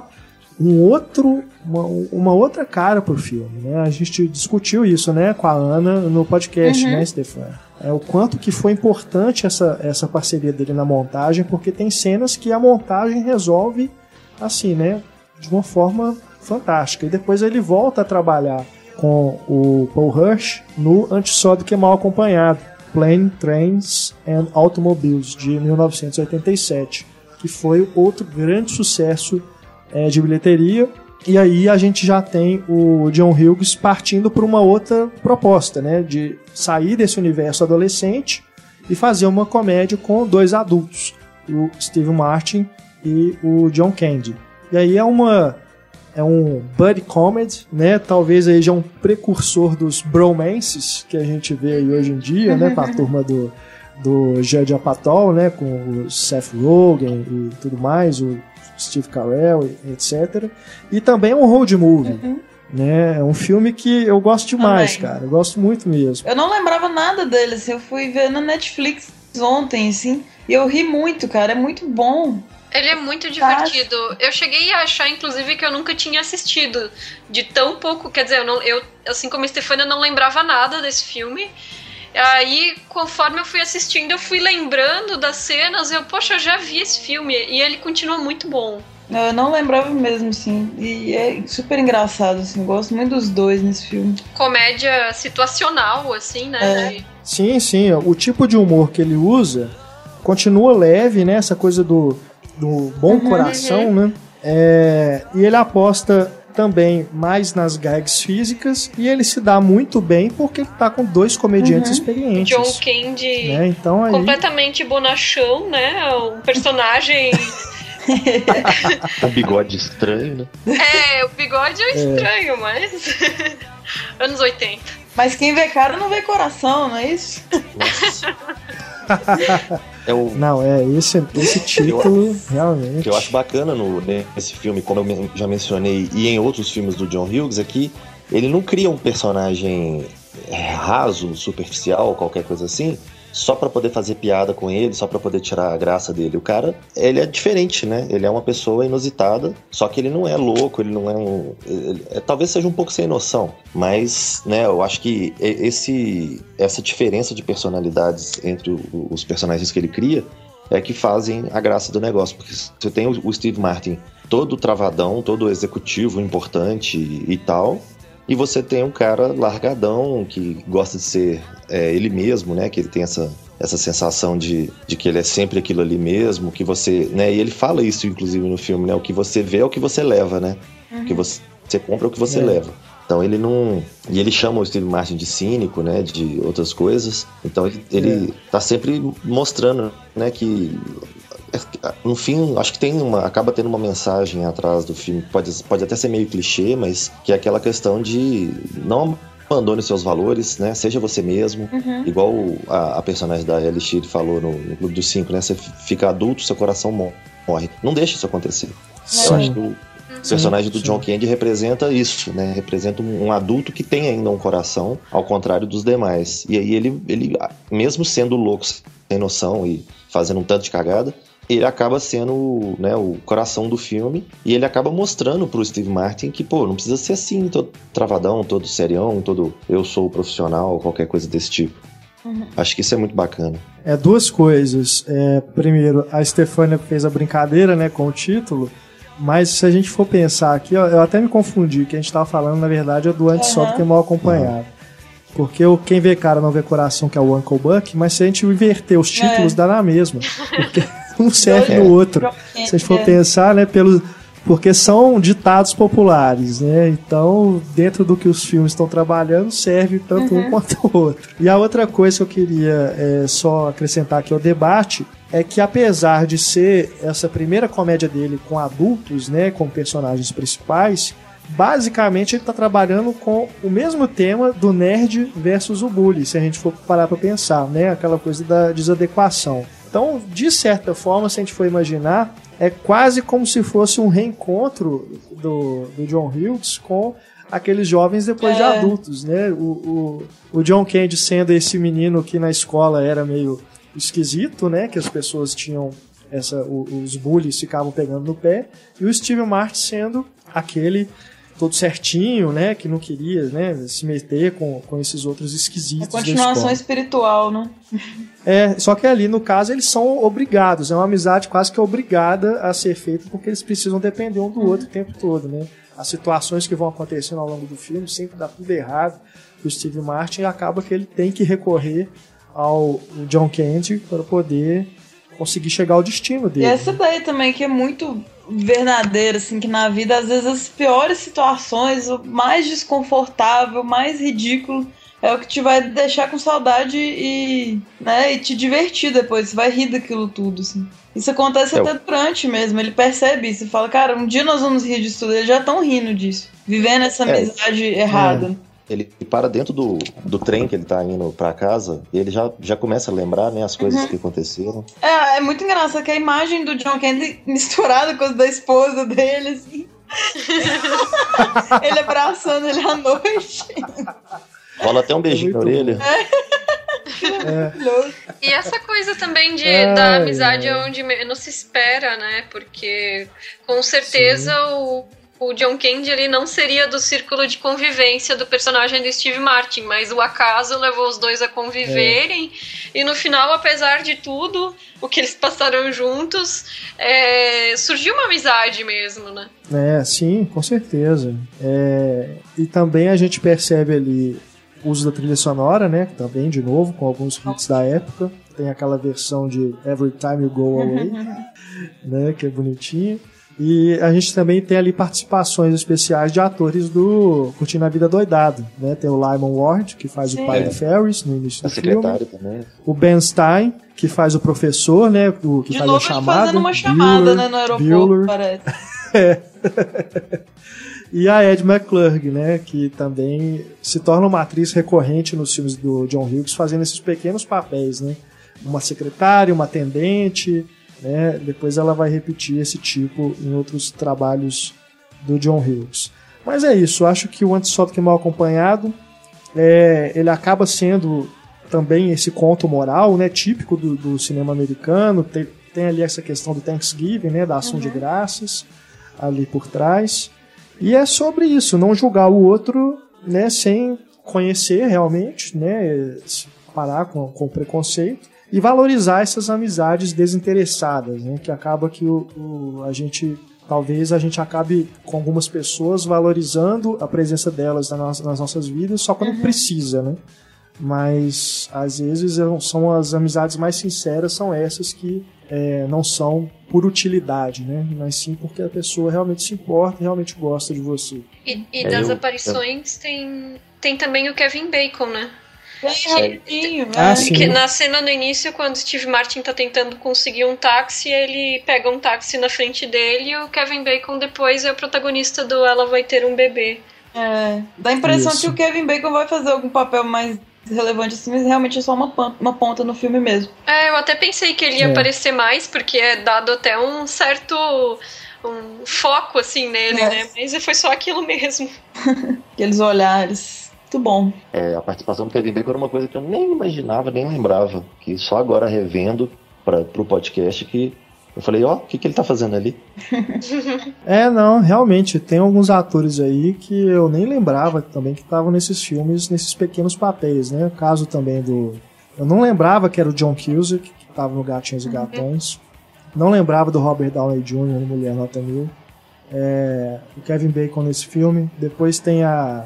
uma outra cara pro filme, né? A gente discutiu isso, né, com a Ana no podcast, né, Stefan? O quanto que foi importante essa parceria dele na montagem, porque tem cenas que a montagem resolve assim, né, de uma forma fantástica. E depois ele volta a trabalhar com o Paul Hirsch no Antes Só do Que Mal Acompanhado, Plane, Trains and Automobiles, de 1987, que foi outro grande sucesso de bilheteria. E aí a gente já tem o John Hughes partindo para uma outra proposta, né, de sair desse universo adolescente e fazer uma comédia com dois adultos, o Steve Martin e o John Candy. E aí é um buddy comedy, né? Talvez aí já um precursor dos bromances que a gente vê aí hoje em dia, né? Com a turma do Judd Apatow, né? Com o Seth Rogen e tudo mais, o Steve Carell, etc. E também é um road movie, né? É um filme que eu gosto demais, cara. Eu gosto muito mesmo. Eu não lembrava nada dele, assim. Eu fui ver na Netflix ontem, assim. E eu ri muito, cara. É muito bom. Ele é muito divertido. Eu cheguei a achar, inclusive, que eu nunca tinha assistido. De tão pouco, quer dizer, eu assim como a Stefania, não lembrava nada desse filme. Aí, conforme eu fui assistindo, eu fui lembrando das cenas. Poxa, eu já vi esse filme. E ele continua muito bom. Eu não lembrava mesmo, sim. E é super engraçado, assim. Eu gosto muito dos dois nesse filme. Comédia situacional, assim, né? Sim. O tipo de humor que ele usa continua leve, né? Essa coisa do bom coração, né? E ele aposta também mais nas gags físicas, e ele se dá muito bem porque ele tá com dois comediantes experientes. John Candy, né? Então, aí... completamente bonachão, né? Um personagem... O bigode estranho, né? O bigode é estranho, mas... Anos 80. Mas quem vê cara não vê coração, não é isso? Nossa. Não, esse título realmente. O que eu acho bacana nesse filme, como eu já mencionei, e em outros filmes do John Hughes, é que ele não cria um personagem raso, superficial, qualquer coisa assim, só pra poder fazer piada com ele, só pra poder tirar a graça dele. O cara, ele é diferente, né? Ele é uma pessoa inusitada, só que ele não é louco, ele não é talvez seja um pouco sem noção, mas, né, eu acho que essa diferença de personalidades entre os personagens que ele cria é que fazem a graça do negócio, porque você tem o Steve Martin todo travadão, todo executivo, importante e tal, e você tem um cara largadão que gosta de ser ele mesmo, né? Que ele tem essa sensação de que ele é sempre aquilo ali mesmo, que você, né? E ele fala isso, inclusive, no filme, né? O que você vê é o que você leva, né? O que você compra é o que você leva. Então ele não... E ele chama o Steve Martin de cínico, né? De outras coisas. Então ele tá sempre mostrando, né? Que... No fim, acho que acaba tendo uma mensagem atrás do filme, pode até ser meio clichê, mas que é aquela questão de não abandone seus valores, né? Seja você mesmo, igual a personagem da Ellie Sheed falou no Clube dos Cinco, né? Você fica adulto, seu coração morre. Não deixe isso acontecer. Eu acho que o personagem do John Candy representa isso, né? Representa um adulto que tem ainda um coração, ao contrário dos demais. E aí ele mesmo sendo louco, sem noção e fazendo um tanto de cagada, ele acaba sendo, né, o coração do filme, e ele acaba mostrando pro Steve Martin que, não precisa ser assim, todo travadão, todo serião, todo eu sou profissional, qualquer coisa desse tipo. Acho que isso é muito bacana. Duas coisas. Primeiro, a Stefania fez a brincadeira, né, com o título, mas se a gente for pensar aqui, ó, eu até me confundi, que a gente tava falando, na verdade, é do Antes Só do que Mal Acompanhado. Porque o Quem Vê Cara Não Vê Coração, que é o Uncle Buck, mas se a gente inverter os títulos, dá na mesma. Porque um serve no outro. Se a gente for pensar, né, porque são ditados populares, né? Então, dentro do que os filmes estão trabalhando, serve tanto um quanto o outro. E a outra coisa que eu queria só acrescentar aqui ao debate é que, apesar de ser essa primeira comédia dele com adultos, né, com personagens principais, basicamente ele está trabalhando com o mesmo tema do nerd versus o bully, se a gente for parar para pensar, né? Aquela coisa da desadequação. Então, de certa forma, se a gente for imaginar, é quase como se fosse um reencontro do John Hughes com aqueles jovens depois de adultos, né? O John Candy sendo esse menino que na escola era meio esquisito, né? Que as pessoas tinham os bullies ficavam pegando no pé, e o Steve Martin sendo aquele todo certinho, né? Que não queria, né, se meter com esses outros esquisitos. A continuação espiritual, né? Só que ali, no caso, eles são obrigados. É uma amizade quase que obrigada a ser feita, porque eles precisam depender um do outro o tempo todo, né? As situações que vão acontecendo ao longo do filme sempre dá tudo errado pro Steve Martin, e acaba que ele tem que recorrer ao John Candy para poder conseguir chegar ao destino dele. E essa daí também, que é muito verdadeira, assim, que na vida, às vezes, as piores situações, o mais desconfortável, o mais ridículo, é o que te vai deixar com saudade e te divertir depois. Você vai rir daquilo tudo, assim. Isso acontece até durante mesmo. Ele percebe isso e fala, cara, um dia nós vamos rir disso tudo. Eles já estão rindo disso. Vivendo essa amizade errada. Ele para dentro do trem que ele tá indo pra casa e ele já começa a lembrar, né, as coisas que aconteceram. É muito engraçado que a imagem do John Candy misturada com as da esposa dele, assim. Ele abraçando ele à noite. Rola até um beijinho na orelha. E essa coisa também da amizade onde menos se espera, né? Porque com certeza o John Candy ele não seria do círculo de convivência do personagem do Steve Martin, mas o acaso levou os dois a conviverem, e no final, apesar de tudo o que eles passaram juntos, surgiu uma amizade mesmo, né? Sim, com certeza. E também a gente percebe ali o uso da trilha sonora, né? Também, de novo, com alguns hits da época. Tem aquela versão de Every Time You Go Away, né? Que é bonitinha. E a gente também tem ali participações especiais de atores do Curtindo a Vida Doidado, né? Tem o Lyman Ward, que faz o pai do Ferris no início do filme. Também. O Ben Stein, que faz o professor, né? Que de faz novo, a chamada. fazendo uma chamada, né, no aeroporto, parece. E a Ed McClurg, né? Que também se torna uma atriz recorrente nos filmes do John Hughes, fazendo esses pequenos papéis, né? Uma secretária, uma atendente, né? Depois ela vai repetir esse tipo em outros trabalhos do John Hughes. Mas é isso, acho que o Antes Só do que Mal Acompanhado ele acaba sendo também esse conto moral, né? Típico do cinema americano. Tem ali essa questão do Thanksgiving, né? Da ação de graças ali por trás. E é sobre isso, não julgar o outro, né? Sem conhecer realmente, né? Parar com preconceito. E valorizar essas amizades desinteressadas, né? Que acaba que talvez a gente acabe com algumas pessoas valorizando a presença delas nas nossas vidas só quando precisa, né? Mas às vezes são as amizades mais sinceras, são essas que não são por utilidade, né? Mas sim porque a pessoa realmente se importa e realmente gosta de você. E das aparições tem também o Kevin Bacon, né? Que na cena no início, quando Steve Martin tá tentando conseguir um táxi, ele pega um táxi na frente dele, e o Kevin Bacon depois é o protagonista do Ela Vai Ter um Bebê. Dá a impressão que o Kevin Bacon vai fazer algum papel mais relevante assim, mas realmente é só uma ponta no filme mesmo. Eu até pensei que ele ia aparecer mais, porque é dado até um certo foco assim nele, né? Mas foi só aquilo mesmo. Aqueles olhares. Muito bom. A participação do Kevin Bacon era uma coisa que eu nem imaginava, nem lembrava. Que só agora revendo pro podcast que eu falei, o que ele tá fazendo ali? Não, realmente, tem alguns atores aí que eu nem lembrava também que estavam nesses filmes, nesses pequenos papéis, né? O caso também do Eu não lembrava que era o John Cusack, que estava no Gatinhos e Gatões. Não lembrava do Robert Downey Jr. no Mulher Nota 1000. O Kevin Bacon nesse filme. Depois tem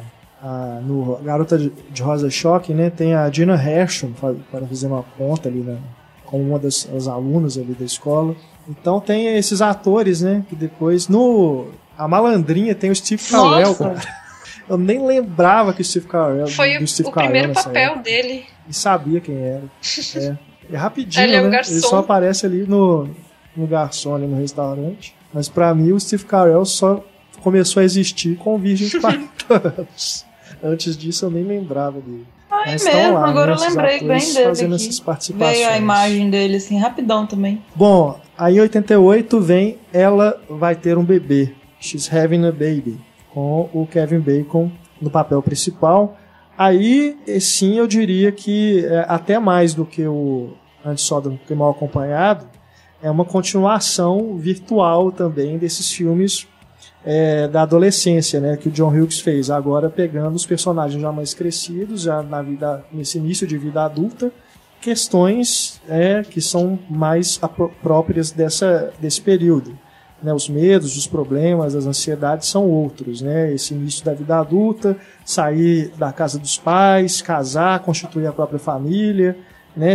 no Garota de Rosa Choque, né? Tem a Gina Gershon para fazer uma ponta ali, né? Como uma das alunas ali da escola. Então tem esses atores, né? Que depois a Malandrinha tem o Steve Carell. Eu nem lembrava que o Steve Carell foi o primeiro papel dele. E sabia quem era. É rapidinho, ele é um né? garçom. Ele só aparece ali no garçom, ali no restaurante. Mas pra mim o Steve Carell só começou a existir com Virgem de 40 anos. Antes disso eu nem lembrava dele. Mas mesmo, lá, né, agora eu lembrei bem dele fazendo aqui. Essas participações. Veio a imagem dele assim, rapidão também. Bom, aí em 88 vem Ela Vai Ter um Bebê, She's Having a Baby, com o Kevin Bacon no papel principal. Aí, sim, eu diria que até mais do que o Antes Só do que Mal Acompanhado, é uma continuação virtual também desses filmes da adolescência, né, que o John Hughes fez, agora pegando os personagens já mais crescidos, já nesse início de vida adulta, questões que são mais próprias desse período. Né, os medos, os problemas, as ansiedades são outros. Né, esse início da vida adulta, sair da casa dos pais, casar, constituir a própria família, né,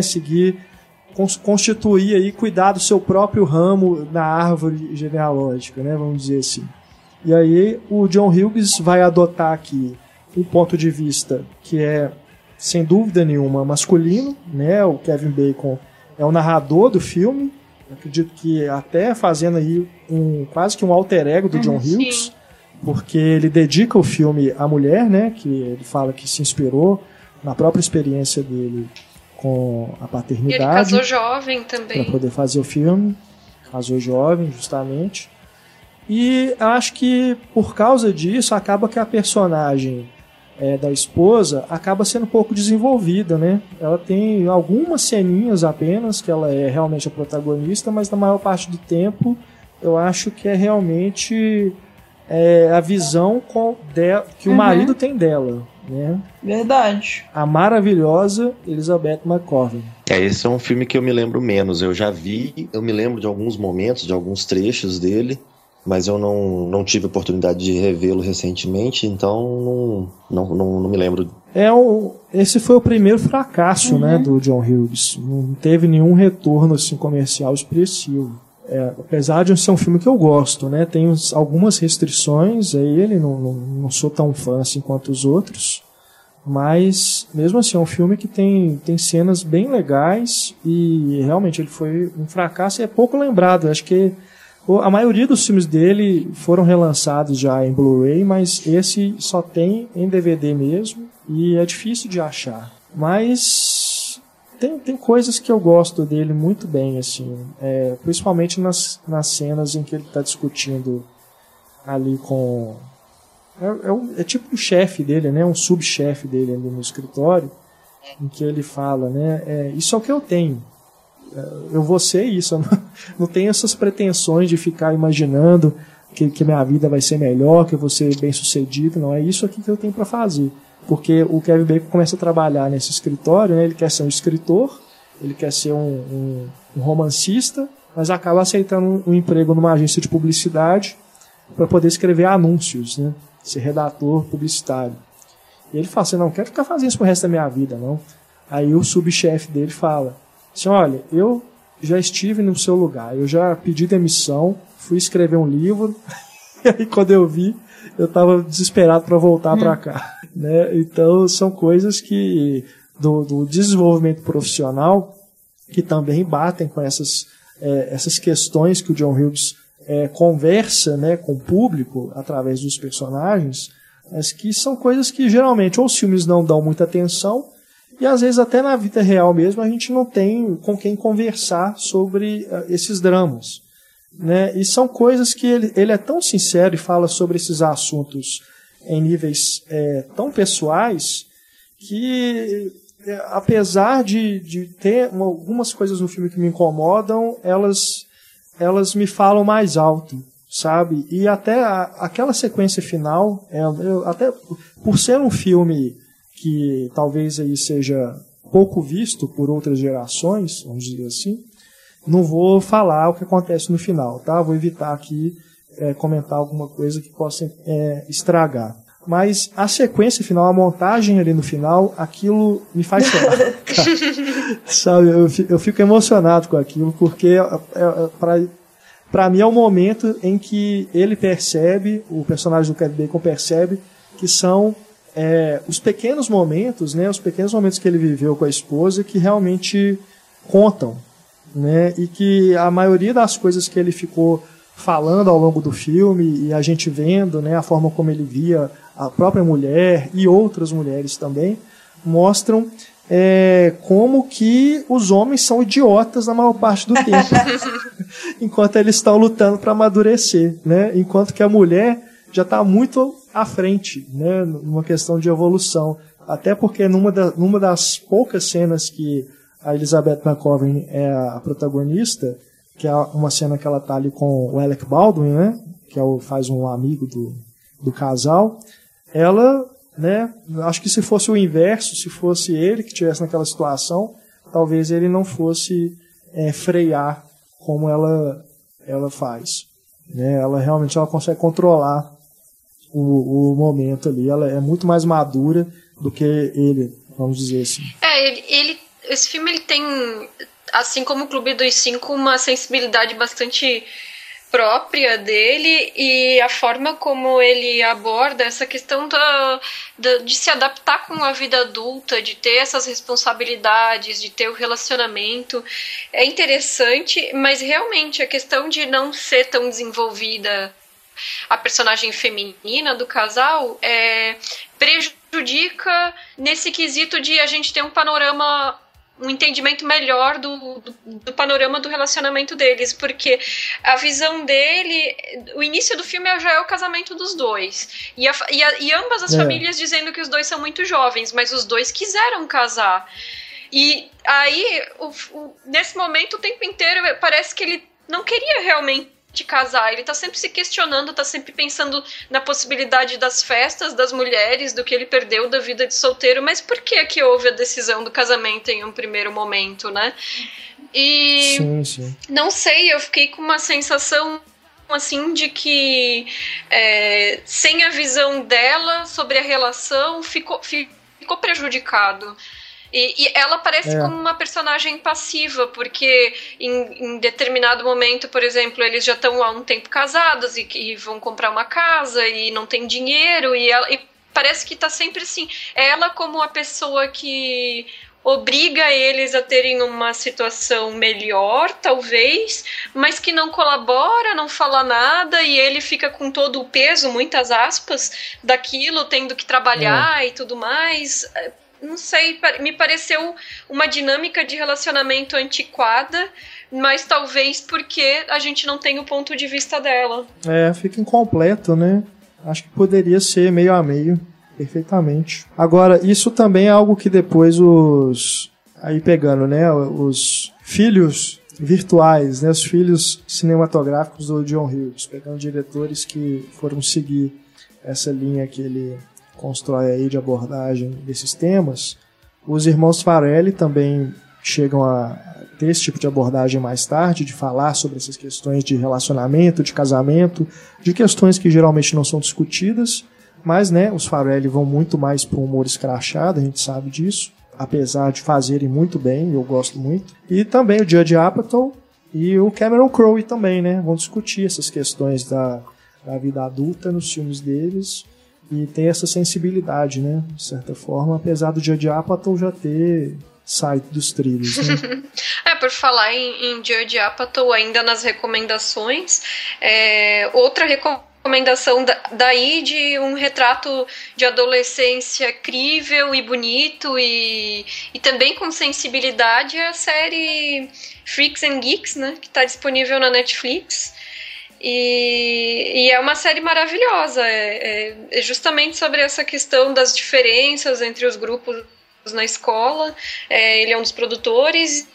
constituir e cuidar do seu próprio ramo na árvore genealógica, né, vamos dizer assim. E aí o John Hughes vai adotar aqui um ponto de vista que é, sem dúvida nenhuma, masculino. Né? O Kevin Bacon é o narrador do filme. Acredito que até fazendo aí quase que um alter ego do John Hughes, porque ele dedica o filme à mulher, né? Que ele fala que se inspirou na própria experiência dele com a paternidade. E ele casou jovem também. Para poder fazer o filme. Casou jovem, justamente. E acho que por causa disso acaba que a personagem da esposa acaba sendo um pouco desenvolvida, né? Ela tem algumas ceninhas apenas que ela é realmente a protagonista, mas na maior parte do tempo eu acho que é realmente a visão que o marido tem dela, né? Verdade. A maravilhosa Elizabeth McCovern. Esse é um filme que eu me lembro menos. Eu já vi, eu me lembro de alguns momentos, de alguns trechos dele, mas eu não tive oportunidade de revê-lo recentemente, então não me lembro. Esse foi o primeiro fracasso, né, do John Hughes. Não teve nenhum retorno assim, comercial expressivo. Apesar de ser um filme que eu gosto, né, tem algumas restrições a ele, não sou tão fã assim quanto os outros, mas mesmo assim é um filme que tem cenas bem legais e realmente ele foi um fracasso e é pouco lembrado. Acho que a maioria dos filmes dele foram relançados já em Blu-ray, mas esse só tem em DVD mesmo e é difícil de achar. Mas tem coisas que eu gosto dele muito bem, assim, principalmente nas cenas em que ele está discutindo ali com... É tipo o chefe dele, né? Um subchefe dele ali no escritório, em que ele fala, né? Isso é o que eu tenho. Eu vou ser isso, eu não tenho essas pretensões de ficar imaginando que minha vida vai ser melhor, que eu vou ser bem sucedido, não é isso aqui que eu tenho para fazer, porque o Kevin Bacon começa a trabalhar nesse escritório, né? Ele quer ser um escritor, ele quer ser um romancista, mas acaba aceitando um emprego numa agência de publicidade para poder escrever anúncios, né? Ser redator publicitário. E ele fala assim, não quero ficar fazendo isso pro resto da minha vida, não. Aí o subchefe dele fala assim, olha, eu já estive no seu lugar, eu já pedi demissão, fui escrever um livro, e aí quando eu vi, eu estava desesperado para voltar para cá. Né? Então são coisas que do desenvolvimento profissional que também batem com essas questões que o John Hughes conversa, né, com o público através dos personagens, mas que são coisas que geralmente ou os filmes não dão muita atenção, e às vezes até na vida real mesmo a gente não tem com quem conversar sobre esses dramas. Né? E são coisas que ele é tão sincero e fala sobre esses assuntos em níveis tão pessoais que, apesar de ter algumas coisas no filme que me incomodam, elas me falam mais alto, sabe? E até aquela sequência final, até por ser um filme que talvez aí seja pouco visto por outras gerações, vamos dizer assim, não vou falar o que acontece no final, tá? Vou evitar aqui comentar alguma coisa que possa estragar. Mas a sequência final, a montagem ali no final, aquilo me faz chorar. Sabe, eu fico emocionado com aquilo, porque para mim é o momento em que ele percebe, o personagem do Kevin Bacon percebe, que são os pequenos momentos, né, os pequenos momentos que ele viveu com a esposa que realmente contam, né, e que a maioria das coisas que ele ficou falando ao longo do filme, e a gente vendo, né, a forma como ele via a própria mulher e outras mulheres também, mostram como que os homens são idiotas na maior parte do tempo, enquanto eles estão lutando para amadurecer, né, enquanto que a mulher já está muito à frente, né, numa questão de evolução, até porque numa das poucas cenas que a Elizabeth McCovern é a protagonista, que é uma cena que ela tá ali com o Alec Baldwin, né, que faz um amigo do casal, ela, né, acho que se fosse o inverso, se fosse ele que estivesse naquela situação, talvez ele não fosse frear como ela faz, né, ela realmente consegue controlar o momento ali, ela é muito mais madura do que ele, vamos dizer assim. Esse filme ele tem, assim como o Clube dos Cinco, uma sensibilidade bastante própria dele, e a forma como ele aborda essa questão de se adaptar com a vida adulta, de ter essas responsabilidades, de ter o relacionamento, é interessante, mas realmente a questão de não ser tão desenvolvida a personagem feminina do casal prejudica nesse quesito de a gente ter um entendimento melhor do panorama do relacionamento deles, porque a visão dele, o início do filme já é o casamento dos dois, e ambas as famílias dizendo que os dois são muito jovens, mas os dois quiseram casar, e aí nesse momento o tempo inteiro parece que ele não queria realmente de casar, ele tá sempre se questionando, tá sempre pensando na possibilidade das festas, das mulheres, do que ele perdeu da vida de solteiro, mas por que houve a decisão do casamento em um primeiro momento, né? E sim. Não sei, eu fiquei com uma sensação assim de que sem a visão dela sobre a relação ficou prejudicado. E ela parece como uma personagem passiva, porque em determinado momento, por exemplo, eles já estão há um tempo casados e vão comprar uma casa e não tem dinheiro, e parece que está sempre assim, ela como a pessoa que obriga eles a terem uma situação melhor, talvez, mas que não colabora, não fala nada, e ele fica com todo o peso, muitas aspas, daquilo, tendo que trabalhar e tudo mais. Não sei, me pareceu uma dinâmica de relacionamento antiquada, mas talvez porque a gente não tem o ponto de vista dela. Fica incompleto, né? Acho que poderia ser meio a meio, perfeitamente. Agora, isso também é algo que depois aí pegando, né, os filhos virtuais, né, os filhos cinematográficos do John Hughes, pegando diretores que foram seguir essa linha que ele constrói aí de abordagem desses temas. Os irmãos Farrelly também chegam a ter esse tipo de abordagem mais tarde, de falar sobre essas questões de relacionamento, de casamento, de questões que geralmente não são discutidas, mas, né, os Farrelly vão muito mais para o humor escrachado, a gente sabe disso, apesar de fazerem muito bem, eu gosto muito. E também o Judd Apatow e o Cameron Crowe também, né, vão discutir essas questões da vida adulta nos filmes deles, e tem essa sensibilidade, né, de certa forma, apesar do Judd Apatow já ter saído dos trilhos, né? Por falar em Judd Apatow, ainda nas recomendações, outra recomendação daí de um retrato de adolescência crível e bonito e também com sensibilidade é a série Freaks and Geeks, né, que está disponível na Netflix. E é uma série maravilhosa, é justamente sobre essa questão das diferenças entre os grupos na escola. Ele é um dos produtores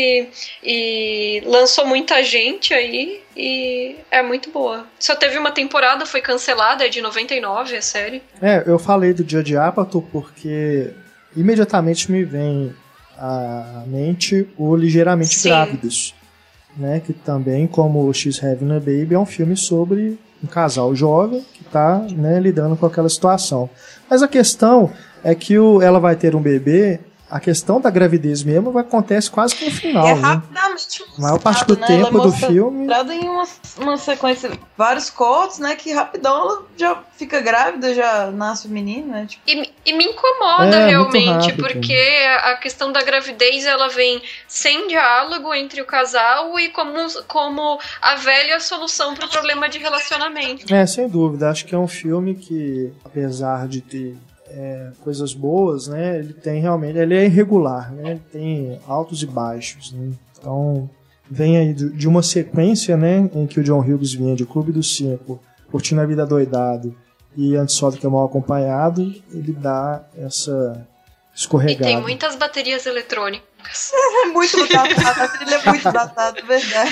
e lançou muita gente aí, e é muito boa. Só teve uma temporada, foi cancelada, é de 99 a série. Eu falei do Judd Apatow porque imediatamente me vem mente o Ligeiramente Sim. Grávidos, né? Que também, como She's Having a Baby, é um filme sobre um casal jovem que está, né, lidando com aquela situação. Mas a questão é que ela vai ter um bebê. A questão da gravidez mesmo acontece quase que no final. É né? rapidamente. A maior parte do tempo do filme. Em uma sequência, vários cortes, né? Que rapidão ela já fica grávida, já nasce o menino, né? Tipo... E me incomoda É, realmente, muito rápido. porque a questão da gravidez ela vem sem diálogo entre o casal e como a velha solução para o problema de relacionamento. Sem dúvida. Acho que é um filme que, apesar de ter coisas boas, né? Ele tem realmente, ele é irregular, né? Ele tem altos e baixos, né? Então vem aí de uma sequência, né? Em que o John Hughes vinha de Clube dos Cinco, Curtindo a Vida Doidado e Antes Só do Que Mal Acompanhado, ele dá essa escorregada. E tem muitas baterias eletrônicas. É muito datado, a trilha é muito datada, verdade.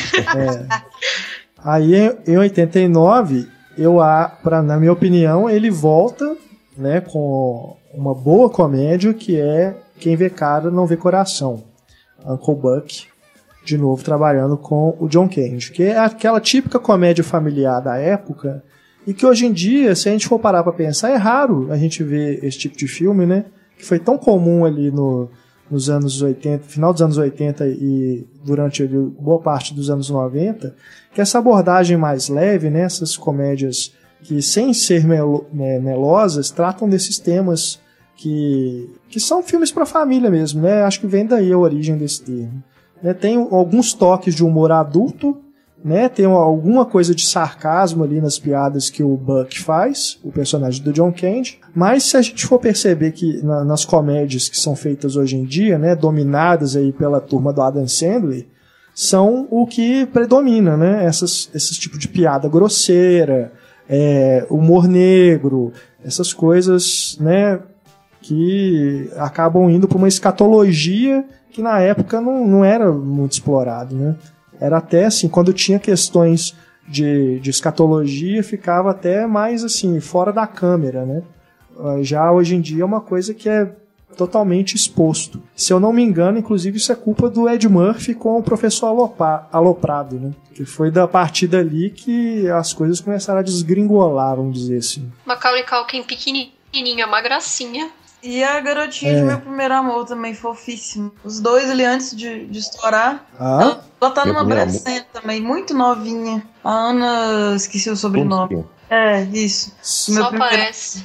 Aí em 89, na minha opinião, ele volta, né, com uma boa comédia que é Quem Vê Cara Não Vê Coração. Uncle Buck, de novo trabalhando com o John Candy, que é aquela típica comédia familiar da época e que hoje em dia, se a gente for parar para pensar, é raro a gente ver esse tipo de filme, né, que foi tão comum ali nos anos 80, final dos anos 80 e durante boa parte dos anos 90, que essa abordagem mais leve, né, essas comédias que, sem ser melosas, tratam desses temas que são filmes para família mesmo, né? Acho que vem daí a origem desse termo. Né? Tem alguns toques de humor adulto, né? Tem alguma coisa de sarcasmo ali nas piadas que o Buck faz, o personagem do John Candy, mas se a gente for perceber que nas comédias que são feitas hoje em dia, né, dominadas aí pela turma do Adam Sandler, são o que predomina, né? Esses tipos de piada grosseira, humor negro, essas coisas, né, que acabam indo para uma escatologia que na época não era muito explorado, né? Era até assim, quando tinha questões de escatologia, ficava até mais assim, fora da câmera, né? Já hoje em dia é uma coisa que é totalmente exposto. Se eu não me engano, inclusive, isso é culpa do Ed Murphy com o Professor Aloprado, né? Que foi da partir dali que as coisas começaram a desgringolar, vamos dizer assim. Macaulay Culkin pequenininho, é uma gracinha. E a garotinha de Meu Primeiro Amor também, fofíssima. Os dois ali antes de estourar. Ah? Ela tá Meu numa Primeiro adolescente também, muito novinha. A Ana, esqueci o sobrenome. Isso. Só parece.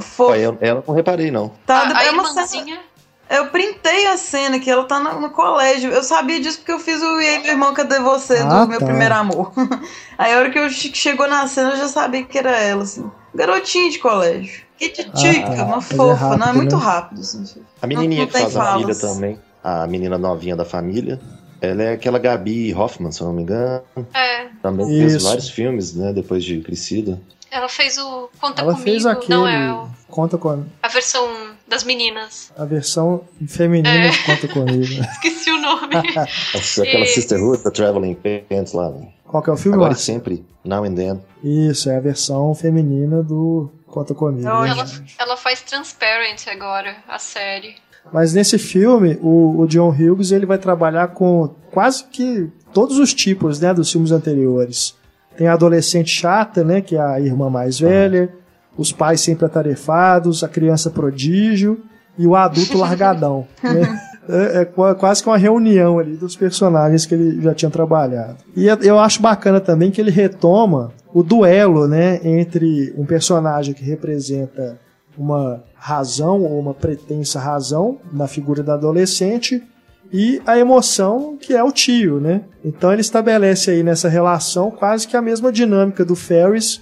Ela não reparei, não. Tá, A é uma irmãzinha... Eu printei a cena que ela tá no colégio. Eu sabia disso porque eu fiz o E aí, meu irmão, cadê você? Do Meu Primeiro Amor. Aí a hora que chegou na cena, eu já sabia que era ela, assim. Garotinha de colégio. Que titica, uma fofa. Não é muito rápido, assim. A menininha não que faz falas. a filha também, a menina novinha da família, ela é aquela Gabi Hoffmann, se eu não me engano. Também fez vários filmes, né, depois de crescida. Ela fez o Conta Ela Comigo, fez aquele não é Conta Comigo. a versão das meninas. A versão feminina de Conta Comigo. Esqueci o nome. Aquela Sisterhood, da Traveling Pants lá. Né? Qual que é o filme? Agora e sempre, Now and Then. Isso, é a versão feminina do Conta Comigo. Ela faz Transparent agora, a série. Mas nesse filme, o John Hughes ele vai trabalhar com quase que todos os tipos, né, dos filmes anteriores. Tem a adolescente chata, né, que é a irmã mais velha, os pais sempre atarefados, a criança prodígio e o adulto largadão. Né? É quase que uma reunião ali dos personagens que ele já tinha trabalhado. E eu acho bacana também que ele retoma o duelo, né, entre um personagem que representa uma razão ou uma pretensa razão na figura da adolescente e a emoção que é o tio, né? Então ele estabelece aí nessa relação quase que a mesma dinâmica do Ferris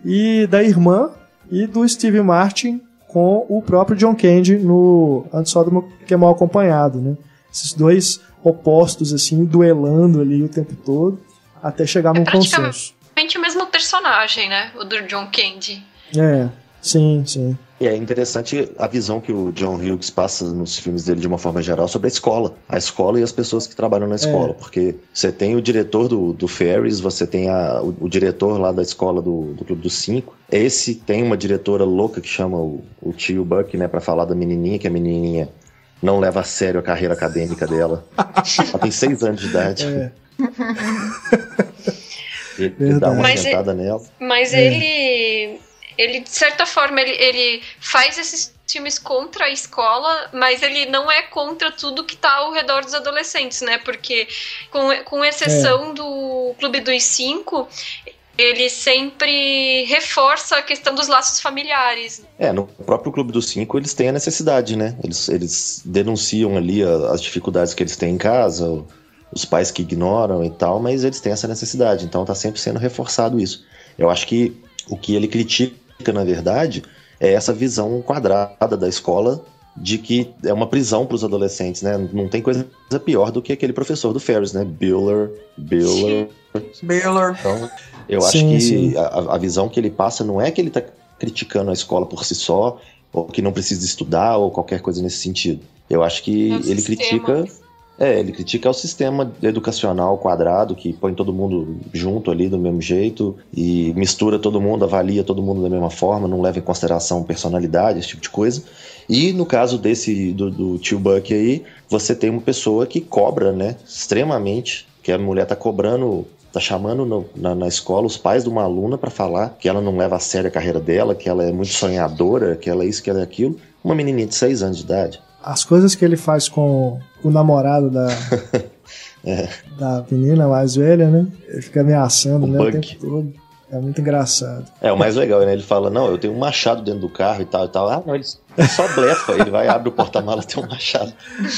e da irmã e do Steve Martin com o próprio John Candy no Antes Só do Que Mal Acompanhado, né? Esses dois opostos assim, duelando ali o tempo todo até chegar num consenso. Praticamente o mesmo personagem, né? O do John Candy. Sim. E é interessante a visão que o John Hughes passa nos filmes dele de uma forma geral sobre a escola e as pessoas que trabalham na escola, porque você tem o diretor do Ferris, você tem o diretor lá da escola do Clube dos Cinco, esse tem uma diretora louca que chama o tio Buck, né, pra falar da menininha, que a menininha não leva a sério a carreira acadêmica dela. Ela tem 6 anos de idade. Ele dá uma sentada nela. Mas ele, de certa forma, ele faz esses filmes contra a escola, mas ele não é contra tudo que tá ao redor dos adolescentes, né? Porque, com exceção do Clube dos Cinco, ele sempre reforça a questão dos laços familiares. No próprio Clube dos Cinco eles têm a necessidade, né? Eles denunciam ali as dificuldades que eles têm em casa, os pais que ignoram e tal, mas eles têm essa necessidade, então tá sempre sendo reforçado isso. Eu acho que o que ele critica, na verdade, é essa visão quadrada da escola de que é uma prisão para os adolescentes, né? Não tem coisa pior do que aquele professor do Ferris, né? Bueller. Então, eu acho que a visão que ele passa não é que ele tá criticando a escola por si só, ou que não precisa estudar, ou qualquer coisa nesse sentido. Eu acho que ele critica... ele critica o sistema educacional quadrado, que põe todo mundo junto ali do mesmo jeito e mistura todo mundo, avalia todo mundo da mesma forma, não leva em consideração personalidade, esse tipo de coisa. E no caso do tio Buck aí, você tem uma pessoa que cobra, né, extremamente, que a mulher tá cobrando, tá chamando na escola os pais de uma aluna para falar que ela não leva a sério a carreira dela, que ela é muito sonhadora, que ela é isso, que ela é aquilo. Uma menininha de 6 anos de idade. As coisas que ele faz com o namorado da menina mais velha, né? Ele fica ameaçando, né, o tempo todo. É muito engraçado. O mais legal, né? Ele fala, não, eu tenho um machado dentro do carro e tal e tal. Ah, não, ele só blefa. Ele vai, abre o porta-mala e tem um machado.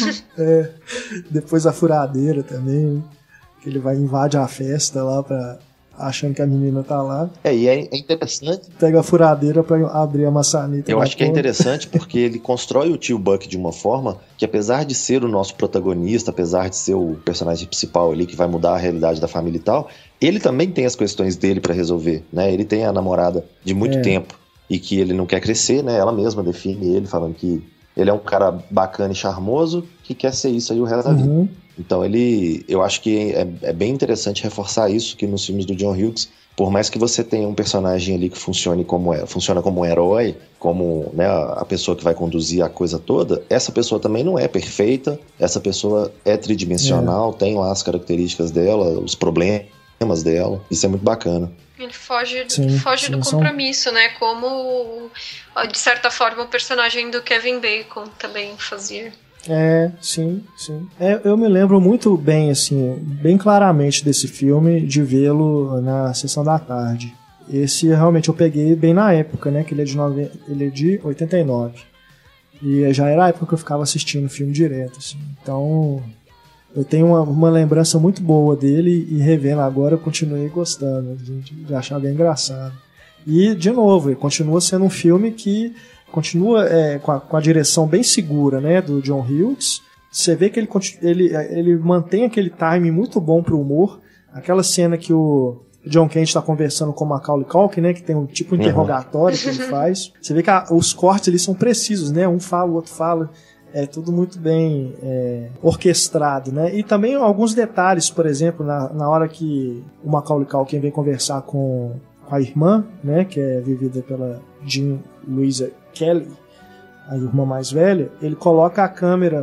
Depois a furadeira também, né? Que ele vai invade a festa lá achando que a menina tá lá. E é interessante. Pega a furadeira pra abrir a maçaneta. Eu acho que é interessante porque ele constrói o tio Buck de uma forma que, apesar de ser o nosso protagonista, apesar de ser o personagem principal ali que vai mudar a realidade da família e tal, ele também tem as questões dele pra resolver, né? Ele tem a namorada de muito tempo e que ele não quer crescer, né? Ela mesma define ele falando que ele é um cara bacana e charmoso que quer ser isso aí o resto da vida. Então eu acho que é bem interessante reforçar isso, que nos filmes do John Hughes, por mais que você tenha um personagem ali que funciona como um herói, como, né, a pessoa que vai conduzir a coisa toda, essa pessoa também não é perfeita, essa pessoa é tridimensional, tem lá as características dela, os problemas dela, isso é muito bacana. Ele foge do compromisso, né? Como, de certa forma, o personagem do Kevin Bacon também fazia. Sim. Eu me lembro muito bem, assim, bem claramente desse filme, de vê-lo na sessão da tarde. Esse realmente eu peguei bem na época, né? Que ele é de 89. E já era a época que eu ficava assistindo o filme direto, assim. Então, eu tenho uma lembrança muito boa dele e revendo agora eu continuei gostando, de achar bem engraçado. E, de novo, ele continua sendo um filme que continua com a direção bem segura, né, do John Hughes. Você vê que ele mantém aquele timing muito bom pro humor. Aquela cena que o John Kent está conversando com o Macaulay Culkin, né, que tem um tipo de interrogatório que ele faz. Você vê que os cortes ali são precisos, né, um fala, o outro fala. É tudo muito bem orquestrado, né? E também alguns detalhes, por exemplo, na hora que o Macaulay Culkin vem conversar com a irmã, né, que é vivida pela Jean Louisa Kelly, a irmã mais velha, ele coloca a câmera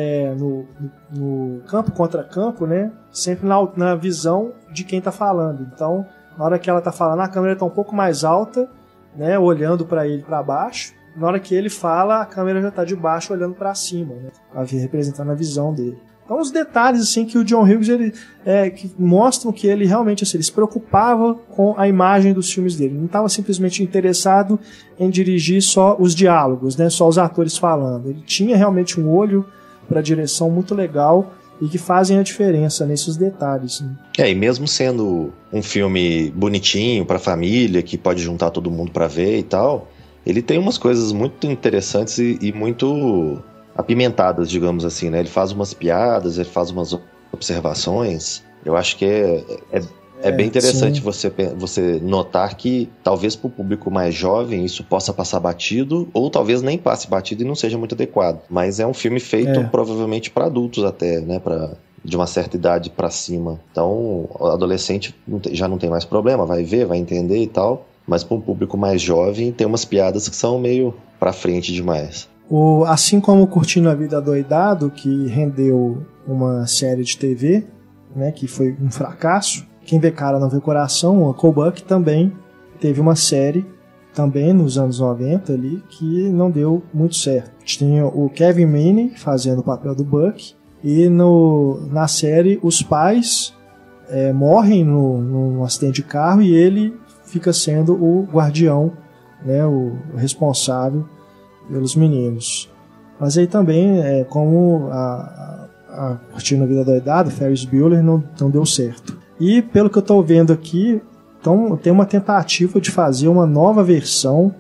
no campo contra campo, né, sempre na visão de quem está falando. Então, na hora que ela está falando, a câmera está um pouco mais alta, né, olhando para ele para baixo. Na hora que ele fala, a câmera já está de baixo olhando para cima, né, representando a visão dele. Então, os detalhes assim, que o John Hughes que mostram que ele realmente assim, ele se preocupava com a imagem dos filmes dele. Ele não estava simplesmente interessado em dirigir só os diálogos, né, só os atores falando. Ele tinha realmente um olho para a direção muito legal e que fazem a diferença nesses detalhes. Né? E mesmo sendo um filme bonitinho para a família, que pode juntar todo mundo para ver e tal, ele tem umas coisas muito interessantes e muito apimentadas, digamos assim, né? Ele faz umas piadas, ele faz umas observações. Eu acho que é bem interessante você notar que talvez para o público mais jovem isso possa passar batido, ou talvez nem passe batido e não seja muito adequado. Mas é um filme feito provavelmente para adultos até, né? De uma certa idade para cima. Então, o adolescente já não tem mais problema, vai ver, vai entender e tal. Mas para um público mais jovem tem umas piadas que são meio para frente demais. Assim como Curtindo a Vida Adoidado, que rendeu uma série de TV, né, que foi um fracasso, Quem Vê Cara Não Vê Coração, o Uncle Buck também teve uma série, também nos anos 90 ali, que não deu muito certo. Tinha o Kevin Meaney fazendo o papel do Buck, e na série os pais morrem num acidente de carro e ele fica sendo o guardião, né, o responsável pelos meninos. Mas aí também, como a Curtindo a Vida Adoidado, Ferris Bueller, não deu certo. E pelo que eu estou vendo aqui, então, tem uma tentativa de fazer uma nova versão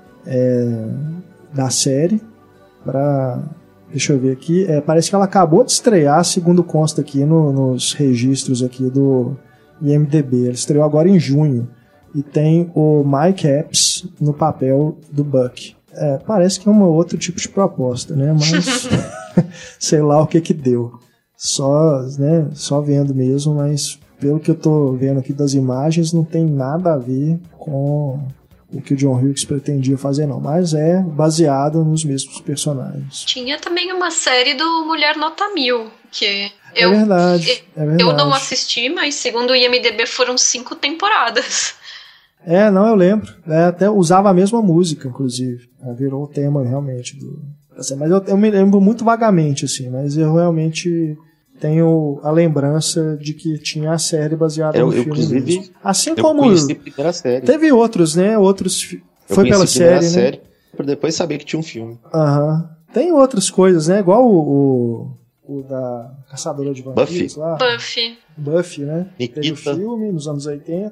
da série para... Deixa eu ver aqui. Parece que ela acabou de estrear, segundo consta aqui nos registros aqui do IMDb. Ela estreou agora em junho. E tem o Mike Epps no papel do Buck. Parece que é um outro tipo de proposta, né? Mas sei lá o que deu. Só vendo mesmo, mas pelo que eu tô vendo aqui das imagens, não tem nada a ver com o que o John Hughes pretendia fazer, não. Mas é baseado nos mesmos personagens. Tinha também uma série do Mulher Nota 1000, que é verdade. Eu não assisti, mas segundo o IMDb foram 5 temporadas. Não, eu lembro. Até usava a mesma música, inclusive. Virou o tema, realmente. Mas eu me lembro muito vagamente, assim. Mas eu realmente tenho a lembrança de que tinha a série baseada no filme mesmo. Assim como... conheci a primeira série. Teve outros, né? Foi pela série, né? Pra depois saber que tinha um filme. Tem outras coisas, né? Igual o da Caçadora de Vampiros lá. Buffy, né? Nikita. Teve o filme nos anos 80.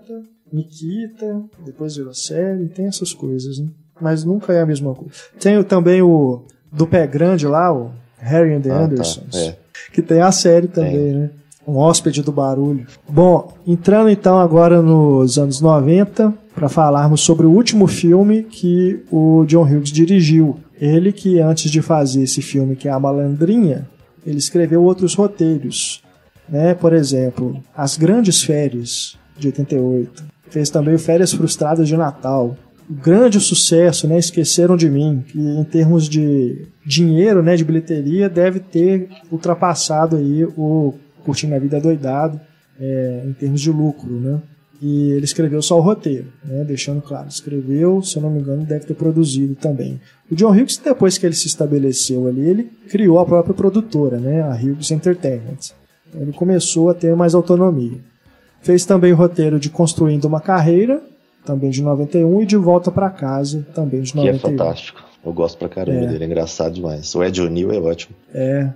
Nikita, depois virou série, tem essas coisas, né? Mas nunca é a mesma coisa. Tem também o do Pé Grande lá, o Harry and the Andersons, que tem a série também, né? Um Hóspede do Barulho. Bom, entrando então agora nos anos 90, para falarmos sobre o último filme que o John Hughes dirigiu. Ele que antes de fazer esse filme, que é A Malandrinha, ele escreveu outros roteiros, né? Por exemplo, As Grandes Férias, de 88. Fez também o Férias Frustradas de Natal. O grande sucesso, né, Esqueceram de Mim, que em termos de dinheiro, né, de bilheteria, deve ter ultrapassado aí o Curtindo a Vida Adoidado, em termos de lucro, né? E ele escreveu só o roteiro, né, deixando claro, escreveu, se eu não me engano, deve ter produzido também. O John Hughes, depois que ele se estabeleceu ali, ele criou a própria produtora, né, a Hughes Entertainment. Então, ele começou a ter mais autonomia. Fez também o roteiro de Construindo uma Carreira, também de 91, e De Volta pra Casa, também de 91. Que é fantástico. Eu gosto pra caramba dele, é engraçado demais. O Ed O'Neill é ótimo. É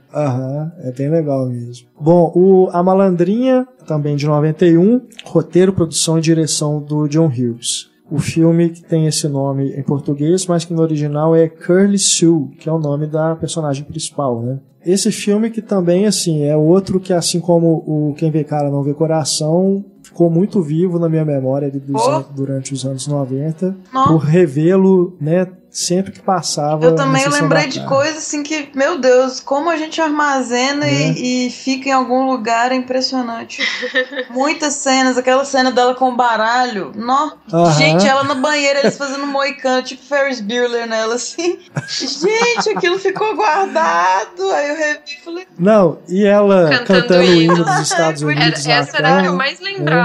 bem legal mesmo. Bom, A Malandrinha, também de 91, roteiro, produção e direção do John Hughes. O filme que tem esse nome em português, mas que no original é Curly Sue, que é o nome da personagem principal, né? Esse filme que também, assim, é outro que, assim como o Quem Vê Cara Não Vê Coração, ficou muito vivo na minha memória durante os anos 90, por revê-lo, né, sempre que passava. Eu também lembrei de coisas assim que, meu Deus, como a gente armazena e fica em algum lugar, é impressionante. Muitas cenas, aquela cena dela com o baralho, gente, ela na banheira, eles fazendo moicano, tipo Ferris Bueller nela, assim. Gente, aquilo ficou guardado. Aí eu revi e falei... Não, e ela cantando o hino dos Estados Unidos. Essa era a que eu mais lembrava.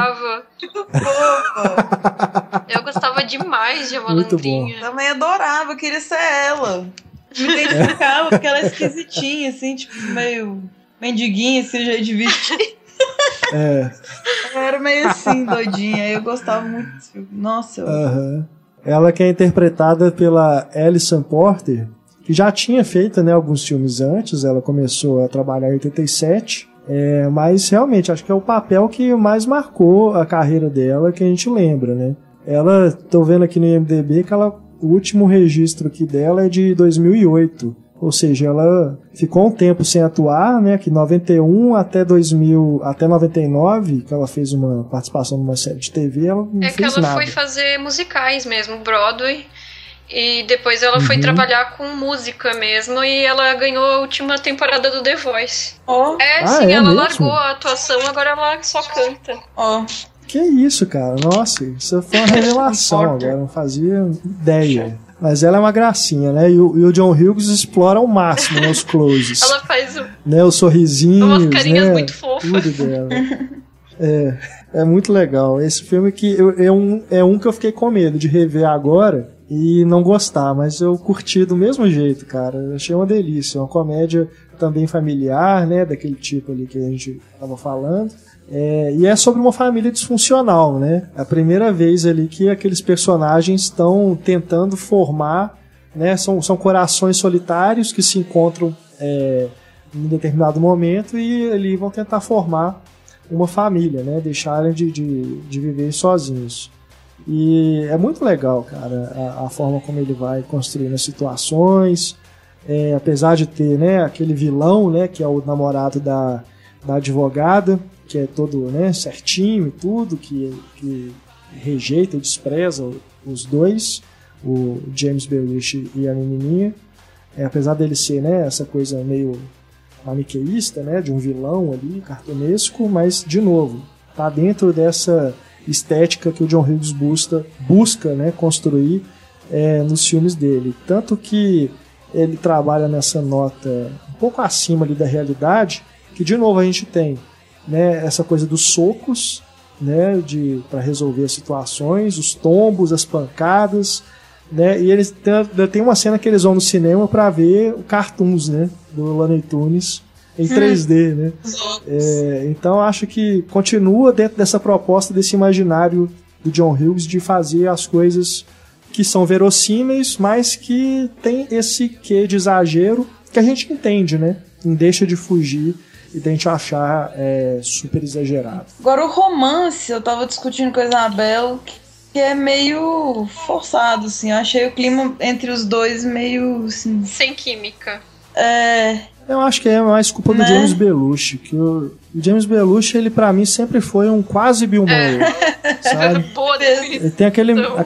Eu gostava demais de A Malandrinha. Também adorava, eu queria ser ela. Me identificava porque ela é esquisitinha, assim, tipo, meio mendiguinha, esse jeito de vestir. Eu era meio assim, doidinha. Eu gostava muito desse filme. Nossa, Ela que é interpretada pela Alison Porter, que já tinha feito, né, alguns filmes antes. Ela começou a trabalhar em 87. Mas realmente acho que é o papel que mais marcou a carreira dela, que a gente lembra, né? Ela, tô vendo aqui no IMDb que o último registro aqui dela é de 2008, ou seja, ela ficou um tempo sem atuar, né? Que 91 até 99, que ela fez uma participação numa série de TV, ela não fez nada. Que ela foi fazer musicais mesmo, Broadway. E depois ela foi trabalhar com música mesmo, e ela ganhou a última temporada do The Voice. Ela largou a atuação, agora ela só canta. Que isso, cara? Nossa, isso foi uma revelação agora, não fazia ideia. Mas ela é uma gracinha, né? E o John Hughes explora ao máximo, né, os closes. Ela faz né, os sorrisinhos, umas carinhas né, muito fofas. Tudo dela. É muito legal. Esse filme que é um que eu fiquei com medo de rever agora e não gostar, mas eu curti do mesmo jeito, cara. Eu achei uma delícia. Uma comédia também familiar, né? Daquele tipo ali que a gente tava falando. E é sobre uma família disfuncional, né? É a primeira vez ali que aqueles personagens estão tentando formar, né? São corações solitários que se encontram em um determinado momento e ali vão tentar formar uma família, né? Deixarem de viver sozinhos. E é muito legal, cara, a forma como ele vai construindo as situações, apesar de ter, né, aquele vilão, né, que é o namorado da advogada, que é todo, né, certinho e tudo, que rejeita e despreza os dois, o James Belushi e a menininha, apesar dele ser, né, essa coisa meio maniqueísta, né, de um vilão ali, cartunesco, mas, de novo, tá dentro dessa estética que o John Hughes busca, né, construir nos filmes dele. Tanto que ele trabalha nessa nota um pouco acima ali da realidade, que, de novo, a gente tem, né, essa coisa dos socos, né, para resolver as situações, os tombos, as pancadas, né, e eles tem uma cena que eles vão no cinema para ver cartoons, né, do Looney Tunes em 3D, né? Então acho que continua dentro dessa proposta, desse imaginário do John Hughes de fazer as coisas que são verossímeis, mas que tem esse quê de exagero que a gente entende, né? Não deixa de fugir e da gente achar super exagerado. Agora o romance, eu tava discutindo com a Isabel, que é meio forçado, assim. Eu achei o clima entre os dois meio, assim... sem química. Eu acho que é mais culpa do James Belushi, que o James Belushi, ele pra mim sempre foi um quase Bill Murray, sabe? Boa definição. Ele tem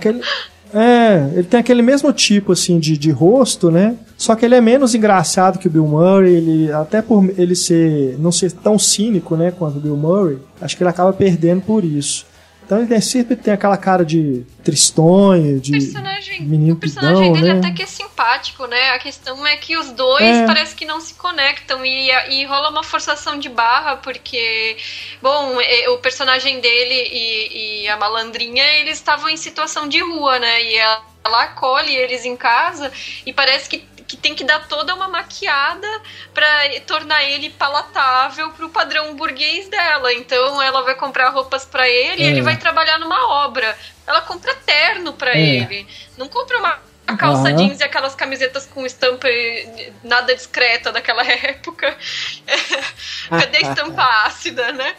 ele tem aquele mesmo tipo, assim, de rosto, né? Só que ele é menos engraçado que o Bill Murray, até por ele não ser tão cínico, né, quanto o Bill Murray, acho que ele acaba perdendo por isso. Então ele sempre tem aquela cara de tristonho, de menino. O personagem dele né? até que é simpático, né? A questão é que os dois parece que não se conectam e rola uma forçação de barra, porque, bom, o personagem dele e a malandrinha, eles estavam em situação de rua, né? E ela acolhe eles em casa e parece que tem que dar toda uma maquiada pra tornar ele palatável pro padrão burguês dela. Então ela vai comprar roupas pra ele e ele vai trabalhar numa obra. Ela compra terno pra ele. Não compra uma calça jeans e aquelas camisetas com estampa nada discreta daquela época. Cadê a estampa ácida, né?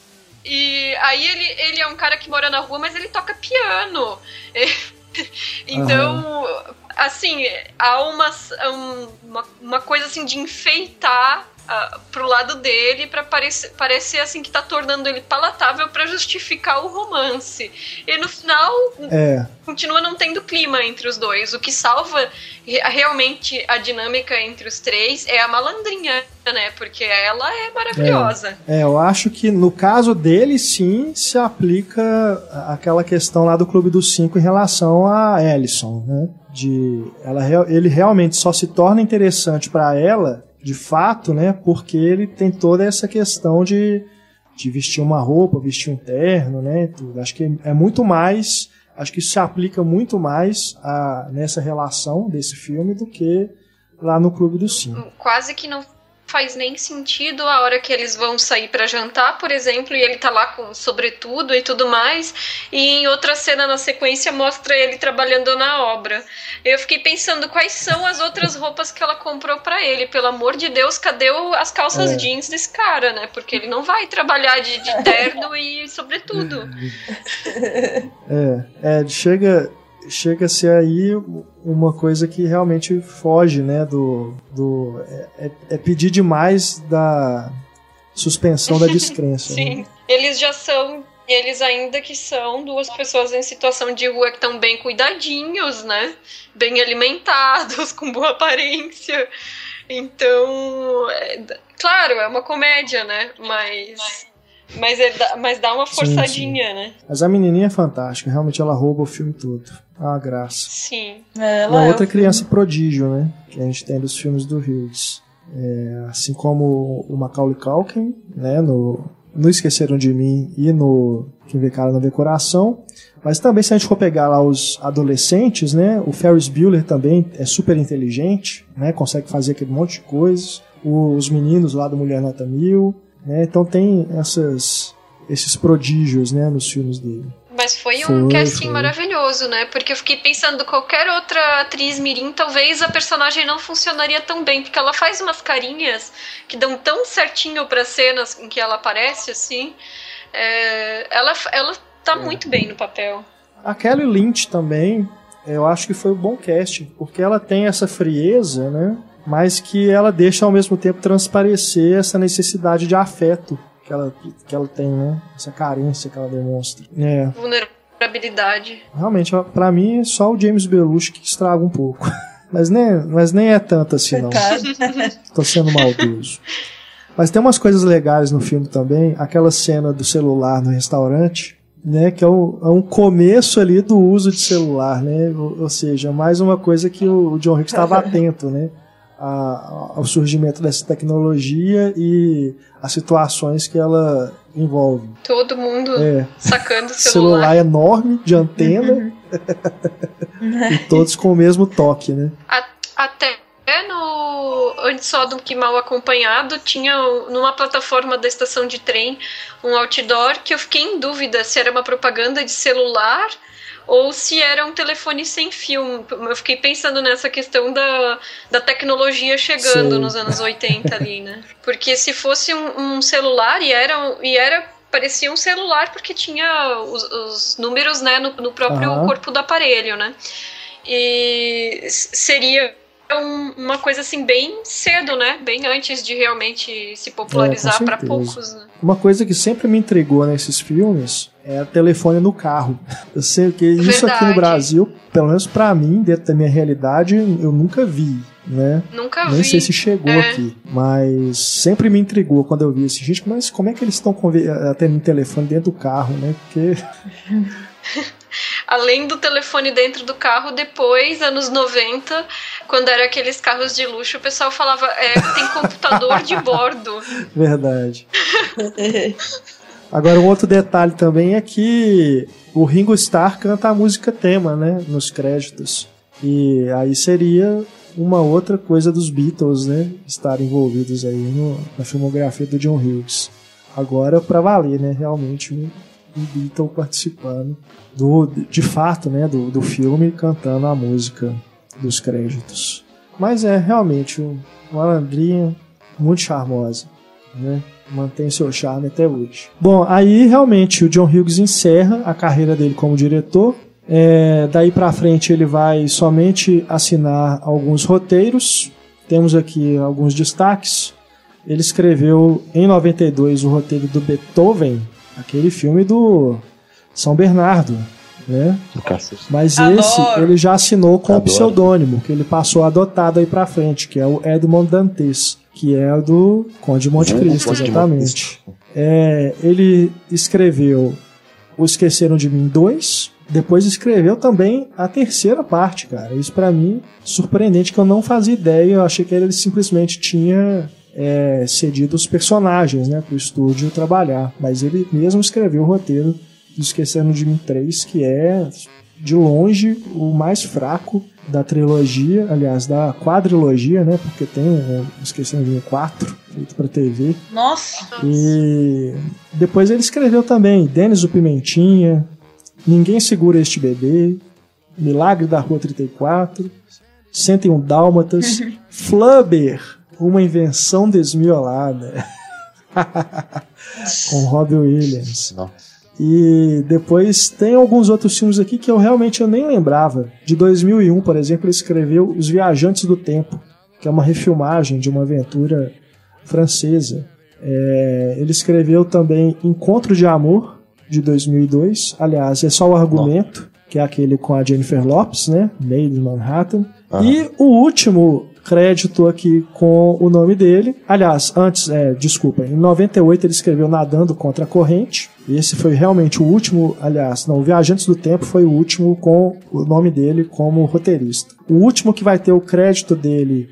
E aí ele é um cara que mora na rua, mas ele toca piano. Então, assim, há uma coisa assim de enfeitar pro lado dele para parecer assim que tá tornando ele palatável para justificar o romance. E no final continua não tendo clima entre os dois. O que salva realmente a dinâmica entre os três é a malandrinha, né? Porque ela é maravilhosa. Eu acho que no caso dele sim se aplica aquela questão lá do Clube dos Cinco em relação a Allison, né? Ele realmente só se torna interessante para ela de fato, né, porque ele tem toda essa questão de vestir uma roupa, vestir um terno, né, tudo. Acho que é muito mais, acho que isso se aplica muito mais nessa relação desse filme do que lá no Clube dos Cinco. Quase que não faz nem sentido a hora que eles vão sair pra jantar, por exemplo, e ele tá lá com sobretudo e tudo mais, e em outra cena na sequência mostra ele trabalhando na obra. Eu fiquei pensando quais são as outras roupas que ela comprou pra ele, pelo amor de Deus, cadê as calças jeans desse cara, né? Porque ele não vai trabalhar de terno e sobretudo. Chega a ser aí uma coisa que realmente foge, né, é pedir demais da suspensão da descrença. Sim, né? Eles ainda que são duas pessoas em situação de rua que estão bem cuidadinhos, né, bem alimentados, com boa aparência. Então, claro, é uma comédia, né, mas Mas dá uma forçadinha, sim. Né? Mas a menininha é fantástica, realmente ela rouba o filme todo. É uma graça. Sim. Ela é outra criança prodígio, né? Que a gente tem dos filmes do Hughes. Assim como o Macaulay Culkin, né? No Esqueceram de Mim e no Quem Vê Cara Não Vê Coração. Mas também, se a gente for pegar lá os adolescentes, né? O Ferris Bueller também é super inteligente, né? Consegue fazer aquele monte de coisas. Os meninos lá do Mulher Nota 1000, né? Então tem esses prodígios, né? Nos filmes dele. Mas foi um casting maravilhoso, né? Porque eu fiquei pensando, qualquer outra atriz mirim, talvez a personagem não funcionaria tão bem, porque ela faz umas carinhas que dão tão certinho para cenas em que ela aparece, assim. Ela tá muito bem no papel. A Kelly Lynch também, eu acho que foi um bom casting, porque ela tem essa frieza, né? Mas que ela deixa ao mesmo tempo transparecer essa necessidade de afeto que ela tem, né? Essa carência que ela demonstra. Vulnerabilidade. Realmente, pra mim, só o James Belushi que estraga um pouco. Mas nem é tanto assim, não. Tô sendo maldoso. Mas tem umas coisas legais no filme também. Aquela cena do celular no restaurante, né? Que é um começo ali do uso de celular, né? Ou seja, mais uma coisa que o John Hughes estava atento, né? Ao surgimento dessa tecnologia e as situações que ela envolve. Todo mundo sacando o celular enorme, de antena, e todos com o mesmo toque, né? Até no Antes Só do Que Mal Acompanhado tinha numa plataforma da estação de trem um outdoor que eu fiquei em dúvida se era uma propaganda de celular ou se era um telefone sem fio. Eu fiquei pensando nessa questão da tecnologia chegando nos anos 80 ali, né? Porque se fosse um celular, parecia um celular porque tinha os números, né, no próprio corpo do aparelho, né? E seria uma coisa assim bem cedo, né? Bem antes de realmente se popularizar para poucos, né? Uma coisa que sempre me intrigou nesses filmes é o telefone no carro. Eu sei que isso aqui no Brasil, pelo menos pra mim, dentro da minha realidade, eu nunca vi, né? Nunca vi. Nem sei se chegou aqui, mas sempre me intrigou quando eu vi esse gente, mas como é que eles estão atendendo telefone dentro do carro, né? Porque além do telefone dentro do carro, depois, anos 90, quando era aqueles carros de luxo, o pessoal falava, tem computador de bordo. Verdade. Agora, um outro detalhe também é que o Ringo Starr canta a música tema, né, nos créditos. E aí seria uma outra coisa dos Beatles, né, estarem envolvidos aí na filmografia do John Hughes. Agora, pra valer, né, realmente um Beatle participando de fato, né, do filme, cantando a música dos créditos. Mas realmente uma malandrinha muito charmosa, né? Mantém seu charme até hoje. Bom, aí realmente o John Hughes encerra a carreira dele como diretor. Daí pra frente ele vai somente assinar alguns roteiros. Temos aqui alguns destaques. Ele escreveu em 92 o roteiro do Beethoven, aquele filme do São Bernardo, né? Mas esse ele já assinou com o pseudônimo, que ele passou adotado aí pra frente, que é o Edmond Dantes, que é o do Conde de Monte Cristo, exatamente. Ele escreveu O Esqueceram de Mim 2, depois escreveu também a terceira parte, cara. Isso pra mim surpreendente, que eu não fazia ideia, eu achei que ele simplesmente tinha cedido os personagens, né, pro estúdio trabalhar, mas ele mesmo escreveu o roteiro do Esqueceram de Mim 3, que é de longe o mais fraco da trilogia, aliás, da quadrilogia, né, porque tem o Esqueceram de Mim 4 feito pra TV. Nossa! E depois ele escreveu também Denis o Pimentinha, Ninguém Segura Este Bebê, Milagre da Rua 34, 101 Dálmatas, Flubber, Uma Invenção Desmiolada, com Robin Williams. Nossa. E depois tem alguns outros filmes aqui que eu realmente nem lembrava. De 2001, por exemplo, ele escreveu Os Viajantes do Tempo, que é uma refilmagem de uma aventura francesa. Ele escreveu também Encontro de Amor, de 2002. Aliás, é só o argumento, que é aquele com a Jennifer Lopez, né? Made in Manhattan. E o último crédito aqui com o nome dele. Aliás, antes, em 98 ele escreveu Nadando Contra a Corrente. Esse foi realmente o último, o Viajantes do Tempo foi o último com o nome dele como roteirista. O último que vai ter o crédito dele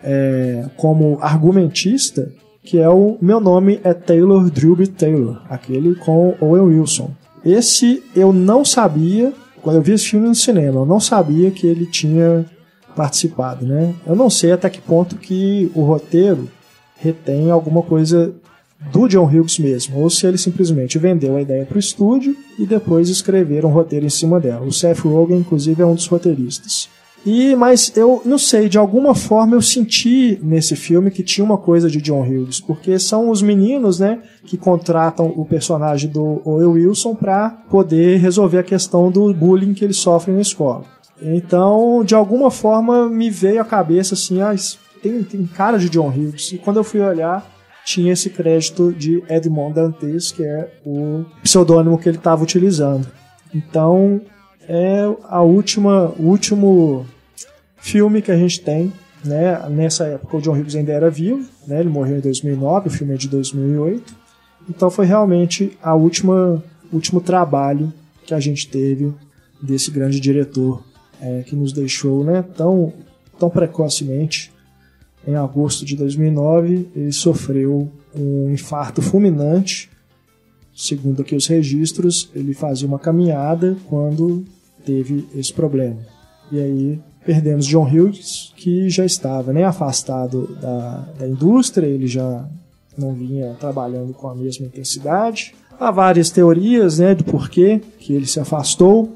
como argumentista, que é o Meu Nome é Taylor Drewby Taylor, aquele com Owen Wilson. Esse eu não sabia, quando eu vi esse filme no cinema, eu não sabia que ele tinha participado, né? Eu não sei até que ponto que o roteiro retém alguma coisa do John Hughes mesmo, ou se ele simplesmente vendeu a ideia para o estúdio e depois escreveram um roteiro em cima dela. O Seth Rogen, inclusive, é um dos roteiristas. Mas eu não sei, de alguma forma eu senti nesse filme que tinha uma coisa de John Hughes, porque são os meninos, né, que contratam o personagem do Owen Wilson para poder resolver a questão do bullying que eles sofrem na escola. Então, de alguma forma, me veio à cabeça assim, tem cara de John Hughes. E quando eu fui olhar, tinha esse crédito de Edmond Dantes, que é o pseudônimo que ele estava utilizando. Então, é o último filme que a gente tem, né? Nessa época o John Hughes ainda era vivo, né? Ele morreu em 2009, o filme é de 2008. Então foi realmente o último trabalho que a gente teve desse grande diretor que nos deixou, né, tão precocemente. Em agosto de 2009 ele sofreu um infarto fulminante. Segundo aqui os registros, ele fazia uma caminhada quando teve esse problema. E aí perdemos John Hughes, que já estava, né, afastado da indústria, ele já não vinha trabalhando com a mesma intensidade. Há várias teorias, né, do porquê que ele se afastou.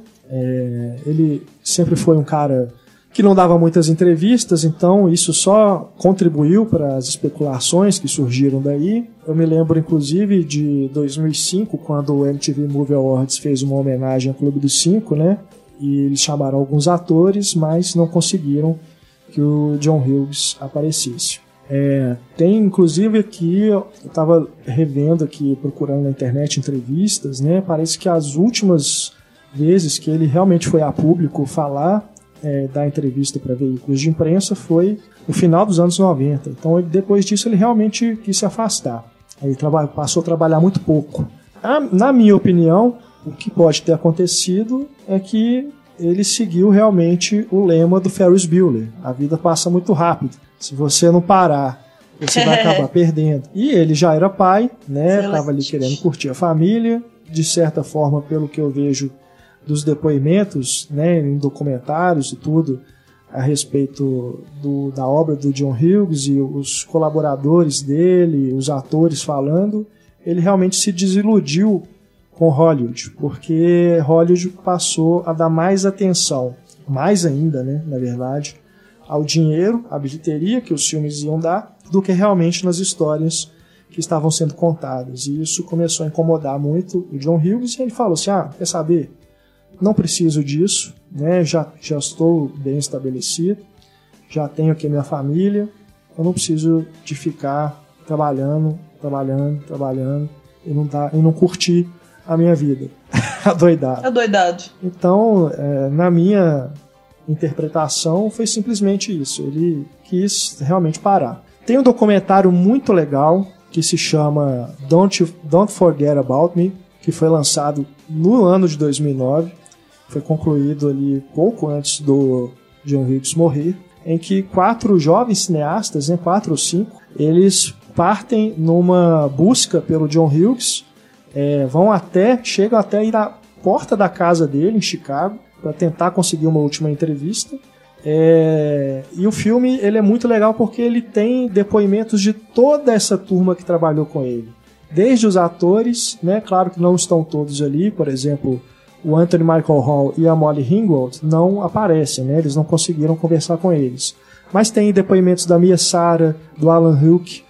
Ele sempre foi um cara que não dava muitas entrevistas, então isso só contribuiu para as especulações que surgiram daí. Eu me lembro, inclusive, de 2005, quando o MTV Movie Awards fez uma homenagem ao Clube dos Cinco, né? E eles chamaram alguns atores, mas não conseguiram que o John Hughes aparecesse. Tem, inclusive, aqui, eu estava revendo aqui, procurando na internet entrevistas, né? Parece que as últimas vezes que ele realmente foi a público falar, dar entrevista para veículos de imprensa, foi no final dos anos 90. Então, depois disso, ele realmente quis se afastar. Ele passou a trabalhar muito pouco. Na minha opinião, o que pode ter acontecido é que ele seguiu realmente o lema do Ferris Bueller. A vida passa muito rápido. Se você não parar, você vai acabar perdendo. E ele já era pai, né? Estava ali querendo curtir a família. De certa forma, pelo que eu vejo dos depoimentos, né, em documentários e tudo, a respeito da obra do John Hughes e os colaboradores dele, os atores falando, ele realmente se desiludiu com Hollywood, porque Hollywood passou a dar mais atenção, mais ainda, né, na verdade, ao dinheiro, à bilheteria que os filmes iam dar, do que realmente nas histórias que estavam sendo contadas. E isso começou a incomodar muito o John Hughes, e ele falou assim, quer saber? Não preciso disso, né? Já estou bem estabelecido, já tenho aqui a minha família, eu não preciso de ficar trabalhando e não curtir a minha vida. Adoidado. Então, na minha interpretação, foi simplesmente isso. Ele quis realmente parar. Tem um documentário muito legal que se chama Don't Forget About Me, que foi lançado no ano de 2009. Foi concluído ali pouco antes do John Hughes morrer, em que 4 jovens cineastas, 4 ou 5, eles partem numa busca pelo John Hughes, chegam até ir à porta da casa dele, em Chicago, para tentar conseguir uma última entrevista. E o filme ele é muito legal porque ele tem depoimentos de toda essa turma que trabalhou com ele. Desde os atores, né, claro que não estão todos ali, por exemplo, o Anthony Michael Hall e a Molly Ringwald não aparecem, né? Eles não conseguiram conversar com eles. Mas tem depoimentos da Mia Sara, do Alan Hook,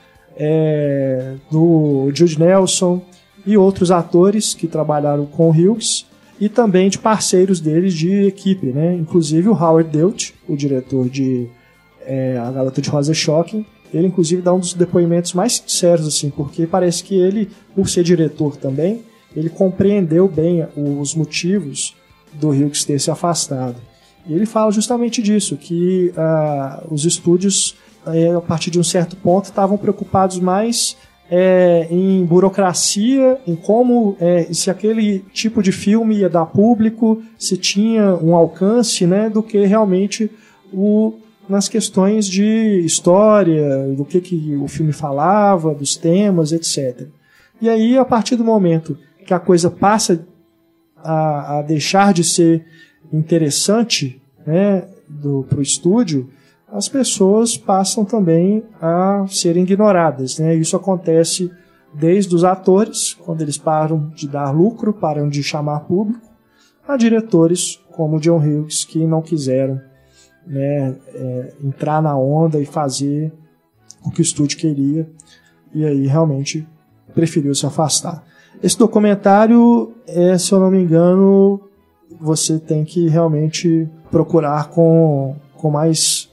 do Jude Nelson e outros atores que trabalharam com o Hughes, e também de parceiros deles de equipe, né? Inclusive o Howard Deutch, o diretor de A Garota de Rosa Shocking. Ele, inclusive, dá um dos depoimentos mais sinceros, assim, porque parece que ele, por ser diretor também, ele compreendeu bem os motivos do Hughes ter se afastado. E ele fala justamente disso, que os estúdios, a partir de um certo ponto, estavam preocupados mais em burocracia, em como, se aquele tipo de filme ia dar público, se tinha um alcance, né, do que realmente nas questões de história, do que o filme falava, dos temas, etc. E aí, a partir do momento que a coisa passa a deixar de ser interessante, né, para o estúdio, as pessoas passam também a serem ignoradas, né? Isso acontece desde os atores, quando eles param de dar lucro, param de chamar público, a diretores como John Hughes, que não quiseram, né, entrar na onda e fazer o que o estúdio queria, e aí realmente preferiu se afastar. Esse documentário, se eu não me engano, você tem que realmente procurar com mais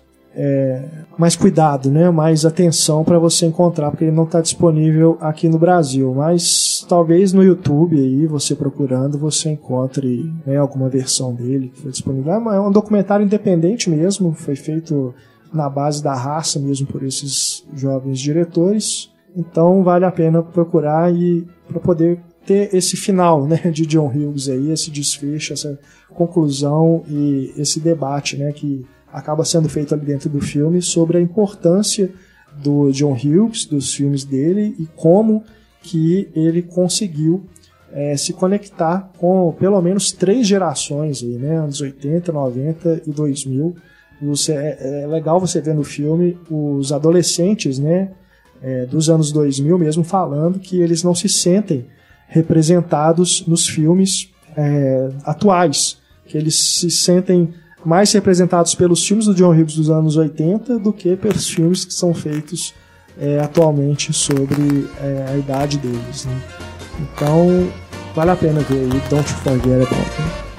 cuidado, né? Mais atenção para você encontrar, porque ele não está disponível aqui no Brasil, mas talvez no YouTube aí, você procurando, você encontre, né, alguma versão dele que foi disponível. É um documentário independente mesmo, foi feito na base da raça mesmo por esses jovens diretores, então vale a pena procurar para poder ter esse final, né, de John Hughes aí, esse desfecho, essa conclusão e esse debate, né, que acaba sendo feito ali dentro do filme sobre a importância do John Hughes, dos filmes dele, e como que ele conseguiu se conectar com pelo menos 3 gerações aí, né, anos 80, 90 e 2000. É legal você ver no filme os adolescentes, né, dos anos 2000 mesmo falando que eles não se sentem representados nos filmes atuais, que eles se sentem mais representados pelos filmes do John Hughes dos anos 80 do que pelos filmes que são feitos atualmente sobre a idade deles, né? Então vale a pena ver aí Don't Forget About It.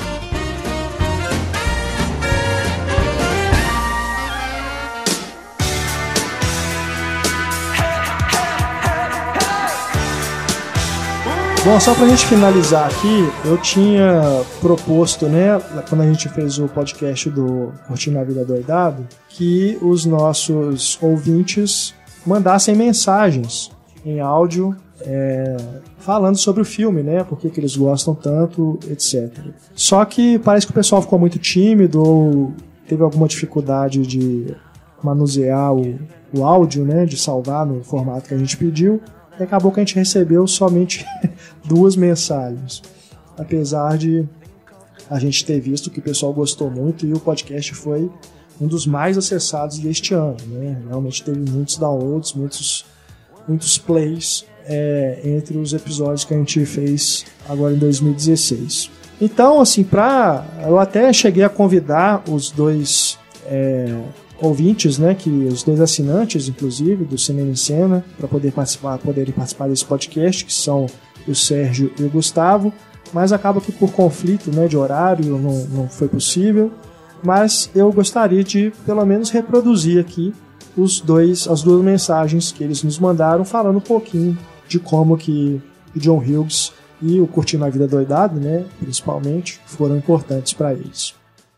Bom, só pra gente finalizar aqui, eu tinha proposto, né, quando a gente fez o podcast do Curtindo a Vida Doidado, que os nossos ouvintes mandassem mensagens em áudio falando sobre o filme, né, por que eles gostam tanto, etc. Só que parece que o pessoal ficou muito tímido ou teve alguma dificuldade de manusear o áudio, né, de salvar no formato que a gente pediu. E acabou que a gente recebeu somente 2 mensagens, apesar de a gente ter visto que o pessoal gostou muito e o podcast foi um dos mais acessados deste ano, né? Realmente teve muitos downloads, muitos plays entre os episódios que a gente fez agora em 2016. Então, assim, eu até cheguei a convidar os 2 ouvintes, né, os 2 assinantes, inclusive, do Cinema em Cena, para poderem participar desse podcast, que são o Sérgio e o Gustavo, mas acaba que por conflito, né, de horário não foi possível, mas eu gostaria de pelo menos reproduzir aqui as 2 mensagens que eles nos mandaram, falando um pouquinho de como que o John Hughes e o Curtindo a Vida Doidado, né, principalmente, foram importantes para eles.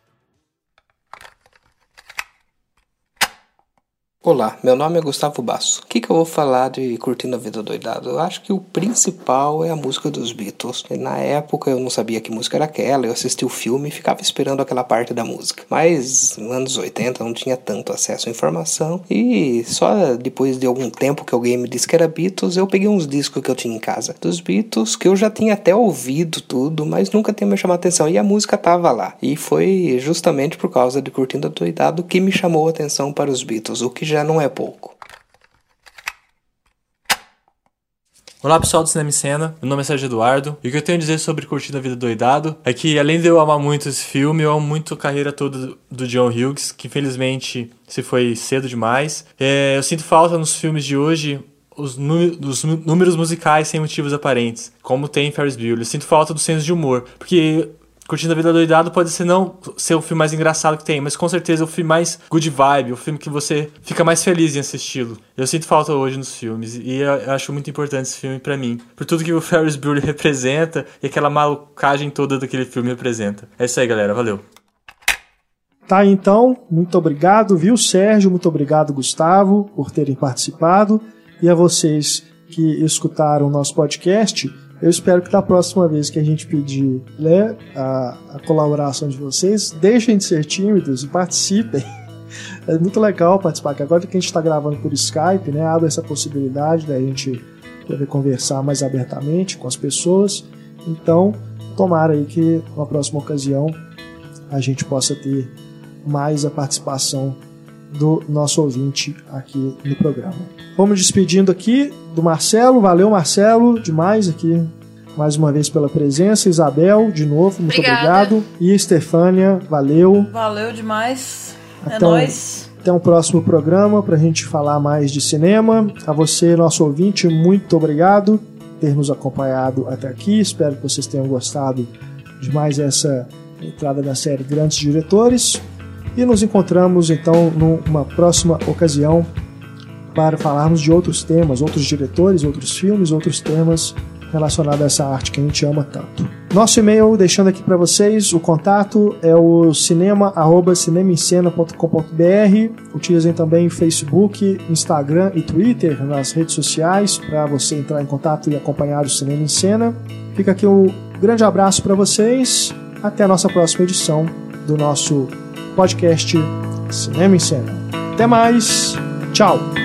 Olá, meu nome é Gustavo Basso. O que eu vou falar de Curtindo a Vida Doidado? Eu acho que o principal é a música dos Beatles. Na época eu não sabia que música era aquela, eu assisti o filme e ficava esperando aquela parte da música. Mas nos anos 80 não tinha tanto acesso à informação e só depois de algum tempo que alguém me disse que era Beatles, eu peguei uns discos que eu tinha em casa dos Beatles, que eu já tinha até ouvido tudo, mas nunca tinha me chamado a atenção, e a música tava lá. E foi justamente por causa de Curtindo a Doidado que me chamou a atenção para os Beatles, o que já não é pouco. Olá pessoal do Cinema em Cena, meu nome é Sérgio Eduardo, e o que eu tenho a dizer sobre Curtindo a Vida Doidado é que, além de eu amar muito esse filme, eu amo muito a carreira toda do John Hughes, que infelizmente se foi cedo demais. Eu sinto falta nos filmes de hoje os números musicais sem motivos aparentes, como tem em Ferris Bueller. Eu sinto falta do senso de humor, porque Curtindo a Vida Doidado pode não ser o filme mais engraçado que tem, mas com certeza é o filme mais good vibe, o filme que você fica mais feliz em assisti-lo. Eu sinto falta hoje nos filmes, e eu acho muito importante esse filme pra mim, por tudo que o Ferris Bueller representa e aquela malucagem toda daquele filme representa. É isso aí, galera, valeu. Tá aí, então, muito obrigado, viu, Sérgio? Muito obrigado, Gustavo, por terem participado. E a vocês que escutaram o nosso podcast, eu espero que da próxima vez que a gente pedir, né, a colaboração de vocês, deixem de ser tímidos e participem. É muito legal participar, que agora que a gente está gravando por Skype, né, abre essa possibilidade da gente poder conversar mais abertamente com as pessoas. Então, tomara aí que na próxima ocasião a gente possa ter mais a participação do nosso ouvinte aqui no programa. Vamos despedindo aqui do Marcelo. Valeu, Marcelo, demais aqui mais uma vez pela presença. Isabel, de novo, muito obrigado. E Estefânia, valeu. Valeu demais. É nóis. Até um próximo programa para a gente falar mais de cinema. A você, nosso ouvinte, muito obrigado por ter nos acompanhado até aqui. Espero que vocês tenham gostado de mais essa entrada da série Grandes Diretores. E nos encontramos então numa próxima ocasião para falarmos de outros temas, outros diretores, outros filmes, outros temas relacionados a essa arte que a gente ama tanto. Nosso e-mail, deixando aqui para vocês, o contato é o cinema@cinemascena.com.br. Utilizem também Facebook, Instagram e Twitter nas redes sociais para você entrar em contato e acompanhar o Cinema em Cena. Fica aqui um grande abraço para vocês. Até a nossa próxima edição do nosso podcast Cinema em Cena. Até mais. Tchau.